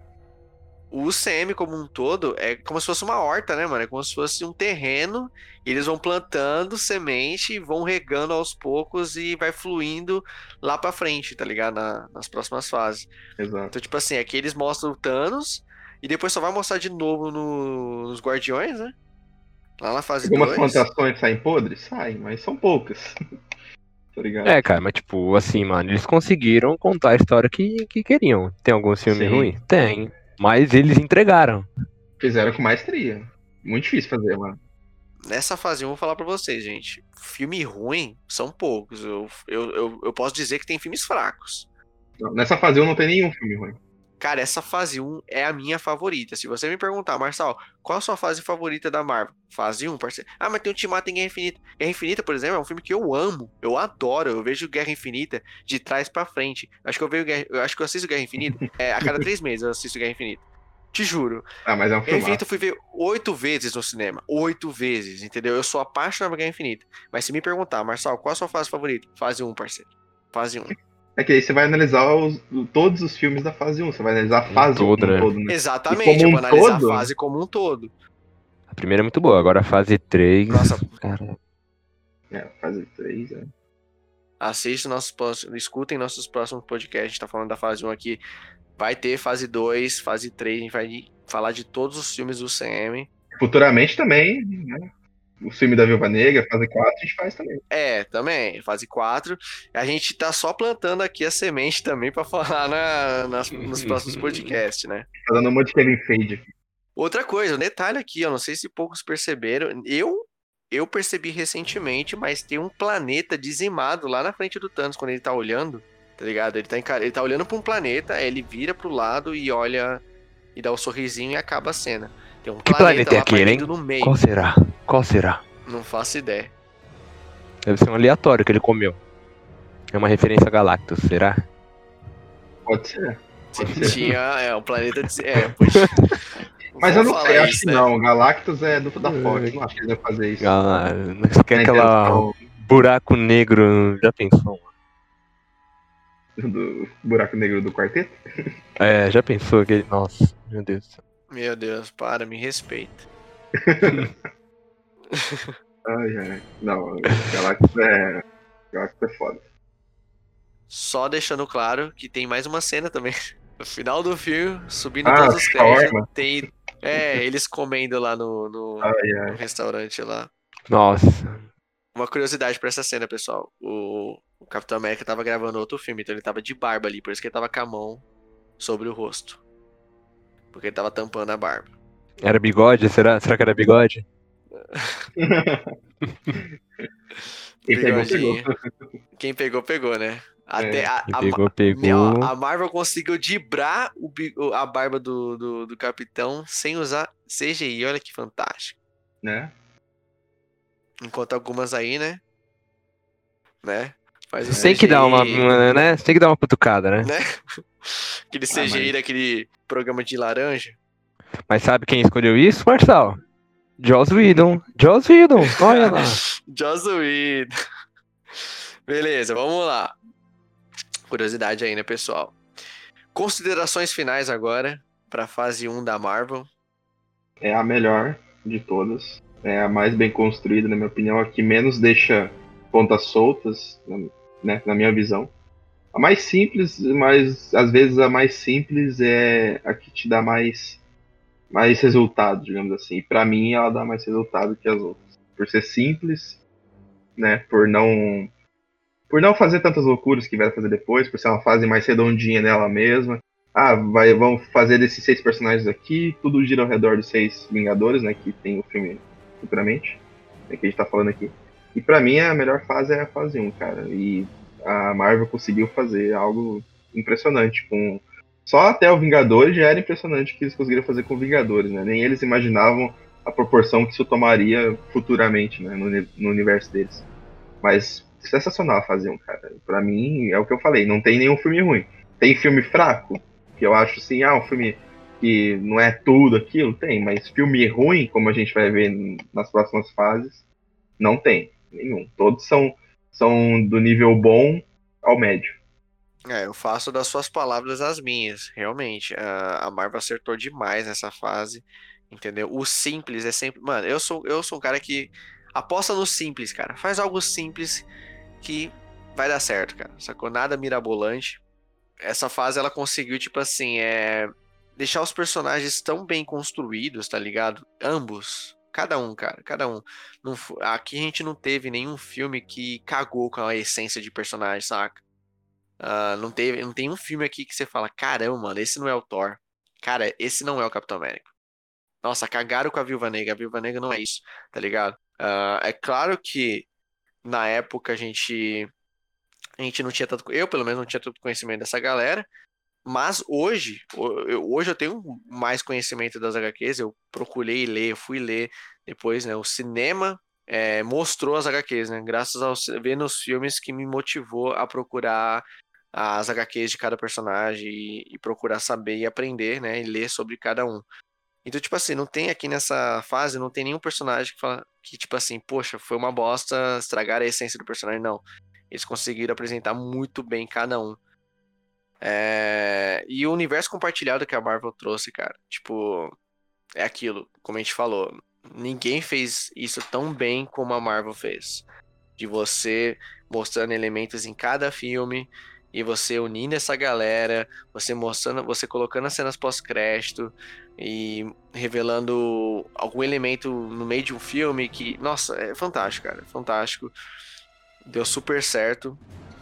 O U C M como um todo é como se fosse uma horta, né, mano? É como se fosse um terreno, e eles vão plantando semente, vão regando aos poucos e vai fluindo lá pra frente, tá ligado? Na- nas próximas fases. Exato. Então, tipo assim, aqui eles mostram o Thanos e depois só vai mostrar de novo no- nos Guardiões, né? Lá na fase Algumas dois. plantações saem podres? Saem, mas são poucas. Tá ligado? É, cara, mas tipo, assim, mano, eles conseguiram contar a história que, que queriam. Tem algum filme Sim. ruim? Tem. Mas eles entregaram. Fizeram com maestria. Muito difícil fazer, mano. Nessa fase um, eu vou falar pra vocês, gente. Filme ruim são poucos. Eu, eu, eu, eu posso dizer que tem filmes fracos. Não, nessa fase um não tem nenhum filme ruim. Cara, essa fase um é a minha favorita. Se você me perguntar, Marçal, qual a sua fase favorita da Marvel? Fase um, parceiro. Ah, mas tem o Ultimato em Guerra Infinita. Guerra Infinita, por exemplo, é um filme que eu amo. Eu adoro. Eu vejo Guerra Infinita de trás pra frente. Acho que eu vejo Guerra... eu acho que eu assisto Guerra Infinita. É, a cada três meses eu assisto Guerra Infinita. Te juro. Ah, mas é um Guerra filme. Infinita eu fui ver oito vezes no cinema. Oito vezes, entendeu? Eu sou apaixonado por Guerra Infinita. Mas se me perguntar, Marçal, qual a sua fase favorita? Fase um, parceiro. Fase um. É que aí você vai analisar os- todos os filmes da fase um. Você vai analisar a fase todo, um como né? um todo, né? Exatamente, como eu um vou analisar todo? a fase como um todo. A primeira é muito boa, agora a fase três. Nossa. Cara, É, fase três, é. Assistam nossos próximos, escutem nossos próximos podcasts. A gente tá falando da fase um aqui. Vai ter fase dois, fase três. A gente vai falar de todos os filmes do C M. Futuramente também, né? O filme da Viúva Negra, fase quatro, a gente faz também. É, também, fase quatro. A gente tá só plantando aqui a semente também pra falar na, nas- nos próximos podcasts, né? Tá dando um monte de Kevin Feige. Outra coisa, um detalhe aqui, eu não sei se poucos perceberam. Eu, eu percebi recentemente, mas tem um planeta dizimado lá na frente do Thanos quando ele tá olhando, tá ligado? Ele tá, encar... ele tá olhando pra um planeta, aí ele vira pro lado e olha e dá um sorrisinho e acaba a cena. Tem um que planeta é lá aquele, hein? perdido no meio. Qual será? Qual será? Não faço ideia. Deve ser um aleatório que ele comeu. É uma referência a Galactus, será? Pode ser. Pode ser. Tinha é, um planeta de... É, poxa. Mas eu não Vou sei, falar acho isso, que né? não. Galactus é do da Fox. Não acho que ele vai fazer isso. Ah, você quer Na aquela intenção buraco negro, já pensou? do buraco negro do quarteto? É, já pensou aquele. Nossa, meu Deus do céu. Meu Deus, para, me respeita. Ai, ai. Não, Galactus é. Galactus é foda. Só deixando claro que tem mais uma cena também. No final do filme, subindo Ah, todos os créditos, shawarma. tem. É, eles comendo lá no, no, Ai, no ai. restaurante lá. Nossa. Uma curiosidade pra essa cena, pessoal. O, o Capitão América tava gravando outro filme, então ele tava de barba ali, por isso que ele tava com a mão sobre o rosto. Porque ele tava tampando a barba. Era bigode? Será, será que era bigode? Quem pegou, Bigodinho. pegou. Quem pegou, pegou, né? Até É, a, Quem a- pegou, pegou. Né, ó, a Marvel conseguiu dibrar o bi- o- a barba do, do, do Capitão sem usar C G I. Olha que fantástico. Né? Enquanto algumas aí, né? Né? Faz o Tem que dar uma, C G I, uma, né? Tem que dar uma cutucada, né? né? Aquele C G I mas- daquele programa de laranja. Mas sabe quem escolheu isso, Marçal? Joss Whedon. Joss Whedon, olha lá. Joss Whedon. Beleza, vamos lá. Curiosidade aí, né, pessoal? Considerações finais agora pra fase um da Marvel. É a melhor de todas. É a mais bem construída, na minha opinião. A que menos deixa pontas soltas, né? Na minha visão. A mais simples, mas às vezes a mais simples é a que te dá mais, mais resultado, digamos assim. E pra mim ela dá mais resultado que as outras. Por ser simples, né? Por não. Por não fazer tantas loucuras que vai fazer depois, por ser uma fase mais redondinha nela mesma. Ah, vai, vamos fazer desses seis personagens aqui, tudo gira ao redor dos seis Vingadores, né? Que tem o filme futuramente, né, que a gente tá falando aqui. E pra mim a melhor fase é a fase um, cara. E a Marvel conseguiu fazer algo impressionante com Só até o Vingadores já era impressionante o que eles conseguiram fazer com o Vingadores, né? Nem eles imaginavam a proporção que isso tomaria futuramente, né? No, no universo deles. Mas sensacional faziam, cara. Pra mim, é o que eu falei, não tem nenhum filme ruim. Tem filme fraco, que eu acho assim, ah, um filme que não é tudo aquilo, tem, mas filme ruim, como a gente vai ver nas próximas fases, não tem nenhum. Todos são, são do nível bom ao médio. É, eu faço das suas palavras as minhas, realmente. A, a Marvel acertou demais nessa fase, entendeu? O simples é sempre. Mano, eu sou, eu sou um cara que aposta no simples, cara. Faz algo simples que vai dar certo, cara. Sacou? Nada mirabolante. Essa fase ela conseguiu, tipo assim, é. Deixar os personagens tão bem construídos, tá ligado? Ambos. Cada um, cara, cada um. Não, aqui a gente não teve nenhum filme que cagou com a essência de personagem, saca? Uh, não, teve, não tem um filme aqui que você fala, caramba, mano, esse não é o Thor. Cara, esse não é o Capitão América. Nossa, cagaram com a Viúva Negra. A Viúva Negra não é isso, tá ligado? Uh, é claro que na época a gente a gente não tinha tanto, eu pelo menos não tinha tanto conhecimento dessa galera, mas hoje, hoje eu tenho mais conhecimento das H Qs, eu procurei ler, fui ler depois, né, o cinema é, mostrou as H Qs, né, graças ao ver nos filmes que me motivou a procurar as H Qs de cada personagem e, e procurar saber e aprender, né, e ler sobre cada um. Então, tipo assim, não tem aqui nessa fase, não tem nenhum personagem que fala que, tipo assim, poxa, foi uma bosta, estragar a essência do personagem, não. Eles conseguiram apresentar muito bem cada um. É... E o universo compartilhado que a Marvel trouxe, cara, tipo, é aquilo, como a gente falou, ninguém fez isso tão bem como a Marvel fez. De você mostrando elementos em cada filme e você unindo essa galera, você mostrando, você colocando as cenas pós-crédito e revelando algum elemento no meio de um filme que, nossa, é fantástico, cara, é fantástico. Deu super certo.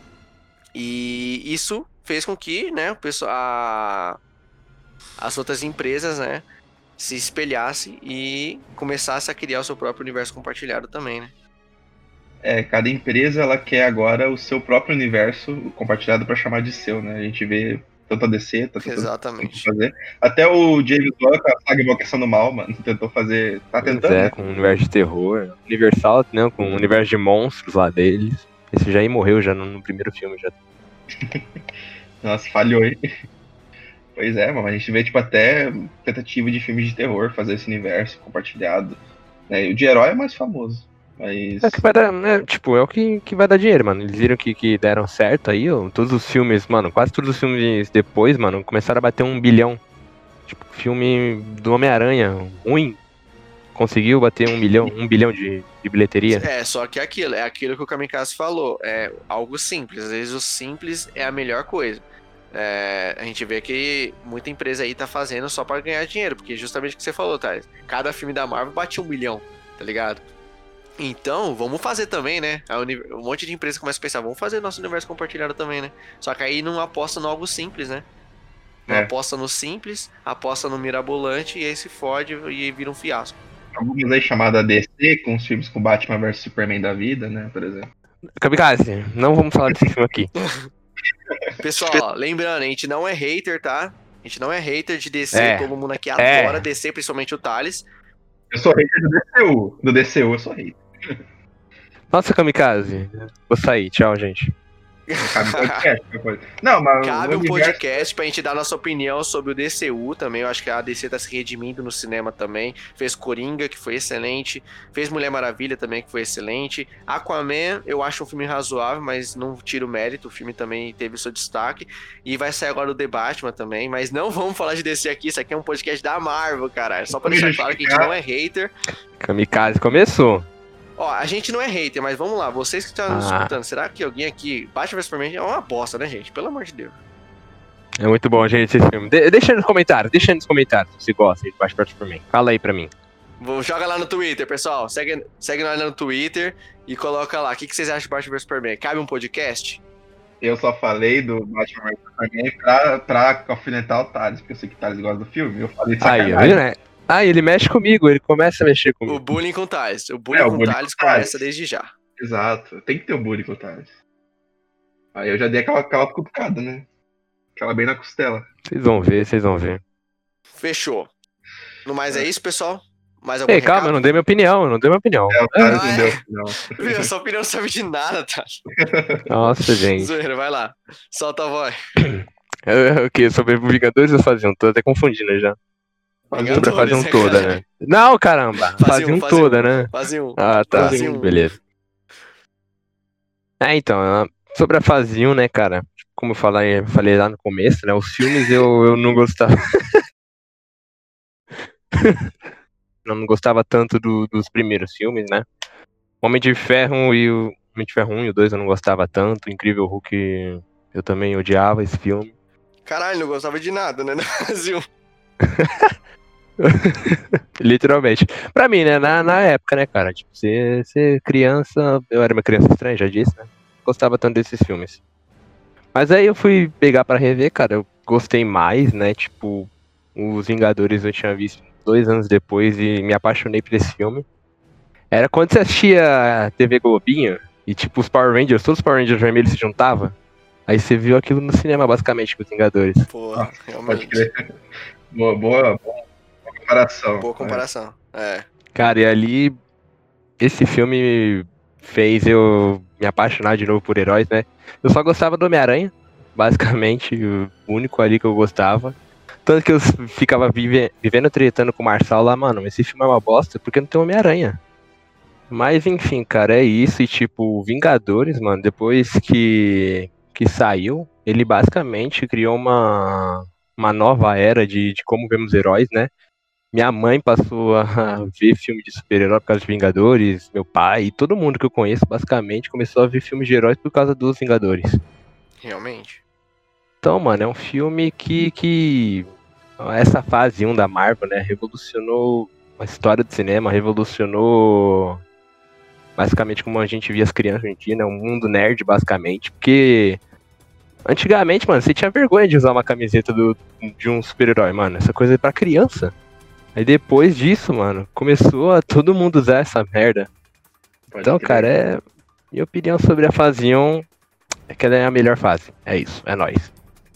E isso fez com que, né, o pessoal, a, as outras empresas, né, se espelhasse e começasse a criar o seu próprio universo compartilhado também, né? É, cada empresa ela quer agora o seu próprio universo compartilhado para chamar de seu, né? A gente vê tanto a D C, tá tentando Exatamente. fazer. Até o James Gunn com a saga Invocação do Mal, mano, tentou fazer, tá tentando, é, né? com o universo de terror. Universal, né, com o universo de monstros lá deles. Esse já aí morreu já no, no primeiro filme já. Nossa, falhou, hein? Pois é, mano, a gente vê, tipo, até tentativa de filmes de terror fazer esse universo compartilhado. Né? E o de herói é mais famoso. Mas... É que vai dar, né, tipo, é o que, que vai dar dinheiro, mano. Eles viram que, que deram certo aí, ó. Todos os filmes, mano, quase todos os filmes depois, mano, começaram a bater um bilhão. Tipo, filme do Homem-Aranha, ruim, conseguiu bater um milhão, um bilhão de, de bilheteria. É, só que é aquilo, é aquilo que o Kamikaze falou, é algo simples. Às vezes o simples é a melhor coisa. É, a gente vê que muita empresa aí tá fazendo só pra ganhar dinheiro, porque justamente o que você falou, Thales, cada filme da Marvel bate um milhão, tá ligado? Então, vamos fazer também, né? Um monte de empresa começa a pensar, vamos fazer nosso universo compartilhado também, né? Só que aí não aposta no algo simples, né? Não é. aposta no simples, aposta no mirabolante e aí se fode e vira um fiasco. Algumas aí chamadas D C, com os filmes com Batman versus Superman da vida, né? Por exemplo. Kamikaze, não vamos falar desse filme aqui. Pessoal, lembrando, a gente não é hater, tá? A gente não é hater de D C, é. todo mundo aqui é. adora D C, principalmente o Thales. Eu sou hater do D C U, do D C U eu sou hater. Nossa, Kamikaze, vou sair, tchau, gente. Cabe um podcast, não, mas Cabe um universo... podcast pra gente dar nossa opinião sobre o D C U também. Eu acho que a D C tá se redimindo no cinema também. Fez Coringa, que foi excelente. Fez Mulher Maravilha também, que foi excelente. Aquaman, eu acho um filme razoável, mas não tiro mérito. O filme também teve seu destaque. E vai sair agora o The Batman também. Mas não vamos falar de D C aqui. Isso aqui é um podcast da Marvel, caralho. Só pra deixar claro que a gente não é hater. Kamikaze começou. Ó, a gente não é hater, mas vamos lá, vocês que estão ah. nos escutando, será que alguém aqui, Batman versus Superman é uma bosta, né, gente? Pelo amor de Deus. É muito bom, gente, esse filme. De- deixa nos comentários, deixa nos comentários se você gosta de Batman versus Superman. Fala aí pra mim. Vou, joga lá no Twitter, pessoal. Segue, segue nós lá no Twitter e coloca lá. O que, que vocês acham de Batman versus Superman? Cabe um podcast? Eu só falei do Batman versus Superman pra, pra alfinetar o Thales, porque eu sei que o Thales gosta do filme. Eu falei de sacanagem. Aí, né? Ah, ele mexe comigo, ele começa a mexer comigo. O bullying com o Thales. O bullying é, com o bullying o Thales com Thales. começa desde já. Exato. Tem que ter o bullying com o Thales. Aí eu já dei aquela, aquela cutucada, né? Aquela bem na costela. Vocês vão ver, vocês vão ver. Fechou. No mais é isso, pessoal? Mais algum Ei, calma, eu recado? não dei minha opinião, eu não dei minha opinião. É, o Thales Ah, não é? deu, não. Viu? Sua opinião não serve de nada, tá? Nossa, gente. Zoeira, vai lá. Solta a voz. É, O que? Sobre Vingadores ou Fase um? Tô até confundindo já. Sobre a Fase um Vingadores, né, toda, cara? né? Não, caramba! Fase Fase um, um fase toda, um. né? Fase um. Ah, tá. Fase um. Beleza. É, então, ah, sobre a Fase um, né, cara? Como eu falei, falei lá no começo, né? Os filmes eu, eu não gostava. Eu não gostava tanto do- dos primeiros filmes, né? Homem de Ferro e o Homem de Ferro um e o dois eu não gostava tanto. Incrível Hulk eu também odiava esse filme. Caralho, não gostava de nada, né? No Fase um. Literalmente. Pra mim, né? Na, na época, né, cara? Tipo, ser, ser criança. Eu era uma criança estranha, já disse, né? Gostava tanto desses filmes. Mas aí eu fui pegar pra rever, cara. Eu gostei mais, né? Tipo, Os Vingadores eu tinha visto dois anos depois e me apaixonei por esse filme. Era quando você assistia a T V Globinho e, tipo, os Power Rangers, todos os Power Rangers vermelhos se juntavam. Aí você viu aquilo no cinema, basicamente, com os Vingadores. Pô, Nossa, realmente. Pode crer. Boa, boa, boa, boa comparação. Boa comparação. É. Cara, e ali, esse filme fez eu me apaixonar de novo por heróis, né? Eu só gostava do Homem-Aranha, basicamente, o único ali que eu gostava. Tanto que eu ficava vive- vivendo tretando com o Marçal lá, mano, esse filme é uma bosta porque não tem Homem-Aranha. Mas enfim, cara, é isso. E tipo, Vingadores, mano, depois que, que saiu, ele basicamente criou uma, uma nova era de, de como vemos heróis, né? Minha mãe passou a ver filme de super-herói por causa de Vingadores, meu pai e todo mundo que eu conheço, basicamente, começou a ver filmes de heróis por causa dos Vingadores. Realmente. Então, mano, é um filme que, que essa fase um da Marvel, né, revolucionou a história do cinema, revolucionou basicamente como a gente via as crianças hoje em dia, né, um mundo nerd, basicamente, porque antigamente, mano, você tinha vergonha de usar uma camiseta do, de um super-herói, mano, essa coisa é pra criança. Aí depois disso, mano, começou a todo mundo usar essa merda. Pode Então, crer. cara, é minha opinião sobre a fase um é que ela é a melhor fase. É isso, é nóis.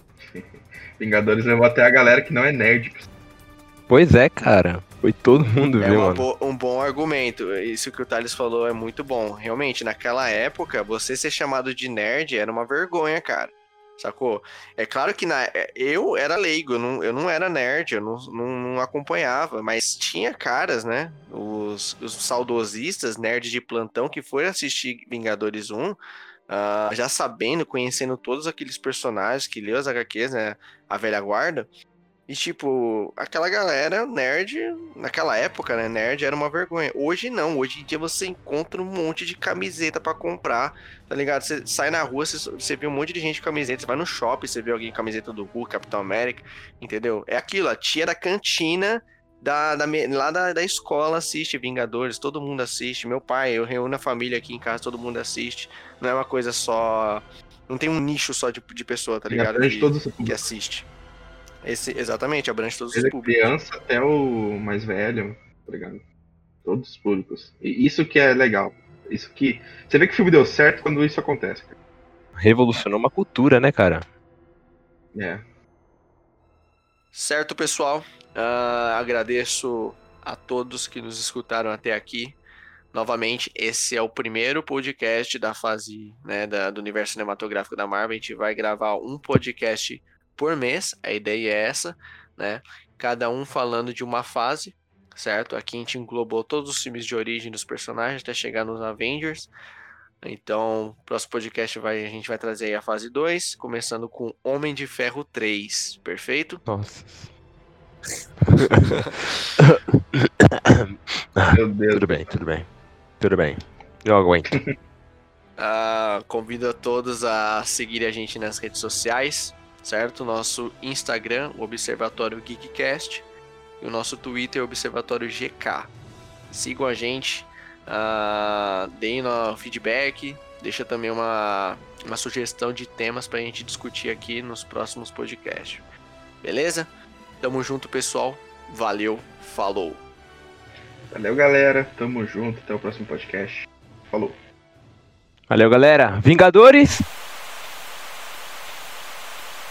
Vingadores levou até a galera que não é nerd. Pois é, cara. Foi todo mundo É ver, uma mano. bo- um bom argumento. Isso que o Thales falou é muito bom. Realmente, naquela época, você ser chamado de nerd era uma vergonha, cara. Sacou? É claro que na, eu era leigo, eu não, eu não era nerd, eu não, não, não acompanhava, mas tinha caras, né? Os, os saudosistas, nerds de plantão, que foram assistir Vingadores um, ah, já sabendo, conhecendo todos aqueles personagens que leu as H Qs, né? A velha guarda. E, tipo, aquela galera nerd, naquela época, né, nerd era uma vergonha. Hoje não, hoje em dia você encontra um monte de camiseta pra comprar, tá ligado? Você sai na rua, você, você vê um monte de gente com camiseta, você vai no shopping, você vê alguém com camiseta do Hulk, Capitão América, entendeu? É aquilo, a tia da cantina, da, da, me- lá da, da escola assiste Vingadores, todo mundo assiste. Meu pai, eu reúno a família aqui em casa, todo mundo assiste. Não é uma coisa só... Não tem um nicho só de, de pessoa, tá ligado? Abrange Que, todos os que públicos. assiste. Esse, exatamente, abrange todos os Desde a públicos. criança até o mais velho, tá ligado? Todos os públicos. E isso que é legal. Isso que. Você vê que o filme deu certo quando isso acontece, cara. Revolucionou uma cultura, né, cara? É. Certo, pessoal? Ah, agradeço a todos que nos escutaram até aqui. Novamente, esse é o primeiro podcast da fase, né, da- do universo cinematográfico da Marvel. A gente vai gravar um podcast por mês, a ideia é essa, né? Cada um falando de uma fase, certo? Aqui a gente englobou todos os filmes de origem dos personagens até chegar nos Avengers. Então, próximo podcast vai, a gente vai trazer aí a fase dois, começando com Homem de Ferro três, perfeito? Nossa. Meu Deus. Tudo bem, tudo bem. Tudo bem. Eu aguento. Ah, convido a todos a seguir a gente nas redes sociais, certo? Nosso Instagram, o Observatório Geekcast, e o nosso Twitter, o Observatório G K. Sigam a gente, ah, deem no feedback, deixa também uma, uma sugestão de temas pra gente discutir aqui nos próximos podcasts. Beleza? Tamo junto, pessoal. Valeu, falou! Valeu, galera. Tamo junto. Até o próximo podcast. Falou. Valeu, galera. Vingadores!